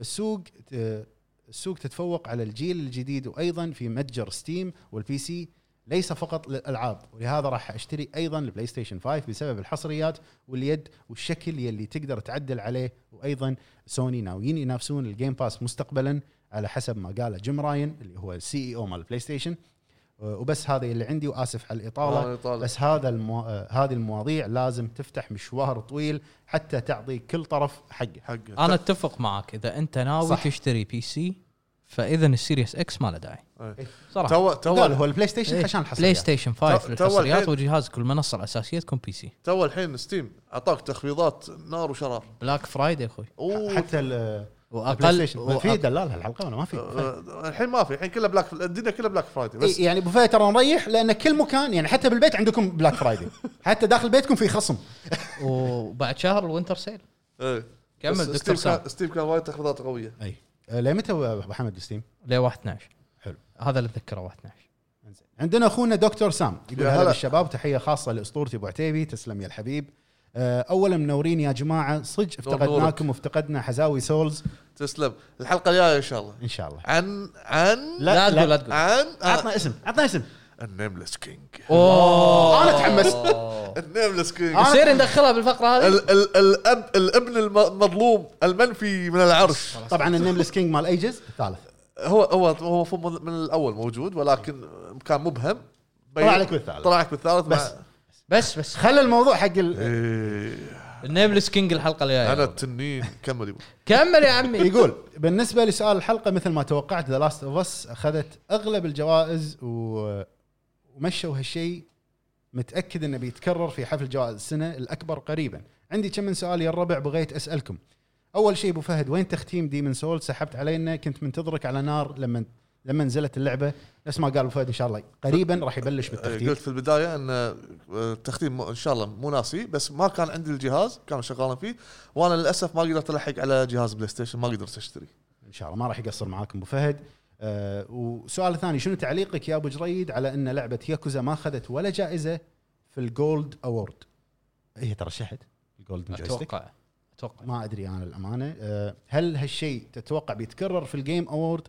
السوق تتفوق على الجيل الجديد، وايضا في متجر ستيم والبي سي ليس فقط للالعاب. ولهذا راح اشتري ايضا البلاي ستيشن 5 بسبب الحصريات واليد والشكل يلي تقدر تعدل عليه. وايضا سوني ناويين ينافسون الجيم باس مستقبلا على حسب ما قاله جيم راين اللي هو السي اي او مال البلاي ستيشن. وبس هذا اللي عندي، واسف على الاطاله. بس هذه المواضيع لازم تفتح مشوار طويل حتى تعطي كل طرف حقه. انا اتفق معك. اذا انت ناوي صح. تشتري بي سي فاذا السيريس اكس ما له داعي صراحه. هو البلاي ستيشن عشان الحصريات، بلاي ستيشن 5 للحصريات، وجهاز كل منصه الاساسيه تكون بي سي. تو الحين ستيم اعطاك تخفيضات نار وشرار. بلاك فرايدي اخوي، حتى واقل في دلال هالحلقه ولا ما في؟ الحين ما في، الحين كله بلاك، الدنيا كلها بلاك فرايدي بس. يعني ابو فهد ترى نريح لان كل مكان، يعني حتى بالبيت عندكم بلاك فرايدي، حتى داخل بيتكم في خصم. وبعد شهر الوينتر سيل. كمل دكتور سام. ستيم كان وايد تخفيضات قويه. اي لمتى ابو حمد ستيم؟ ل 1/12. حلو، هذا اللي اتذكره 1/12. عندنا اخونا دكتور سام يقول هلا بالشباب، تحيه خاصه لاسطورتي ابو عتيبي. تسلم يا الحبيب. اولا منورين يا جماعه، صدق افتقدناكم وافتقدنا حزاوي سولز. تسلم. الحلقه الجايه ان شاء الله عن لا تقول عطنا اسم النيملس كينج. انا تحمست. النيملس كينج يصير ندخلها بالفقره هذه. الابن المظلوم المنفي من العرش. طبعا النيملس كينج مال اي جزء الثالث. هو من الاول موجود، ولكن كان مبهم. طلع لك بالثالث بس بس خلى الموضوع حق النيبلس كينج الحلقه الجايه. انا التنين كمل يا عمي. يقول بالنسبه لسؤال الحلقه مثل ما توقعت ذا لاست اوف اس اخذت اغلب الجوائز ومشوا هالشيء. متاكد انه بيتكرر في حفل جوائز السنه الاكبر قريبا. عندي كم من سؤال يا الربع بغيت اسالكم. اول شيء ابو فهد، وين تختيم ديمن سول؟ سحبت علينا، كنت منتظرك على نار لما نزلت اللعبه. نفس ما قال ابو فهد ان شاء الله قريبا راح يبلش بالتختيم. قلت في البدايه ان التختيم ان شاء الله مو ناسي، بس ما كان عندي الجهاز، كانوا شغالين فيه وانا للاسف ما قدرت الحق على جهاز بلاي ستيشن، ما قدرت اشتري. ان شاء الله ما راح يقصر معاكم ابو فهد. وسؤال ثاني، شنو تعليقك يا ابو جريد على ان لعبه ياكوزا ما اخذت ولا جائزه في الجولد اوورد؟ هي ترشحت الجولد جويستيك، اتوقع ما ادري انا الامانه. هل هالشيء تتوقع بيتكرر في الجيم اوورد؟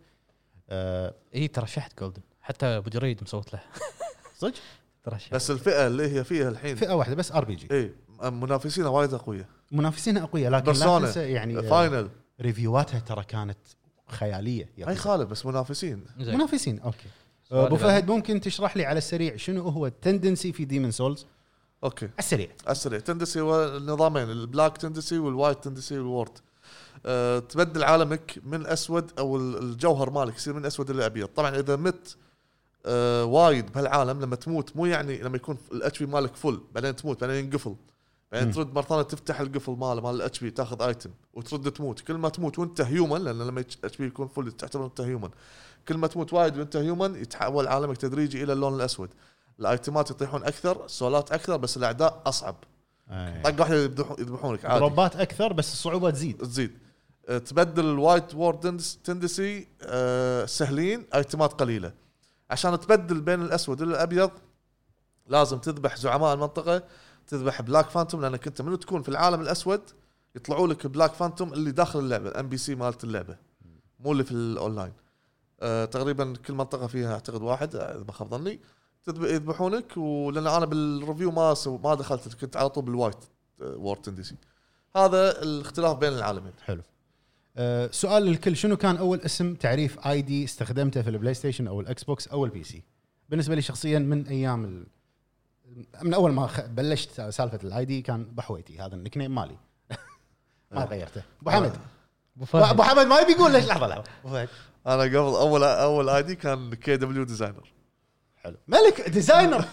اي ترشحت جولدن، حتى ابو جريد مصوت له صدق ترشح. بس الفئه اللي هي فيها الحين فئه واحده بس ار بي جي. اي منافسينها وايد اقوياء، منافسينها اقوياء، لكن لا تنسى يعني فاينل ريفيواتها ترى كانت خياليه. اي خالد بس منافسين. منافسين اوكي. ابو فهد ممكن تشرح لي على السريع شنو هو التندنسي في ديمن سولز؟ اوكي السريع تندسي هو النظامين، البلاك تندسي والوايت تندسي والوورد. تبدل عالمك من اسود، او الجوهر مالك يصير من اسود الى ابيض. طبعا اذا مت وايد بهالعالم، لما تموت مو يعني لما يكون الاتش بي مالك فل بعدين تموت بعدين ينقفل، بعدين ترد مره ثانيه تفتح القفل مال الاتش بي تاخذ ايتم وترد تموت. كل ما تموت وانت هيومن، لان لما الاتش بي يكون فل تعتبر انت هيومن، كل ما تموت وايد وانت هيومن يتحول عالمك تدريجي الى اللون الاسود. الايتمات يطيحون اكثر، سولات اكثر، بس الاعداء اصعب. طق واحده يذبحونك عادي، دروبات اكثر بس الصعوبه تزيد. تبدل الوايت وورد تندسي سهلين، ايتمات قليله. عشان تبدل بين الاسود والابيض لازم تذبح زعماء المنطقه، تذبح بلاك فانتوم، لانك انت منو تكون في العالم الاسود يطلعوا لك بلاك فانتوم اللي داخل اللعبه، الام بي سي مالت اللعبه، مو اللي في الاونلاين. تقريبا كل منطقه فيها اعتقد واحد اذا ما خاب ظني، يذبحونك. ولان انا بالريفيو ما دخلت، كنت على طول بالوايت وورد تندسي. هذا الاختلاف بين العالمين. حلو. سؤال للكل، شنو كان اول اسم تعريف اي دي استخدمته في البلاي ستيشن او الاكس بوكس او البي سي؟ بالنسبه لي شخصيا من ايام من اول ما بلشت سالفه الاي دي كان بحويتي، هذا النيك نيم مالي ما غيرته. ابو حمد ابو حمد ما يبي يقول ليش. لحظه ابو فهد، انا قبل اول اي دي كان كي دبليو ديزاينر. حلو، ملك ديزاينر.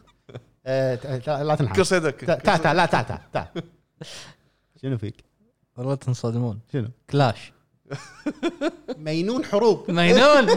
لا تنحى، تعال شنو فيك؟ والله تنصدمون. شنو؟ كلاش. مينون حروب. مينون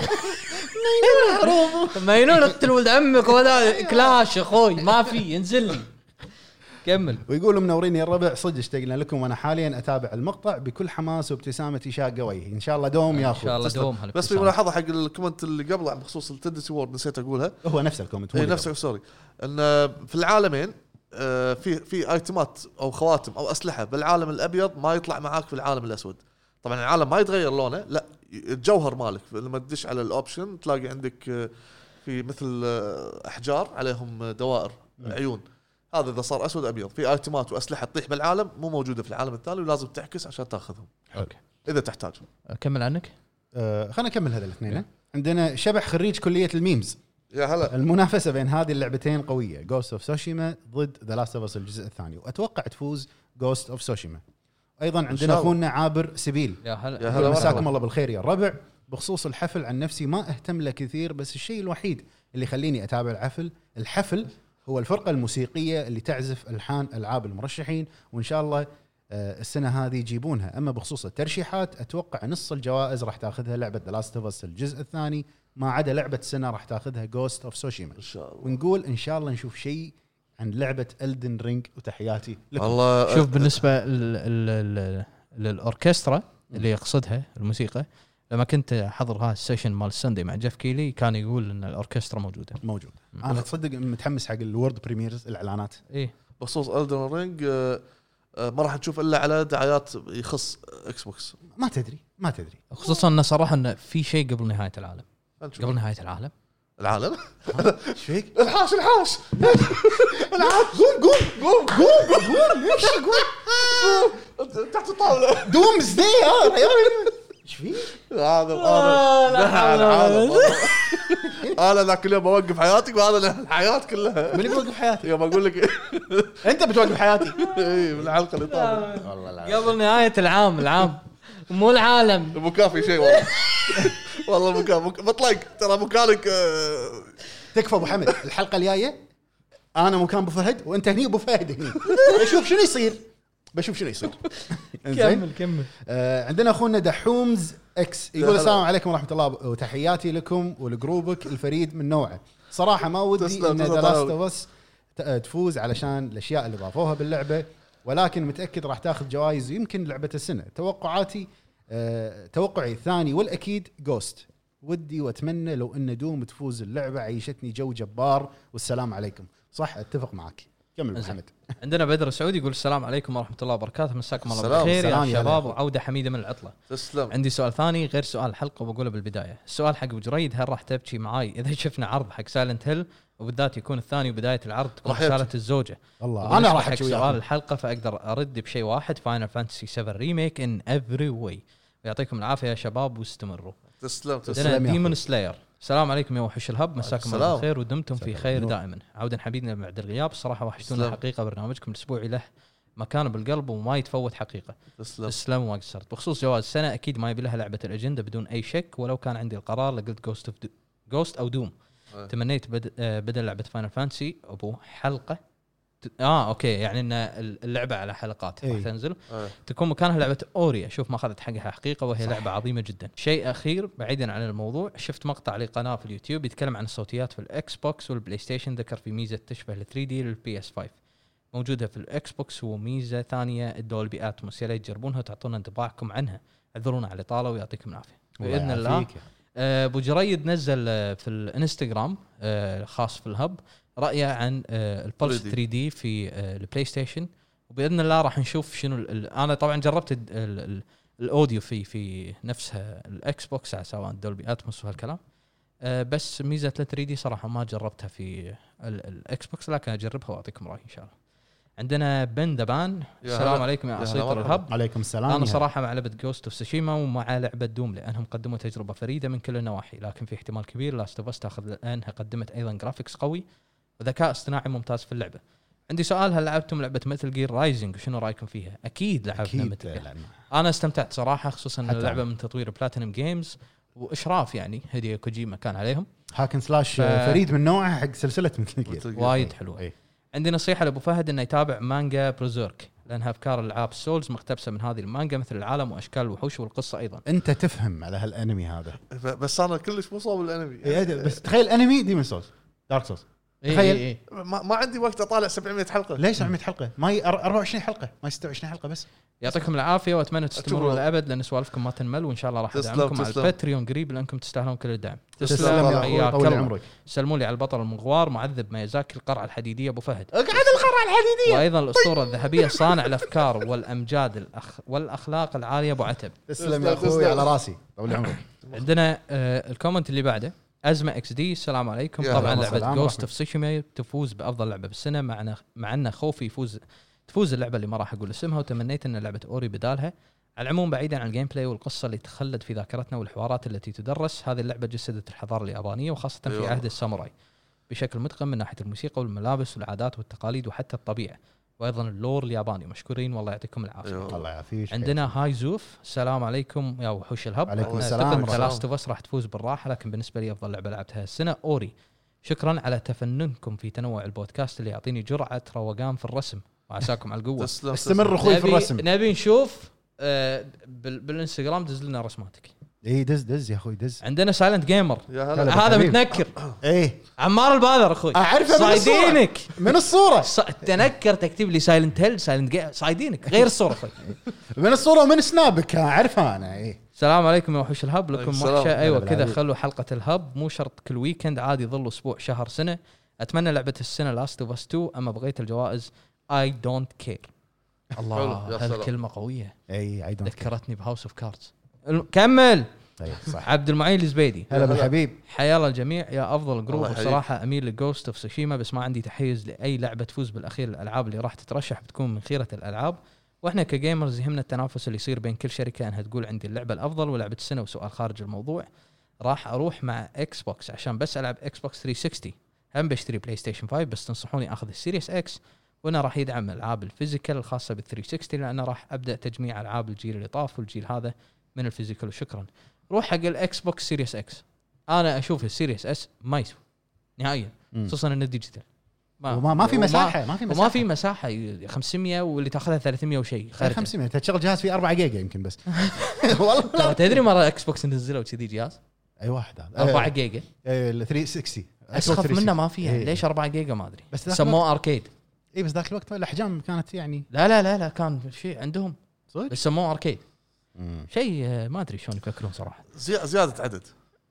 اقتل ولد عمك ولا كلاش اخوي ما في ينزل لي. كمل. ويقولوا منورين يا الربع، صدق اشتقنا لكم، وانا حاليا اتابع المقطع بكل حماس وابتسامه شاق وجهي. ان شاء الله دوم يا اخوي، ان شاء الله دوم. بس في ملاحظه حق الكومنت اللي قبله بخصوص التندسي وورد نسيت اقولها. هو نفس الكومنت، هي نفسه سوري، ان في العالمين في ايتمات او خواتم او اسلحه بالعالم الابيض ما يطلع معاك في العالم الاسود. طبعا العالم ما يتغير لونه، لا الجوهر مالك لما تدش على الاوبشن تلاقي عندك في مثل احجار عليهم دوائر عيون. هذا اذا صار اسود ابيض. في ايتمات واسلحه تطيح بالعالم مو موجوده في العالم الثاني، ولازم تعكس عشان تاخذهم. اوكي اذا تحتاجهم. كمل عنك. خلينا نكمل هذا الاثنين. عندنا شبح خريج كليه الميمز. يا هلا. المنافسه بين هذه اللعبتين قويه، جوست اوف سوشيما ضد ذا لاست اوف اس الجزء الثاني، واتوقع تفوز جوست اوف سوشيما. ايضا عندنا اخونا عابر سبيل. يا هلا مساكم الله بالخير يا الربع. بخصوص الحفل عن نفسي ما اهتم له كثير، بس الشيء الوحيد اللي يخليني اتابع الحفل هو الفرقه الموسيقيه اللي تعزف الحان العاب المرشحين، وان شاء الله السنه هذه يجيبونها. اما بخصوص الترشيحات اتوقع نص الجوائز راح تاخذها لعبه ذا لاست اوف اس الجزء الثاني، ما عدا لعبه السنه راح تاخذها جوست اوف سوشيما ان شاء الله. ونقول ان شاء الله نشوف شيء عن لعبه ألدن رينج. وتحياتي لكم. الله. شوف بالنسبه للاوركسترا اللي يقصدها الموسيقى، لما كنت احضر هذا السيشن مال السندي مع جيف كيلي كان يقول ان الاوركسترا موجوده. انا تصدق متحمس حق الورد بريميرز الاعلانات. ايه بخصوص ألدن رينج ما راح نشوف الا على دعايات يخص اكس بوكس. ما تدري خصوصا ان صراحه ان في شيء قبل نهايه العالم. قبل نهايه العالم ايش فيك؟ الحاش العاب قوم تحت الطاوله دومز دي يا ريال. ايش فيك؟ هذا انا ذاك اليوم بوقف حياتك وهذا الحياه كلها. من بوقف حياتي؟ يوم اقول لك انت بتوقف حياتي. اي من الحلقه اللي طافت والله لا. قبل نهايه العام مو العالم. المكان في شيء والله. والله المكان مطلق ترى مكانك. تكفى ابو حمد. الحلقه الجايه انا مكان ابو فهد وانت هني ابو فهد هني. بشوف شنو يصير. كمل. عندنا اخونا دحومز اكس يقول السلام عليكم ورحمه الله وتحياتي لكم ولجروبك الفريد من نوعه. صراحه ما ودي ان ذا لاست اوف اس تفوز علشان الاشياء اللي ضافوها باللعبه، ولكن متاكد راح تاخذ جوائز يمكن لعبه السنه. توقعي الثاني والاكيد جوست. ودي واتمنى لو ان دوم تفوز اللعبه، عيشتني جو جبار والسلام عليكم. صح اتفق معك. كمل محمد. عندنا بدر السعودي يقول السلام عليكم ورحمه الله وبركاته. مساكم الله السلام. بالخير يا السلام يا شباب، هلا. وعوده حميده من العطله. تسلم. عندي سؤال ثاني غير سؤال الحلقه وبقوله بالبدايه. السؤال حق ابو جريد، هل راح تبكي معاي اذا شفنا عرض حق سايلنت هيل وبالذات يكون الثاني وبدايه العرض تكون راح يبكي. رساله الزوجه؟ والله انا راح حق احكي سؤال وياك. الحلقه فاقدر ارد بشيء واحد: فاينل فانتسي 7 ريميك ان افري واي. ويعطيكم العافيه يا شباب واستمروا. تسلم. عندنا يا ديمون أخوي. سلاير. السلام عليكم يا وحش الهب، مساكم الله السلام. بالخير ودمتم في خير النور. دائما. عودا حبيبنا بعد الغياب. الصراحه وحشتونا تسلم. حقيقه. برنامجكم الاسبوعي له مكانه بالقلب وما يتفوت حقيقه. تسلم. تسلم وما قصرت. بخصوص جواز السنه اكيد ما يبي لها لعبه الاجنده بدون اي شك، ولو كان عندي القرار لقلت جوست او دوم. تمنيت بدل لعبه فاينل فانتسي ابو حلقه. اوكي، يعني ان اللعبه على حلقات راح تنزل تكون مكانها لعبه اوري. اشوف ما اخذت حقها حقيقه وهي لعبه عظيمه جدا. شيء اخير بعيدا عن الموضوع، شفت مقطع لقناه في اليوتيوب يتكلم عن الصوتيات في الاكس بوكس والبلاي ستيشن. ذكر في ميزه تشبه ال 3 دي للبي اس 5 موجوده في الاكس بوكس، وميزه ثانيه الدولبي اتموس. يا ريت تجربونها وتعطونا انطباعكم عنها. اعذرونا على الاطاله ويعطيكم العافيه باذن الله. ابو جريد نزل في الانستغرام خاص في الهب رأيه عن البلس 3 دي في البلاي ستيشن، وباذن الله راح نشوف شنو انا طبعا جربت الاوديو في نفسها الاكس بوكس على سواء دولبي اتموس وهالكلام، بس ميزه 3 دي صراحه ما جربتها في الاكس بوكس، لكن اجربها واعطيكم رايي ان شاء الله. عندنا بن دبان. السلام عليكم يا اساطير الهب. عليكم السلام. انا صراحه مع لعبه جوست اوف سوشيما ومع لعبه دوم لانهم قدموا تجربه فريده من كل النواحي، لكن في احتمال كبير لاست اوف اس تاخذ لانها قدمت ايضا جرافيكس قوي وذكاء اصطناعي ممتاز في اللعبه. عندي سؤال: هل لعبتم لعبه مثل جير رايزنج وشنو رايكم فيها؟ اكيد لعبنا مثل جير. انا استمتعت صراحه، خصوصا ان اللعبه من تطوير بلاتينم جيمز واشراف يعني هيديو كوجيما كان عليهم. هاكن سلاش فريد من نوعه حق سلسله مثل جير، وايد حلوه. عندي نصيحه لابو فهد انه يتابع مانجا بروزيرك، لان افكار العاب السولز مقتبسه من هذه المانجا مثل العالم واشكال الوحوش والقصه ايضا. انت تفهم على هالانمي هذا. بس انا كلش مو صوب الانمي بس تخيل انمي ديمون سولز دارك سولز. تخيل ما عندي وقت اطالع 700 حلقه. ليش 700 حلقه؟ ما 24 حلقه، ما 26 حلقه بس. يعطيكم العافيه واتمنى تستمروا للابد لان سوالفكم ما تنمل، وان شاء الله راح ادعمكم على الباتريون قريب لانكم تستاهلون كل الدعم. تسلم يا اخوي، طول عمرك. سلموا لي على البطل المغوار معذب ميازاكي القرعه الحديديه ابو فهد. قاعد القرعه الحديديه. وايضا الاسطوره الذهبيه صانع الافكار والامجاد والاخلاق العاليه ابو عتب. تسلم يا اخوي على راسي، طول عمرك. عندنا الكومنت اللي بعده أزمة اكس دي. السلام عليكم. طبعا لعبه جوست اوف سوشيما تفوز بافضل لعبه بالسنه، معنا خوفي تفوز اللعبه اللي ما راح اقول اسمها، وتمنيت ان لعبه اوري بدالها. على العموم بعيدا عن الجيم بلاي والقصه اللي تخلد في ذاكرتنا والحوارات التي تدرس، هذه اللعبه جسدت الحضاره اليابانيه وخاصه في عهد الساموراي بشكل متقن من ناحيه الموسيقى والملابس والعادات والتقاليد وحتى الطبيعه، وايضا اللور الياباني. مشكورين والله يعطيكم العافيه. الله يعافيك. عندنا هاي زوف. السلام عليكم يا وحوش الهب. عليكم السلام. لاست اوف اس راح تفوز بالراحه، لكن بالنسبه لي افضل لعبه لعبتها السنه اوري. شكرا على تفننكم في تنوع البودكاست اللي يعطيني جرعه روقان في الرسم، وعساكم على القوه. استمر اخوي في الرسم. نبي نشوف بالانستغرام دز لنا رسماتك. اي دز يا اخوي دز. عندنا سايلنت جيمر. هذا متنكر. ايه عمار البادر اخوي. اعرفه صايدينك من الصوره. تنكر تكتب لي سايلنت هيل سايلنت صايدينك غير الصوره اخوي. من الصوره ومن سنابك اعرفها انا. ايه السلام عليكم يا وحوش الهب. لكم وحشه. ايوه كذا بالعافية. خلوا حلقه الهب مو شرط كل ويكند، عادي يظل اسبوع شهر سنه. اتمنى لعبه السنه لاست اوف اس 2، اما بغيت الجوائز اي دونت كير. الله هالكلمه قويه. اي اي دونت ذكرتني بهاوس اوف كاردز. كمل. طيب صح. عبد المعين الزبيدي. هلا بالحبيب. حيا الله الجميع يا افضل جروب. بصراحه اميل لجوست اوف سوشيما، بس ما عندي تحيز لاي لعبه تفوز بالاخير. الالعاب اللي راح تترشح بتكون من خيره الالعاب، واحنا كجيمرز يهمنا التنافس اللي يصير بين كل شركه انها تقول عندي اللعبه الافضل ولعبه السنه. وسؤال خارج الموضوع، راح اروح مع اكس بوكس عشان بس العب اكس بوكس 360. هم بشتري بلاي ستيشن 5 بس تنصحوني اخذ السيريس اكس، وانا راح يدعم العاب الفيزيكال الخاصه بال 360 لان راح ابدا تجميع العاب الجيل اللي طاف والجيل هذا من الفيزيكال. وشكرا. روح حق الاكس بوكس سيريس اكس. انا اشوف السيريس اس ما يسوى نهائيا، خصوصا انه ديجيتال ما في مساحه ما في مساحه 500 واللي تاخذها 300 وشيء 500 تشغل جهاز فيه 4 جيجا يمكن بس. والله تدري مره اكس بوكس نزلوا كذي جهاز اي واحد هذا 4 جيجا ال 360 اسخف منه ما فيها. ليش 4 جيجا ما ادري، سموه اركيد. اي بس ذاك الوقت الاحجام كانت يعني لا كان شيء عندهم صدق بس سموه اركيد. شيء ما ادري شلون يفكرون صراحه. زياده عدد.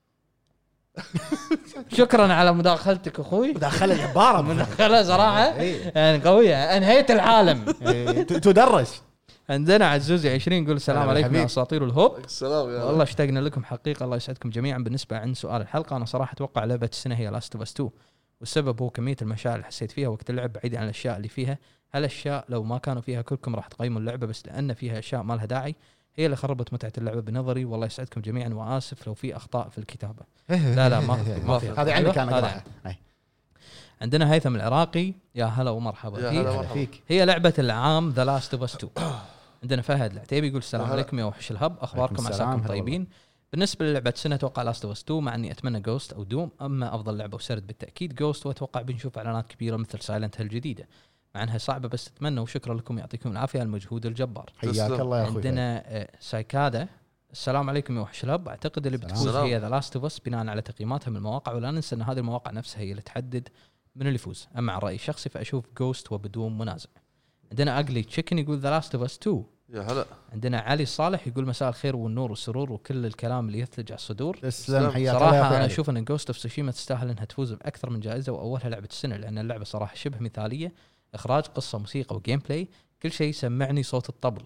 شكرا على مداخلتك اخوي. مداخله جباره مداخله صراحه يعني قويه، انهيت العالم. تدرج. عندنا عزوزي 20 يقول السلام عليكم يا اساطير الهوب. السلام يا والله اشتقنا لكم حقيقه. الله يسعدكم جميعا. بالنسبه عن سؤال الحلقه، انا صراحه اتوقع لعبه السنه هي لاست اوف اس 2، والسبب هو كميه المشاعر اللي حسيت فيها وقت اللعب بعيد عن الاشياء اللي فيها. هالاشياء لو ما كانوا فيها كلكم راح تقيموا اللعبه، بس لان فيها اشياء ما لها داعي هي اللي خربت متعه اللعبه بنظري. والله يسعدكم جميعا واسف لو في اخطاء في الكتابه. لا ما في. هذه عندك انا. عندنا هيثم العراقي، يا هلا ومرحبا فيك. هي لعبه العام ذا لاست اوف اس 2. عندنا فهد العتيبي يقول السلام عليكم يا وحش الهب، اخباركم عساكم طيبين. بالنسبه للعبه سنه اتوقع لاست اوف اس 2، مع اني اتمنى جوست او دوم، اما افضل لعبه وسرد بالتاكيد جوست، واتوقع بنشوف اعلانات كبيره مثل سايلنت هيل الجديده، مع انها صعبه بس اتمنى. وشكرا لكم يعطيكم العافيه على المجهود الجبار. حياك الله يا اخوي. عندنا سايكادا، السلام عليكم يا وحش الهب. اعتقد اللي بتفوز هي ذا لاست اوف اس بناء على تقييماتها من المواقع، ولا ننسى ان هذه المواقع نفسها هي اللي تحدد من اللي يفوز. اما عن رايي الشخصي فاشوف جوست وبدون منازع. عندنا اقلي تشيكن يقول ذا لاست اوف اس 2. يا هلا. عندنا علي الصالح يقول مساء الخير والنور والسرور وكل الكلام اللي يثلج على الصدور. تسلم. حياك صراحه الله. انا اشوف ان جوست اوف سوشيما تستاهل انها تفوز باكثر من جائزه، واولها لعبه السنه، لان اللعبه صراحه شبه مثاليه، اخراج، قصه، موسيقى، وجيم بلاي، كل شيء يسمعني صوت الطبل.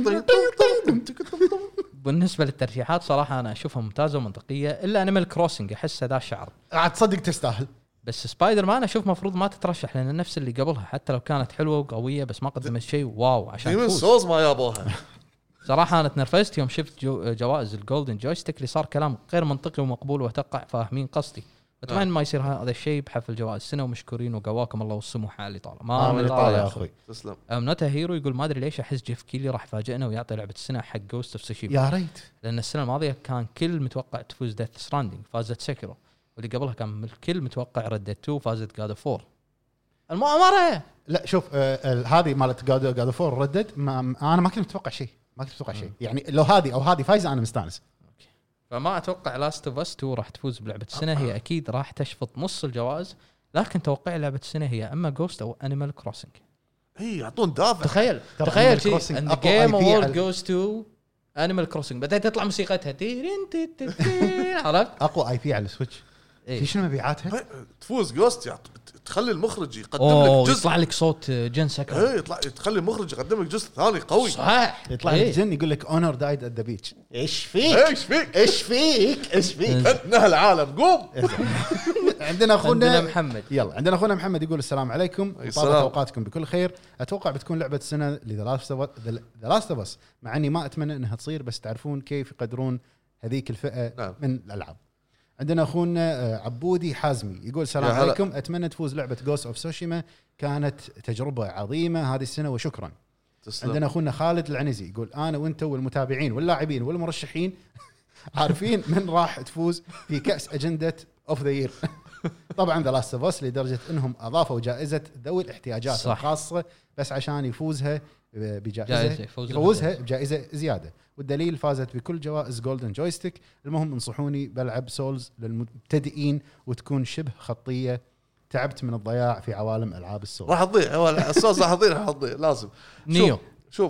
بالنسبه للترشيحات صراحه انا اشوفها ممتازه ومنطقيه، الا انيمال كروسنج احسه ذا الشعر. عاد تصدق تستاهل. بس سبايدر مان اشوف مفروض ما تترشح، لان نفس اللي قبلها حتى لو كانت حلوه وقويه بس ما قدمت شيء واو عشان من تفوز. سوز ما يابوها. صراحه انا تنرفزت يوم شفت جوائز الجولدن جويستيك اللي صار كلام غير منطقي ومقبول، واتوقع فاهمين قصدي. اتمنى ما يصير هذا الشيء بحفل جوائز السنه، ومشكورين وقواكم الله والسموح على اللي طال. ما من طال يا اخوي. تسلم. نوتا هيرو يقول ما ادري ليش احس جيف كيلي راح يفاجئنا ويعطي لعبه السنه حق جوست اوف سوشيما. يا ريت، لان السنه الماضيه كان كل متوقع تفوز ديث ستراندينج، فازت سكيرو، واللي قبلها كان الكل متوقع ردد 2، فازت جاد اوف 4. المؤامره. لا شوف هذه مالت جاد اوف 4 ردد، انا ما كنت متوقع شيء، يعني لو هذه او هذه فايزه انا مستانس. فما اتوقع لاست اوف اس 2 راح تفوز بلعبه السنه، هي اكيد راح تشفط نص الجوائز، لكن توقع لعبه السنه هي اما جوست او انيمال كروسنج. هي يعطون دافع. تخيل شيء ان جيم اوورد جوز تو انيمال كروسنج، بدأت تطلع موسيقتها تيرين عرفت اقوى اي بي على السويتش. في شنو مبيعاتها؟ تفوز جوست تخلي المخرج يقدم لك جزء، يطلع لك صوت جن سكر. يطلع تخلي المخرج يقدم لك جزء ثاني قوي. صح. يطلع لك جن يقول لك اونر دايد ات ذا بيتش. ايش فيك؟ نهى العالم قوم. عندنا اخونا محمد. يلا عندنا اخونا محمد يقول السلام عليكم، طابت اوقاتكم بكل خير. اتوقع بتكون لعبه السنه لذا لاست اوف اس، مع اني ما اتمنى انها تصير، بس تعرفون كيف يقدرون هذيك الفئه من الالعاب. عندنا اخونا عبودي حازمي يقول السلام عليكم، اتمنى تفوز لعبه جوست اوف سوشيما، كانت تجربه عظيمه هذه السنه وشكرا. تسلم. عندنا اخونا خالد العنزي يقول انا وانتم والمتابعين واللاعبين والمرشحين عارفين من راح تفوز في كاس اجنده اوف ذا يير. طبعا ذا لاست اوف اس لدرجه انهم اضافوا جائزه ذوي الاحتياجات الخاصه بس عشان يفوزها بجائزه زياده، والدليل فازت بكل جوائز جولدن جويستيك. المهم انصحوني بلعب سولز للمبتدئين وتكون شبه خطيه، تعبت من الضياع في عوالم العاب السولز. راح تضيع السولز، راح تضيع لازم. نيو شوف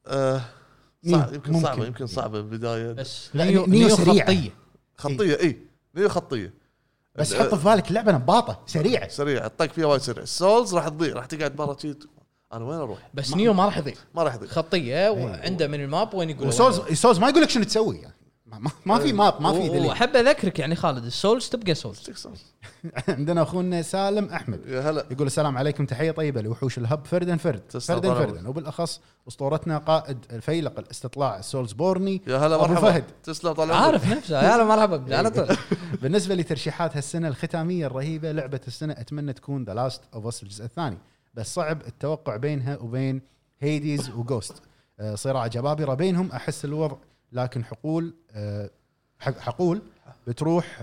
يمكن صعبه بالبدايه، بس نيو خطيه اي نيو خطيه، بس حط في بالك اللعبه نباطه سريعه الطق فيها وايد سريع. السولز راح تضيع، راح تقعد برا شيء انا وين اروح. بس نيو ما راح يضيع خطيه وعنده من الماب وين يقول سولز ما يقول لك شنو تسوي يعني. ما في ماب ما في دليل. واحب اذكرك يعني خالد السولز تبقى سولز. عندنا اخونا سالم احمد يا هلا يقول السلام عليكم، تحيه طيبه لوحوش الهب فردا وبالاخص اسطورتنا قائد الفيلق الاستطلاع السولز بورني يا هلا أبو مرحبا فهد. تسلم طال عارف نفسه يا هلا مرحبا على طول. بالنسبه لترشيحات هالسنه الختاميه الرهيبه، لعبه السنه اتمنى تكون ذا لاست اوف اس الجزء الثاني، بس صعب التوقع بينها وبين هيديز وغوست، صراع جبابره بينهم. احس الوضع لكن حقول بتروح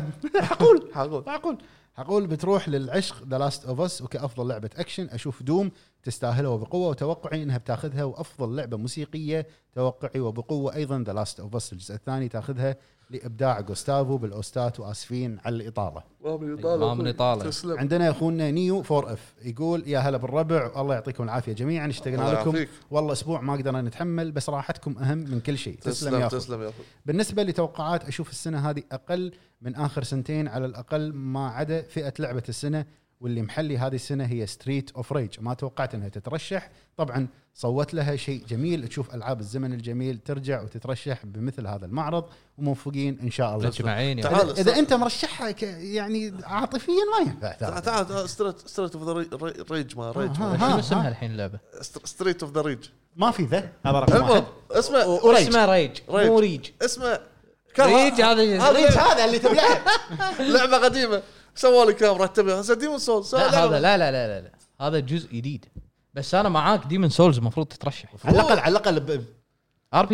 حقول بتروح للعشق ذا لاست اوف اس، وكافضل لعبه اكشن اشوف دوم تستاهلها وبقوه، وتوقعي انها بتاخذها، وافضل لعبه موسيقيه توقعي وبقوه ايضا ذا لاست اوف اس الجزء الثاني تاخذها لابداع جوستافو بالاوستات، واسفين على الاطاله. ما من اطاله. عندنا اخونا نيو 4 اف يقول يا هلا بالربع، الله يعطيكم العافيه جميعا، اشتقنا لكم والله، اسبوع ما قدرنا نتحمل بس راحتكم اهم من كل شيء. تسلم يا اخوي. بالنسبه لتوقعات اشوف السنه هذه اقل من اخر سنتين على الاقل، ما عدا فئه لعبه السنه، واللي محلي هذه السنه هي ستريت اوف ريج. ما توقعت انها تترشح، طبعا صوت لها شيء جميل تشوف العاب الزمن الجميل ترجع وتترشح بمثل هذا المعرض، وموفقين ان شاء الله. اذا انت مرشحها يعني عاطفيا ما ينفع. تعال ستريت اوف ذا ريج ما ريج شنو اسمها الحين اللعبه؟ ستريت اوف ذا ريج ما في ذا هذا رقم واحد. اسمه ريج مو ريج، اسمه ريج. هذا اللي تبيعه لعبه قديمه سووا لي كاميرا تبيها ديمون سولز. هذا لا هذا جزء جديد، بس انا معاك ديمون سولز المفروض تترشح على الاقل ار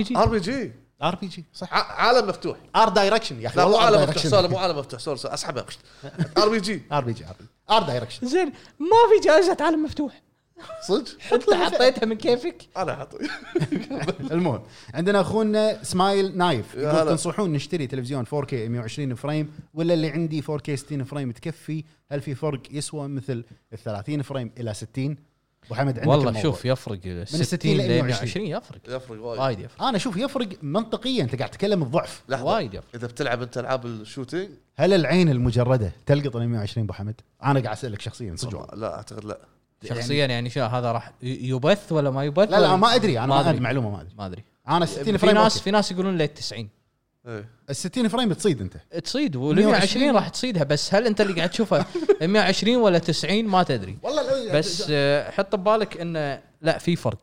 بي جي صح. عالم مفتوح ار دايركشن يا اخي، والله عالم مفتوح. سؤال مو عالم مفتوح، سؤال اسحبها. ار بي جي ار دايركشن. زين ما في جائزه عالم مفتوح صدق؟ انت حطيتها من كيفك؟ انا حطيت. المهم عندنا اخونا سمايل نايف يقول تنصحون نشتري تلفزيون 4K 120 فريم ولا اللي عندي 4K 60 فريم تكفي؟ هل في فرق يسوى مثل ال 30 فريم الى 60؟ ابو حمد عندك والله شوف يفرق من 60 ل 120 يفرق وايد يفرق. انا اشوف يفرق منطقيا، انت قاعد تتكلم الضعف وايد يفرق. اذا بتلعب انت العاب الشوتينج، هل العين المجرده تلقط ال 120 ابو حمد؟ انا قاعد اسالك شخصيا صدق. لا اعتقد لا شخصيا يعني شو هذا راح يبث ولا ما يبث؟ لا ما ادري، انا ما عندي معلومه، ما ادري. انا 60 فريم في ناس يقولون لي 90. ال 60 فريم تصيد انت تصيد، وال 120 راح تصيدها، بس هل انت اللي قاعد تشوفها 120 ولا 90 ما تدري والله. بس حط ببالك انه لا في فرق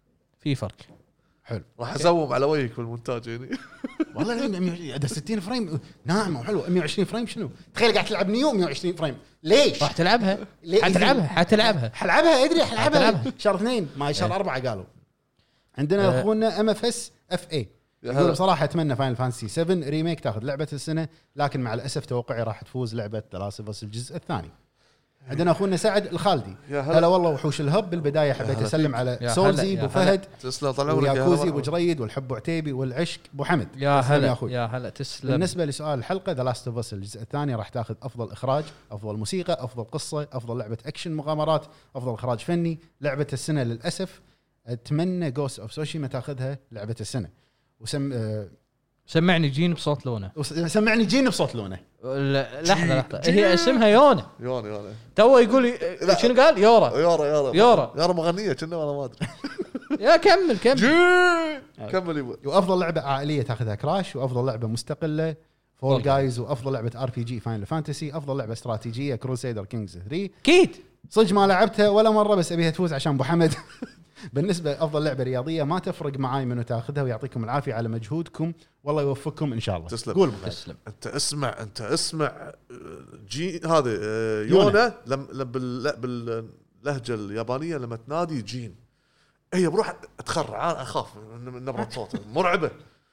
حلو. راح ازوم على وجهك بالمونتاج يعني. والله هذا 60 فريم ناعمه وحلو. 120 فريم شنو؟ تخيل قاعد تلعب نيو 120 فريم ليش؟ راح تلعبها حلعبها ادري حلعبها شهر 2 ما شهر 4 قالوا. عندنا اخونا ام اف اس اف اي يقول بصراحه اتمنى فاينل فانتسي 7 ريميك تاخذ لعبه السنه، لكن مع الاسف توقعي راح تفوز لعبه ذا لاست اوف اس الجزء الثاني. عندنا اخونا سعد الخالدي هلا والله وحوش الهب. بالبدايه حبيت اسلم على سولزي ابو فهد، تسلم طال عمرك يا كوزي ابو جريد والحب عتيبي والعشق ابو حمد. يا هلا تسلم. بالنسبه لسؤال الحلقه ذا لاست اوف اس الجزء الثاني راح تاخذ افضل اخراج، افضل موسيقى، افضل قصه، افضل لعبه اكشن مغامرات، افضل اخراج فني. لعبه السنه للاسف اتمنى جوست اوف سوشيما تاخذها لعبه السنه. سمعني جين بصوت لونه. سمعني جين بصوت لونه. لحظه هي اسمها يونا. تو يقول شنو قال؟ يورا مغنيه كنا ولا ما ادري. يا كمل كمل. وافضل لعبه عائليه تاخذها كراش، وافضل لعبه مستقله فول جايز، وافضل لعبه ار بي جي فاينل فانتسي، افضل لعبه استراتيجيه كروسيدر كينجز 3. اكيد صدق ما لعبتها ولا مره، بس ابيها تفوز عشان ابو حمد. بالنسبه افضل لعبه رياضيه ما تفرق معاي منو تاخذها، ويعطيكم العافيه على مجهودكم والله يوفقكم ان شاء الله. تسلم. قول تسلم. انت اسمع جي هذه يونا باللهجه اليابانيه لما تنادي جين هي بروح اتخرع، انا اخاف من نبره صوته مرعبه.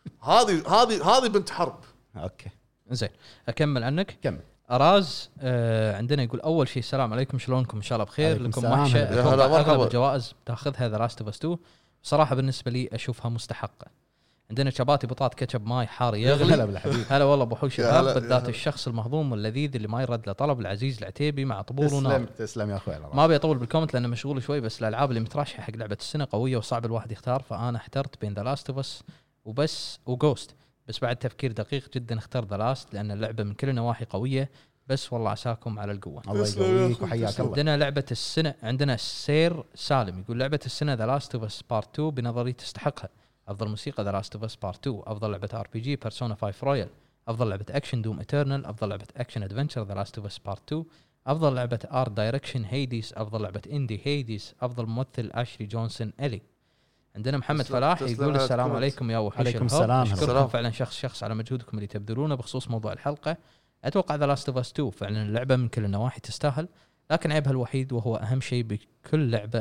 هذه بنت حرب. اوكي زين اكمل عنك. كمل. اراز عندنا يقول اول شيء السلام عليكم، شلونكم؟ ان شاء الله بخير. لكم وحشه. اغلب الجوائز تاخذها ذا لاست اوف اس 2 صراحه بالنسبه لي اشوفها مستحقه. عندنا شباتي بطاط كاتشب ماي حار يغلي. هلا بالحبيب. هلا والله ابو حوش بالذات الشخص المهضوم واللذيذ اللي ما يرد له طلب، العزيز العتيبي مع طبول ونار. تسلم يا اخوي. ما ابي اطول بالكومنت لانه مشغول شوي، بس الالعاب اللي مترشحه حق لعبه السنه قويه وصعب الواحد يختار، فانا احترت بين ذا لاست اوف اس وبس وغوست، بس بعد تفكير دقيق جدا اختار ذا لاست لان اللعبه من كل النواحي قويه. بس والله عساكم على القوه. الله يقويك وحياك الله. عندنا لعبه السنه، عندنا سير سالم يقول لعبه السنه ذا لاست اوف اس بارت 2 بنظري تستحقها، افضل موسيقى ذا لاست اوف اس بارت 2، افضل لعبه ار بي جي بيرسونا 5 رويال، افضل لعبه اكشن دوم ايترنال، افضل لعبه اكشن ادفنتشر ذا لاست اوف اس بارت 2، افضل لعبه ارت دايركشن هيديس، افضل لعبه اندي هيديس، افضل ممثل اشلي جونسون الي. عندنا محمد فلاح يقول السلام عليكم يا وحوش عليكم الهب. السلام. اشكركم فعلا شخص على مجهودكم اللي تبذلونه بخصوص موضوع الحلقه. اتوقع ذا لاست اوف اس 2 فعلا اللعبه من كل النواحي تستاهل، لكن عيبها الوحيد وهو اهم شيء بكل لعبه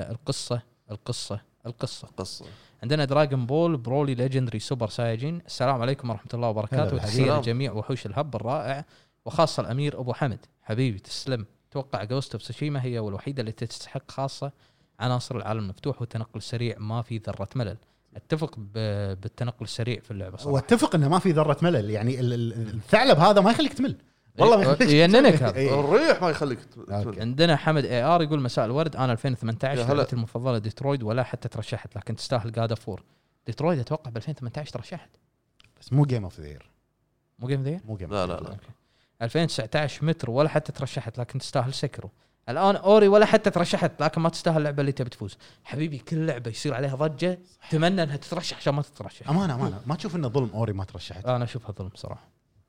القصه. عندنا دراغون بول برولي ليجندري سوبر سايجين. السلام عليكم ورحمه الله وبركاته، وتحيه لجميع وحوش الهب الرائع وخاصه الامير ابو حمد حبيبي تسلم. اتوقع جوست اوف تسوشيما هي والوحيده اللي تستحق خاصه عناصر العالم المفتوح والتنقل السريع، ما في ذره ملل. اتفق بالتنقل السريع في اللعبه صراحه، واتفق انه ما في ذره ملل، يعني الثعلب هذا ما يخليك تمل والله، ما يخليك يننك هذا الريح ما يخليك. عندنا حمد اي ار يقول مساء الورد، انا 2018 لعبتي المفضله ديترويد ولا حتى ترشحت، لكن تستاهل جاد فور. ديترويد اتوقع ب 2018 ترشحت، بس مو جيم اوف ذا يير، مو جيم ذير، لا 2019 متر ولا حتى ترشحت، لكن تستاهل سكرو. الان اوري ولا حتى ترشحت، لكن ما تستاهل اللعبه اللي تبي تفوز. حبيبي كل لعبه يصير عليها ضجه اتمنى انها تترشح عشان ما تترشح. امانه ما تشوف انه ظلم اوري ما ترشحت؟ انا اشوفها ظلم صراحه.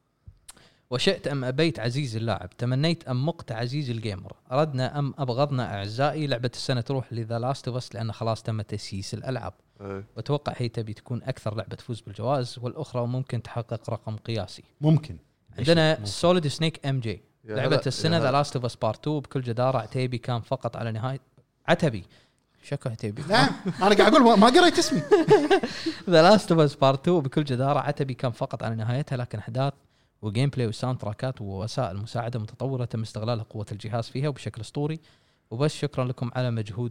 وشئت ام ابيت عزيزي اللاعب، تمنيت ام مقت عزيزي الجيمر، اردنا ام ابغضنا اعزائي، لعبه السنه تروح لذا لاست اوف اس لان خلاص تم تسييس الالعاب. واتوقع هي تبي تكون اكثر لعبه تفوز بالجوائز، والاخرى ممكن تحقق رقم قياسي. ممكن. عندنا سوليد سنيك ام جي لعبه السنه ذا لاست اوف اس بارت 2 بكل جداره. عتيبي كان فقط على نهايه عتبي شكو عتيبي نعم انا قاعد اقول ما قريت اسمي. ذا لاست اوف اس بارت 2 بكل جداره عتبي كان فقط على نهايتها، لكن احداث وجيم بلاي وساوند تراكات ووسائل مساعده متطوره تم استغلال قوه الجهاز فيها وبشكل اسطوري. وبس شكرا لكم على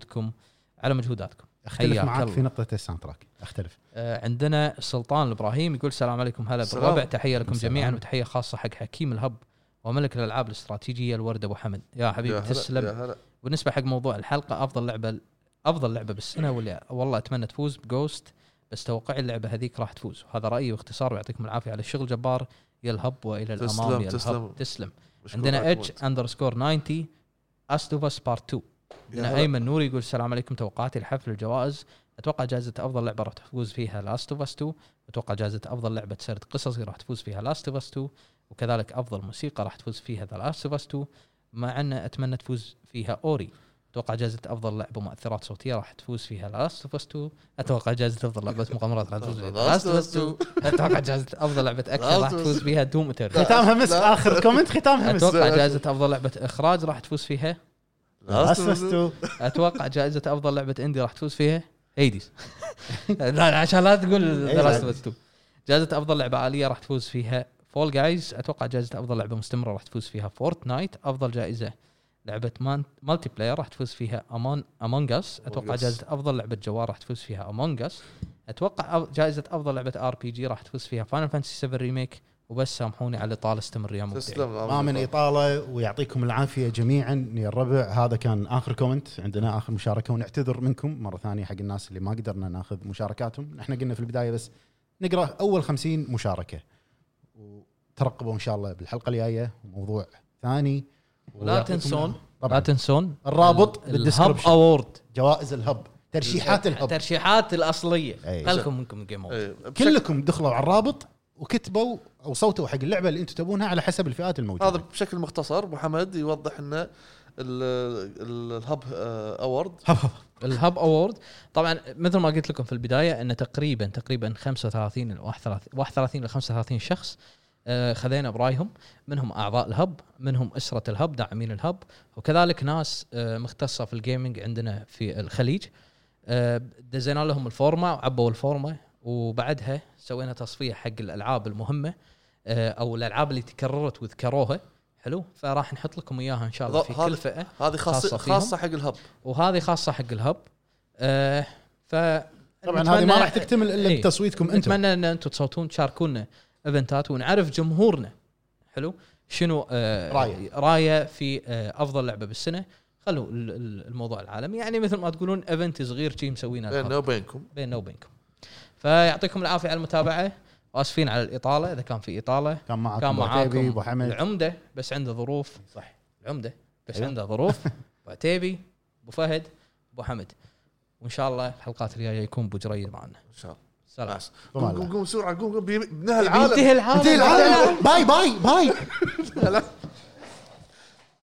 مجهوداتكم. اختلف معك في نقطه الساوند تراك، اختلف. عندنا سلطان الابراهيم يقول السلام عليكم، هلا بالربع، تحيه لكم جميعا وتحيه خاصه حق حكيم الهب وملك الالعاب الاستراتيجيه الورد ابو حمد. يا حبيبي تسلم. بالنسبه حق موضوع الحلقه، افضل لعبه بالسنه والله اتمنى تفوز بجوست، بس توقعي اللعبه هذيك راح تفوز، وهذا رايي باختصار، ويعطيكم العافيه على الشغل جبار يا الهب والى الامام يا الهب. تسلم. عندنا @_90 استوفاس بارت 2. عندنا ايمن نوري يقول السلام عليكم، توقعاتي لحفل الجوائز، اتوقع جائزه افضل لعبه راح تفوز فيها لاست اوف اس 2، اتوقع جائزه افضل لعبه سرد قصصي راح تفوز فيها لاست اوف اس 2، وكذلك افضل موسيقى راح تفوز فيها ذا لاست اوف اس 2، مع ان اتمنى تفوز فيها اوري. اتوقع جائزه افضل لعبه مؤثرات صوتيه راح تفوز فيها لاست اوف اس 2، اتوقع جائزه افضل لعبه مغامرات راح تفوز فيها لاست اوف اس 2، اتوقع جائزه افضل لعبه اكشن راح تفوز فيها دوم ايترنال. ختامها مسك، اخر كومنت ختامها مسك. اتوقع جائزه افضل لعبه اخراج راح تفوز فيها لاست اوف اس 2. اتوقع جائزه افضل لعبه اندي راح تفوز فيها هيديس. لا عشان لا تقول ذا لاست اوف اس 2. جائزه افضل لعبه آلية راح تفوز فيها فول جايز. اتوقع جائزه افضل لعبه مستمره راح تفوز فيها فورتنايت. افضل جائزه لعبه مالتي بلاير راح تفوز فيها امونج اس. اتوقع جائزه افضل لعبه جوال راح تفوز فيها امونج اس. اتوقع جائزه افضل لعبه ار بي جي راح تفوز فيها فاينل فانتسي 7 ريميك. وبس سامحوني على الاطاله، استمر يا مبدع. ما من اطاله، ويعطيكم العافيه جميعا يا الربع. هذا كان اخر كومنت عندنا، اخر مشاركه، ونعتذر منكم مره ثانيه حق الناس اللي ما قدرنا ناخذ مشاركاتهم. احنا قلنا في البدايه بس نقرا اول 50 مشاركه، وترقبوا ان شاء الله بالحلقه الجايه موضوع ثاني. لا تنسون الرابط بالديسكربشن، الهب اوورد، جوائز الهب، ترشيحات الهب، ترشيحات الاصليه. خلكم منكم جيم كلكم دخلوا على الرابط وكتبوا او صوتوا حق اللعبه اللي انتم تبونها على حسب الفئات الموجوده. هذا بشكل مختصر. محمد يوضح ان الهب اوورد، الهب اوورد طبعا مثل ما قلت لكم في البدايه ان تقريبا 35 ل 31 ل 35 شخص خذينا برايهم، منهم اعضاء الهب، منهم اسره الهب داعمين الهب، وكذلك ناس مختصه في الجيمنج عندنا في الخليج. دزينا لهم الفورمه وعبوا الفورمه، وبعدها سوينا تصفيه حق الالعاب المهمه او الالعاب اللي تكررت وذكروها. حلو، فراح نحط لكم اياها ان شاء الله في كل فئه. هذه خاصه حق الهب، وهذه خاصه حق الهب. طبعا هذه ما راح تكتمل الا بتصويتكم انتم. نتمنى ان انتم تصوتون، تشاركونا ايفنتات، ونعرف جمهورنا حلو شنو رايه في افضل لعبه بالسنه. خلوا الموضوع العالمي، يعني مثل ما تقولون ايفنت صغير شيء مسوينه بيننا وبينكم. فيعطيكم العافيه على المتابعه، واسفين على الاطاله اذا كان في اطاله. كان معاكم ابو حمد العمده، بس عنده ظروف. صح، العمده بس عنده ظروف. وعتيبي، ابو فهد، ابو حمد، وان شاء الله الحلقات الجايه يكون ابو جريد معنا ان شاء الله. سلام. قوم بسرعه قوم بنهي العالم بينتهي العالم. باي باي باي. لا